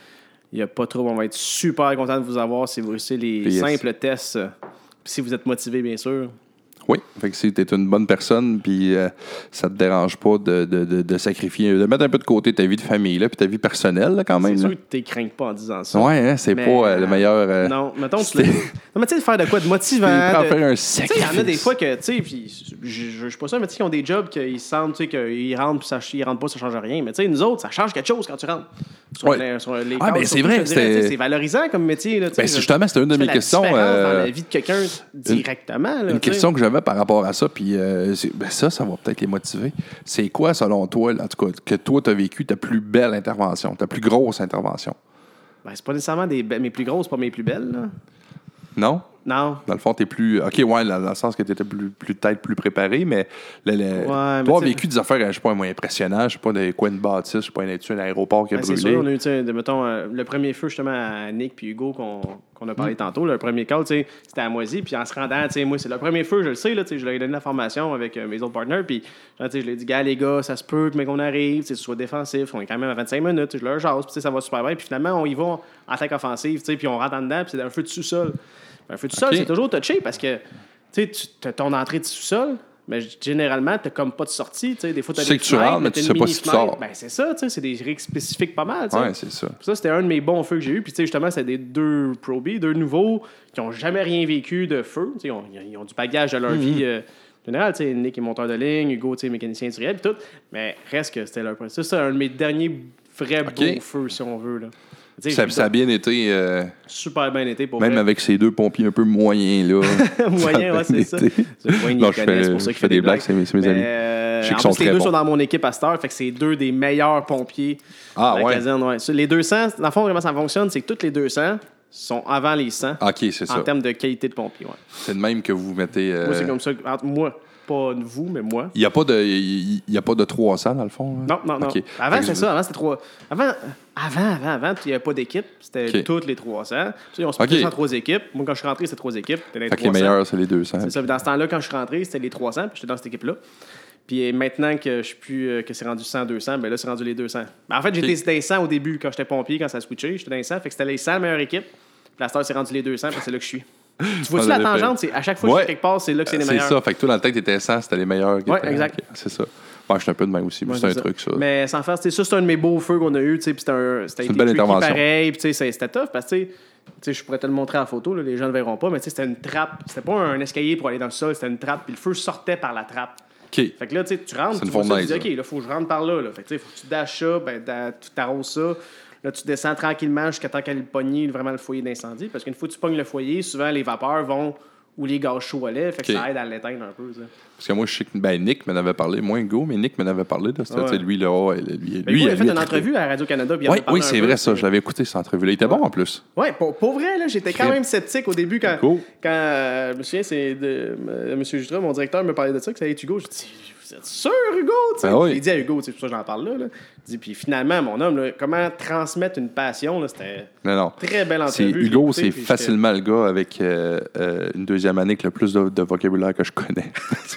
Il n'y a pas trop. On va être super content de vous avoir si vous réussissez les P S. simples tests. Si vous êtes motivé, bien sûr. Oui, fait que si tu es une bonne personne, puis euh, ça te dérange pas de, de, de, de sacrifier, de mettre un peu de côté ta vie de famille, là, puis ta vie personnelle, là, quand même. C'est là. sûr que tu crains pas en disant ça. Ouais, hein, c'est Mais, pas euh, le meilleur. Euh, non, mettons, tu l'as- non, mais tu sais, faire de quoi de motivant. Puis, de- faire un Tu sais, il y en a des sacrifice. fois que, tu sais, puis je je- je suis pas sûr, mais tu sais, ils ont des jobs qu'ils sentent, tu sais, qu'ils rentrent, puis ça, ils rentrent pas, ça change rien. Mais tu sais, nous autres, ça change quelque chose quand tu rentres. Sur Ouais. les, sur les Ah, cadres, ben, c'est surtout, vrai, je te dirais, c'était- tu sais, c'est valorisant comme métier. Là, tu sais, Ben, c'est je- justement, c'était une de tu fais mes la questions. différence euh, dans la vie de quelqu'un directement. Là, Une tu sais. question que j'avais par rapport à ça, puis euh, c'est- ben ça, ça va peut-être les motiver. C'est quoi, selon toi, en tout cas, que toi, tu as vécu ta plus belle intervention, ta plus grosse intervention? Ben, c'est pas nécessairement des be- mes plus grosses, pas mes plus belles. Là. Non? Non. Dans le fond, t'es plus. OK, ouais, dans, dans le sens que t'étais plus, plus, peut-être plus préparé, mais. Le, le- mais toi, t'sais- vécu des affaires, je sais pas, moins impressionnantes, je sais pas, des coins de bâtisse, je sais pas, un aéroport qui a Ben, c'est brûlé. sûr, on a eu, tu sais, de- mettons, euh, le premier feu, justement, à Nick puis Hugo, qu'on qu'on a parlé Mm. tantôt. Le premier call, tu sais, c'était à Moisy. Puis en se rendant, tu sais, moi, c'est le premier feu, je le sais, là, tu sais, je leur ai donné la formation avec euh, mes autres partners. Puis, genre, tu sais, je leur ai dit, gars, les gars, ça se peut que, mais qu'on arrive, tu sais, ce soit défensif. On est quand même à vingt-cinq minutes, tu sais, je leur jase, puis, tu sais, ça va super bien. Puis finalement, on y va en attaque offensive, tu sais, puis on rentre en dedans, puis c'est un feu de sous-sol. Un feu de sous-sol, Ok. c'est toujours touché parce que, tu sais, tu as ton entrée de sous-sol. Mais généralement, t'as comme pas de sortie. T'sais. Des fois, t'as Tu sais des que tu rentres, mais tu sais pas si tu sors. Ben, c'est ça, t'sais, c'est des règles spécifiques pas mal. T'sais. Ouais, c'est ça. Ça, c'était un de mes bons feux que j'ai eu. Puis, tu sais, justement, c'est des deux probés, deux nouveaux qui n'ont jamais rien vécu de feu. Ils ont, ils ont du bagage de leur Mm-hmm. vie euh, générale. Tu sais, Nick est monteur de ligne, Hugo, tu sais, mécanicien industriel, puis tout. Mais reste que c'était leur. Ça, c'est un de mes derniers vrais OK. beaux feux, si on veut. Là. Tu sais, Ça, j'ai ça a bien été, euh, super bien été pour même vrai. avec ces deux pompiers un peu moyens, là. Moyen, ouais, c'est ça. été. C'est le moyen, Non, il je connaît, fais- c'est pour ça je qu'il fais fait des blagues, c'est mes- c'est mes Mais, amis. euh, Je sais qu'ils en sont plus, les très deux bons. sont dans mon équipe à cette heure, fait que c'est deux des meilleurs pompiers Ah, de la ouais. caserne. Ouais. Sur les deux cents, dans le fond, vraiment, ça fonctionne, c'est que tous les deux cents sont avant les cent OK, c'est en ça. termes de qualité de pompier. Ouais. C'est de même que vous mettez. euh, Moi, c'est comme ça. que- entre moi, pas vous, mais moi. Il n'y a, pas de- il y a pas de trois cents, dans le fond? là? Non, non, non. OK. Avant, Fait que c'était je- ça. Avant, c'était trois. Avant, avant, avant, avant, il n'y avait pas d'équipe. C'était OK. toutes les trois cents. Tu sais, on se OK. mettait en trois équipes. Moi, quand je suis rentré, c'était trois équipes. C'était les Fait que les trois cents. meilleurs, c'est les deux cents. C'est ça. Puis dans ce temps-là, quand je suis rentré, c'était les trois cents, puis j'étais dans cette équipe-là. Puis maintenant que je suis plus euh, que c'est rendu cent, deux cents, ben là, c'est rendu les deux cents. Ben, en fait, j'étais OK. dans les cent au début, quand j'étais pompier, quand ça a switché. J'étais dans les cent, fait que c'était les cent meilleures équipes. Puis la star, c'est rendu les deux cents, puis c'est là que je suis. Tu vois-tu Ah, la j'avais tangente? C'est à chaque fois que Ouais. je suis quelque part, c'est là que c'est les C'est meilleurs. ça. Fait que toi, dans le tête, t'étais cent, c'était les meilleurs. qui Ouais, étaient- exact. OK, c'est ça. Moi, je suis un peu de même aussi. mais Ouais, c'est un ça. truc, ça. Mais sans faire, c'était ça, c'est un de mes beaux feux qu'on a eu, tu sais, puis c'était un, c'était C'est une été belle tricky intervention. pareil, puis tu sais, c'est- c'était tough parce que tu sais, tu sais, je pourrais te le montrer en photo, là, les gens ne verront pas, mais tu sais, c'était une trappe, c'était pas un escalier pour aller dans le sol, c'était une trappe, puis le feu sortait par la trappe. OK. Fait que là, tu sais, tu rentres, C'est une tu vois ça, tu fournaise, dis, OK, là, faut que je rentre par là, là. Fait que tu sais, faut que tu dashes ça, ben, da- tu t'arroses ça. Là, tu descends tranquillement jusqu'à temps qu'elle pogne vraiment le foyer d'incendie. Parce qu'une fois que tu pognes le foyer, souvent, les vapeurs vont où les gaz chauds allaient. Fait que OK. ça aide à l'éteindre un peu, ça. Parce que moi, je sais que ben, Nick m'en avait parlé, moins Go, mais Nick m'en avait parlé. Là, c'était, Ouais. tu sais, lui, là, ouais, lui, lui, Ben, il a fait lui, une entrevue à Radio-Canada. puis il Oui, en a parlé oui, un c'est peu, vrai, ça. puis- Je l'avais écouté, cette entrevue-là. Il était bon, en plus. Ouais, pour, pour vrai, là, j'étais quand Très- même sceptique au début quand, Cool. quand euh, je me souviens, c'est de euh, M. Jutra, mon directeur, me parlait de ça, que ça allait être Hugo. Je dis, vous êtes sûr, Hugo? Tu sais, Ben oui. Il dit à Hugo, c'est pour ça que j'en parle là. là. Il dit, puis finalement, mon homme, là, comment transmettre une passion, là, c'était Non, non. une très belle C'est, entrevue. Hugo, je l'ai c'est écoutée, puis facilement le gars avec euh, euh, une deuxième année avec le plus de, de vocabulaire que je connais.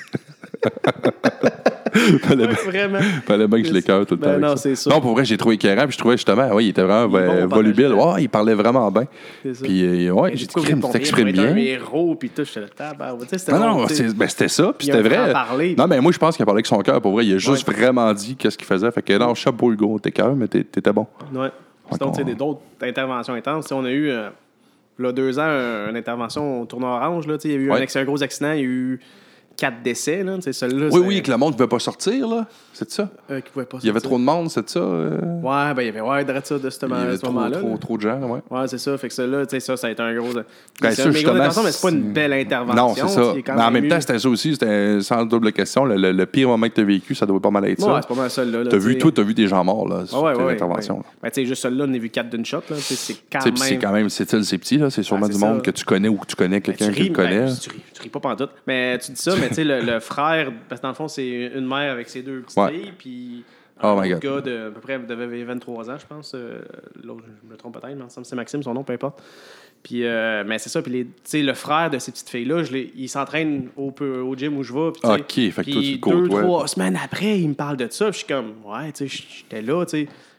Fallait j'étais- bien- Ouais, vraiment. fallait bien que je l'écœure tout le Ben temps. avec non, ça. c'est sûr. Non, pour vrai, j'ai trouvé écœurant, puis je trouvais justement, oui, il était vraiment Il est bon euh, au volubile. partage. Ouais, il parlait vraiment bien. C'est ça. Puis, euh, ouais, J'ai j'ai dit, découvert crème, le tu pompier, t'exprimes pour être un bien. héros, puis tout, j'étais là, tabarouette. Tu sais, c'était Non, bon, non, tu sais. c'est- ben, c'était ça, puis Il a c'était un vrai. franc-parler. Non, mais moi, je pense qu'il a parlé avec son cœur, pour vrai. Il a juste Ouais. vraiment dit qu'est-ce qu'il faisait. Fait que non, chapeau, Hugo, t'es cœur, mais t'es- t'étais bon. Ouais. Sinon, tu sais, des- d'autres interventions intenses. Tu sais, on a eu, euh, là, deux ans, un- une intervention au tournoi orange. Là, tu sais, il y a eu Ouais. un, acc- un gros accident, il y a eu quatre décès. Là, tu sais, celui-là, Oui, c'est- oui, que le monde ne pouvait pas sortir, là. C'est ça? euh, qui pouvait pas Il y avait sortir. trop de monde, c'est ça? euh? Ouais, ben il y avait ouais, de ça de ce, Il y moment- avait ce trop, moment-là. trop, là. trop de gens, ouais. Ouais, c'est ça. Fait que ça, là, tu sais, ça, ça a été un gros. Ben, c'est ça, un méga justement, intervention, mais c'est pas une c'est- belle intervention. Non, c'est ça. tu sais, quand Mais en même eu- temps, c'était ça aussi, c'était sans double question. Le, le- le pire moment que tu as vécu, ça doit pas mal être Ouais, ça. c'est pas mal ça, là. là, T'as tu vu, sais. toi, t'as vu des gens morts, là, sur Ouais, tes ouais, interventions. ouais. là. Ben, tu sais, juste celui-là, on a vu quatre d'une shot. Là, tu sais, c'est quand Tu sais, même. puis c'est quand même, c'est c'est petit, là. C'est sûrement Ouais, du c'est monde ça. que tu connais ou que tu connais quelqu'un Tu qui ris, le connaît. ben, tu, ris, tu ris pas pantoute. Mais tu dis ça, mais tu sais, le, le frère, parce que dans le fond, c'est une mère avec ses deux petites Ouais. filles, puis Oh un my autre God. gars de à peu près devait vingt-trois ans, je pense. euh, L'autre, je me trompe peut-être, mais il me semble que c'est Maxime, son nom, peu importe. Puis, euh, mais c'est ça, puis les- tu sais, le frère de ces petites filles-là, je les- il s'entraîne au, peu- au gym où je vais. Puis, tu sais, OK, fait que toi, tu puis le deux, côtoies. trois semaines après, il me parle de ça, puis je suis comme, ouais, tu sais, j'étais là, tu sais.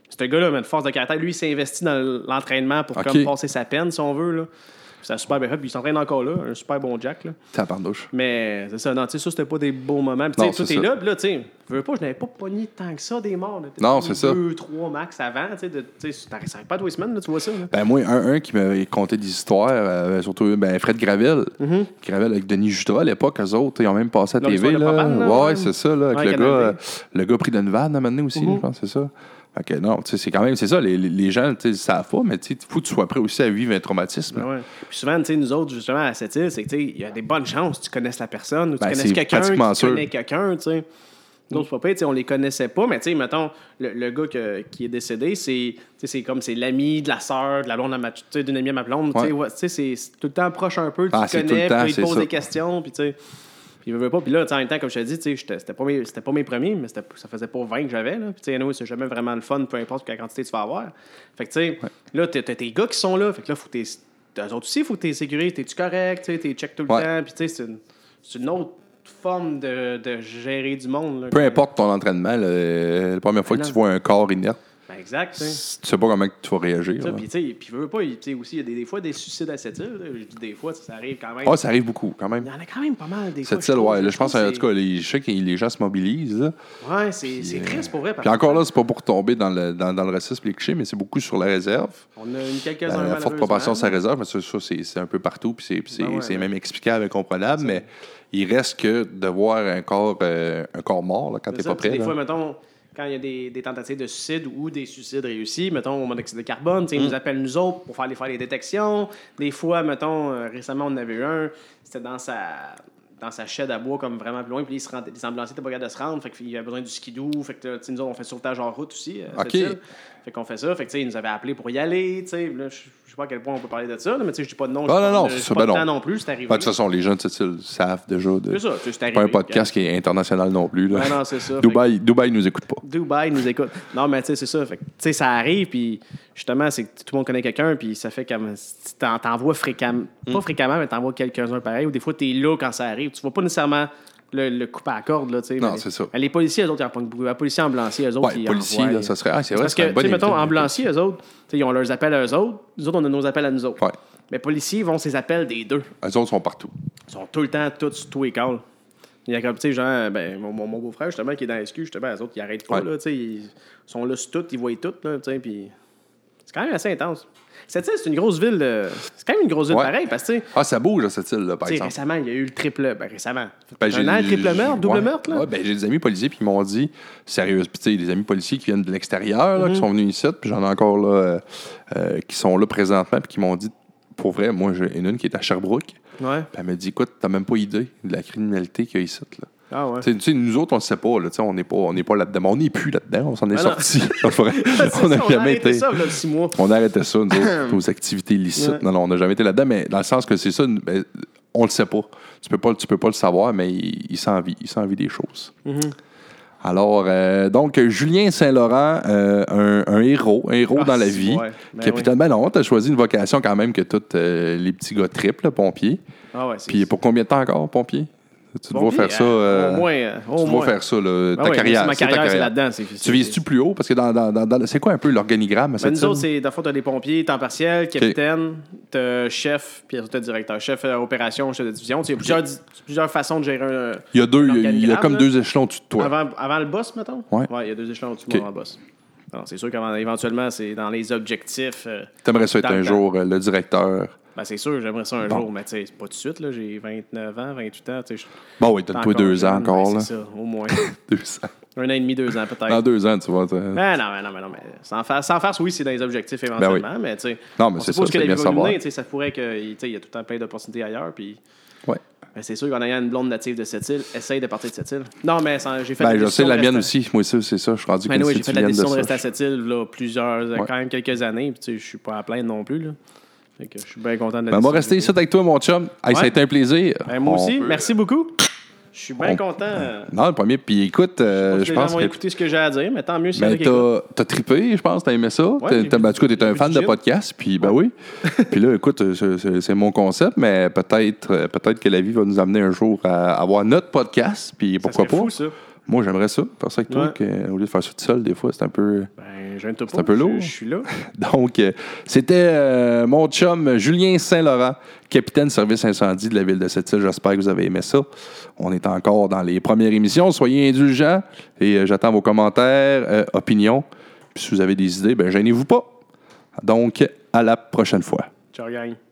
Ce gars-là, mais de force de caractère, lui, il s'est investi dans l'entraînement pour okay. comme passer sa peine, si on veut. Là. C'est super bien fait, puis il s'entraîne encore là, un super bon Jack. Là. Tabarnouche. Mais c'est ça, non, tu sais, ça, c'était pas des beaux moments. Puis tu sais, tout est là, puis là, tu sais, je veux pas, je n'avais pas pogné tant que ça des morts. Là. Non, c'est ça. Deux, trois max avant, tu sais, ça n'arrive pas tous les semaines, là, tu vois ça. Là. Ben moi, un, un qui m'avait conté des histoires, euh, surtout ben, Fred Gravel. Mm-hmm. Gravel avec Denis Jutra à l'époque, eux autres, ils ont même passé à la T V. Là. Propane, là. Ouais, ouais, c'est ça, là, avec ouais, le, gars, euh, le gars pris d'une vanne à un moment donné aussi, mm-hmm. je pense, c'est ça. Fait que non, tu sais, c'est quand même, c'est ça, les, les gens, tu sais, savent pas, mais il faut que tu sois prêt aussi à vivre un traumatisme. Ouais. Puis souvent, tu sais, nous autres, justement, à cette île, c'est que, tu sais, il y a des bonnes chances que tu connaisses la personne ou tu ben, connaisses quelqu'un qui sûr. connaît quelqu'un, tu sais. Nous autres, pas pire, tu sais, on les connaissait pas, mais tu sais, mettons, le, le gars que, qui est décédé, c'est, c'est comme, c'est l'ami de la sœur, de la blonde, tu sais, d'une amie à ma blonde, tu sais, ouais, c'est, c'est tout le temps proche un peu, tu ah, te connais, puis il te pose des questions, puis tu sais... Puis, il veut pas. Puis là, en même temps, comme je te dis, c'était pas, mes, c'était pas mes premiers, mais ça faisait pas vingt que j'avais. Puis, tu sais, anyway, c'est jamais vraiment le fun, peu importe quelle quantité tu vas avoir. Fait que, tu sais, ouais. là, t'as tes gars qui sont là. Fait que là, faut que t'es. Eux autres aussi, il faut que t'es sécurisé. T'es-tu correct? T'es check tout le ouais. temps. Puis, tu sais, c'est une, c'est une autre forme de, de gérer du monde. Là, peu importe ton entraînement, là, la première fois que tu vois un corps inerte, ben exact. T'sais. Tu sais pas comment tu vas réagir. Puis, tu sais, puis veux pas, tu sais, aussi, il y a des, des fois des suicides à cette île. Je dis des fois, ça arrive quand même. Ah, oh, ça arrive beaucoup, quand même. Il y en a quand même pas mal des cette fois. Cette île, ouais. Là, je pense, en tout cas, les, je sais que les gens se mobilisent. Là. Ouais, c'est, c'est triste pour vrai. Puis encore là, c'est pas pour tomber dans le, dans, dans le racisme et les clichés, mais c'est beaucoup sur la réserve. On a une quelques-uns. La forte proportion sur la réserve, mais ça, ça c'est, c'est un peu partout, puis c'est, c'est, ben ouais, c'est ouais. même explicable et comprenable, mais il reste que de voir un corps, euh, un corps mort là, quand t'es pas prêt. Des fois, mettons. Quand il y a des, des tentatives de suicide ou des suicides réussis, mettons, au monoxyde de carbone, mm. ils nous appellent nous autres pour faire les, faire les détections. Des fois, mettons, euh, récemment, on en avait eu un, c'était dans sa, dans sa shed à bois, comme vraiment plus loin, puis il se rendait, les ambulanciers n'étaient pas capables de se rendre, fait qu'il avait besoin du skidoo, fait que, nous autres, on fait sauvetage en route aussi. Euh, OK. Fait qu'on fait ça, fait que, ils nous avaient appelés pour y aller, tu sais, là, je sais pas à quel point on peut parler de ça, là, mais tu sais, je dis pas de nom, je ah, non, non, de, c'est pas ben de non. temps non plus, c'est arrivé. Ben, de toute façon, les gens de cette île savent déjà. De... C'est ça, c'est arrivé. Pas un podcast qui est international non plus. Là. Ben non, c'est ça. Dubaï, que... Dubaï nous écoute pas. Dubaï nous écoute. Non, mais tu sais, c'est ça. Fait que, tu sais, ça arrive, puis justement, c'est que tout le monde connaît quelqu'un, puis ça fait comme. T'en, t'en vois fréquemment. Mm. Pas fréquemment, mais t'en vois quelques-uns pareil, ou des fois, t'es là quand ça arrive. Tu vois pas nécessairement. Le, le coup à la corde, là, tu sais. Non, mais, c'est ça. Les policiers, eux autres, ils en beaucoup. Les policiers ambulanciers, eux autres, ouais, ils policiers, là, ça serait. Ah, c'est vrai, parce que, tu sais, mettons, ambulanciers, eux autres, ils ont leurs appels à eux autres. Nous autres, on a nos appels à nous autres. Ouais. Mais policiers vont ces appels des deux. Eux autres sont partout. Ils sont tout le temps, tous sur tous les calls. Il y a comme, tu sais, genre, ben, mon, mon beau-frère, justement, qui est dans la S Q, justement, eux autres, ils arrêtent pas, ouais. là, tu sais. Ils sont là sur tout, ils voient tout, là, tu sais, puis c'est quand même assez intense. Cette île, c'est une grosse ville. Euh, c'est quand même une grosse ville ouais. pareil, parce que. Ah, ça bouge, là, cette île-là, par exemple. Récemment, il y a eu le triple. Ben, récemment. Ben, un j'ai, an, triple meurtre, double ouais, meurtre, là. Ouais, ben, j'ai des amis policiers, puis ils m'ont dit, sérieux, puis tu sais, des amis policiers qui viennent de l'extérieur, là, mm-hmm. qui sont venus ici, puis j'en ai encore, là, euh, euh, qui sont là présentement, puis qui m'ont dit, pour vrai, moi, j'ai une qui est à Sherbrooke. Ouais. Puis elle m'a dit, écoute, t'as même pas idée de la criminalité qu'il y a ici, là. Ah ouais. Tu sais, nous autres, on ne sait pas. Là, on n'est pas, on n'est pas là-dedans. On n'est plus là-dedans. On s'en est ah sortis. on n'a jamais été. Ça, là, six mois. On a arrêté ça, nous autres, nos activités illicites. Ouais. Non, non, on n'a jamais été là-dedans, mais dans le sens que c'est ça, ben, on le sait pas. Tu peux pas, tu peux pas le savoir, mais il, il s'envie. Il s'envie des choses. Mm-hmm. Alors, euh, donc, Julien Saint-Laurent, euh, un, un héros, un héros ah, dans la vie. Ben Capitaine, oui. ben non, tu as choisi une vocation quand même que tous euh, les petits gars triples, pompiers. Ah ouais, c'est Puis pour combien de temps encore, pompier? Tu dois faire ça. Euh, au moins. Euh, au tu dois faire ça, là, ta ah oui, carrière. C'est ma carrière, c'est, ta c'est carrière. là-dedans. C'est, c'est, tu vises-tu plus haut? Parce que dans, dans, dans, dans c'est quoi un peu l'organigramme? Ben nous autres, c'est d'abord, tu as des pompiers, temps partiel, capitaine, tu as chef, puis tu as directeur. Chef euh, opération, chef de division. Il y a plusieurs, okay. plusieurs façons de gérer un. Il y a, deux, il y a comme là. deux échelons au-dessus de toi. Avant, avant le boss, mettons? Oui. Ouais, il y a deux échelons au-dessus de okay. moi avant le boss. Non, c'est sûr qu'éventuellement, c'est dans les objectifs. Euh, tu aimerais ça être un jour euh, le directeur? Ben c'est sûr, j'aimerais ça un bon. jour, mais tu sais, c'est pas tout de suite, là. J'ai vingt-neuf ans, vingt-huit ans. Je... Bon, oui, donne-toi deux ans encore, ben, là. C'est ça, au moins. deux ans. Un an et demi, deux ans, peut-être. Dans deux ans, tu vois. Ben non, ben non, ben non. Mais sans, faire, sans faire, oui, c'est dans les objectifs éventuellement, ben oui. mais tu sais. Non, mais c'est ça, que c'est la bien vie va savoir. Mener, ça pourrait qu'il y a tout le temps plein d'opportunités ailleurs, puis. Ouais. Ben c'est sûr qu'en ayant une blonde native de cette île, essaye de partir de cette île. Non, mais sans, j'ai fait ben, la décision. Ben, je sais, la mienne aussi. Moi, ça, c'est ça. Je suis rendu ben, compte oui, j'ai fait la décision de, de rester à cette île, là, plusieurs, ouais. quand même quelques années, puis tu sais, je suis pas à plaindre non plus, là. Fait que je suis bien content de la ben, on va rester ici avec toi, mon chum. Hey, ouais. Ça a été un plaisir. Ben, moi aussi. Peut... Merci beaucoup. Je suis bien on... content. Non, le premier. Puis écoute, euh, je, je pense que... que... écouter ce que j'ai à dire, mais tant mieux si ben, t'as, t'as trippé, je pense. T'as aimé ça. Ouais, t'as, ben, du coup, t'es un fan de podcast. Puis ben oui. Puis là, écoute, c'est, c'est, c'est mon concept, mais peut-être, peut-être que la vie va nous amener un jour à avoir notre podcast. Puis pourquoi ça pas. Fou, ça. Moi, j'aimerais ça, faire ça avec toi, Ouais. que, au lieu de faire ça tout seul, des fois, c'est un peu... Ben, je viens de te C'est un peu je- lourd. Je suis là. Donc, euh, c'était euh, mon chum Julien Saint-Laurent, capitaine service incendie de la ville de Sept-Îles. J'espère que vous avez aimé ça. On est encore dans les premières émissions. Soyez indulgents et euh, j'attends vos commentaires, euh, opinions. Puis si vous avez des idées, ben gênez-vous pas. Donc, à la prochaine fois. Ciao, gang.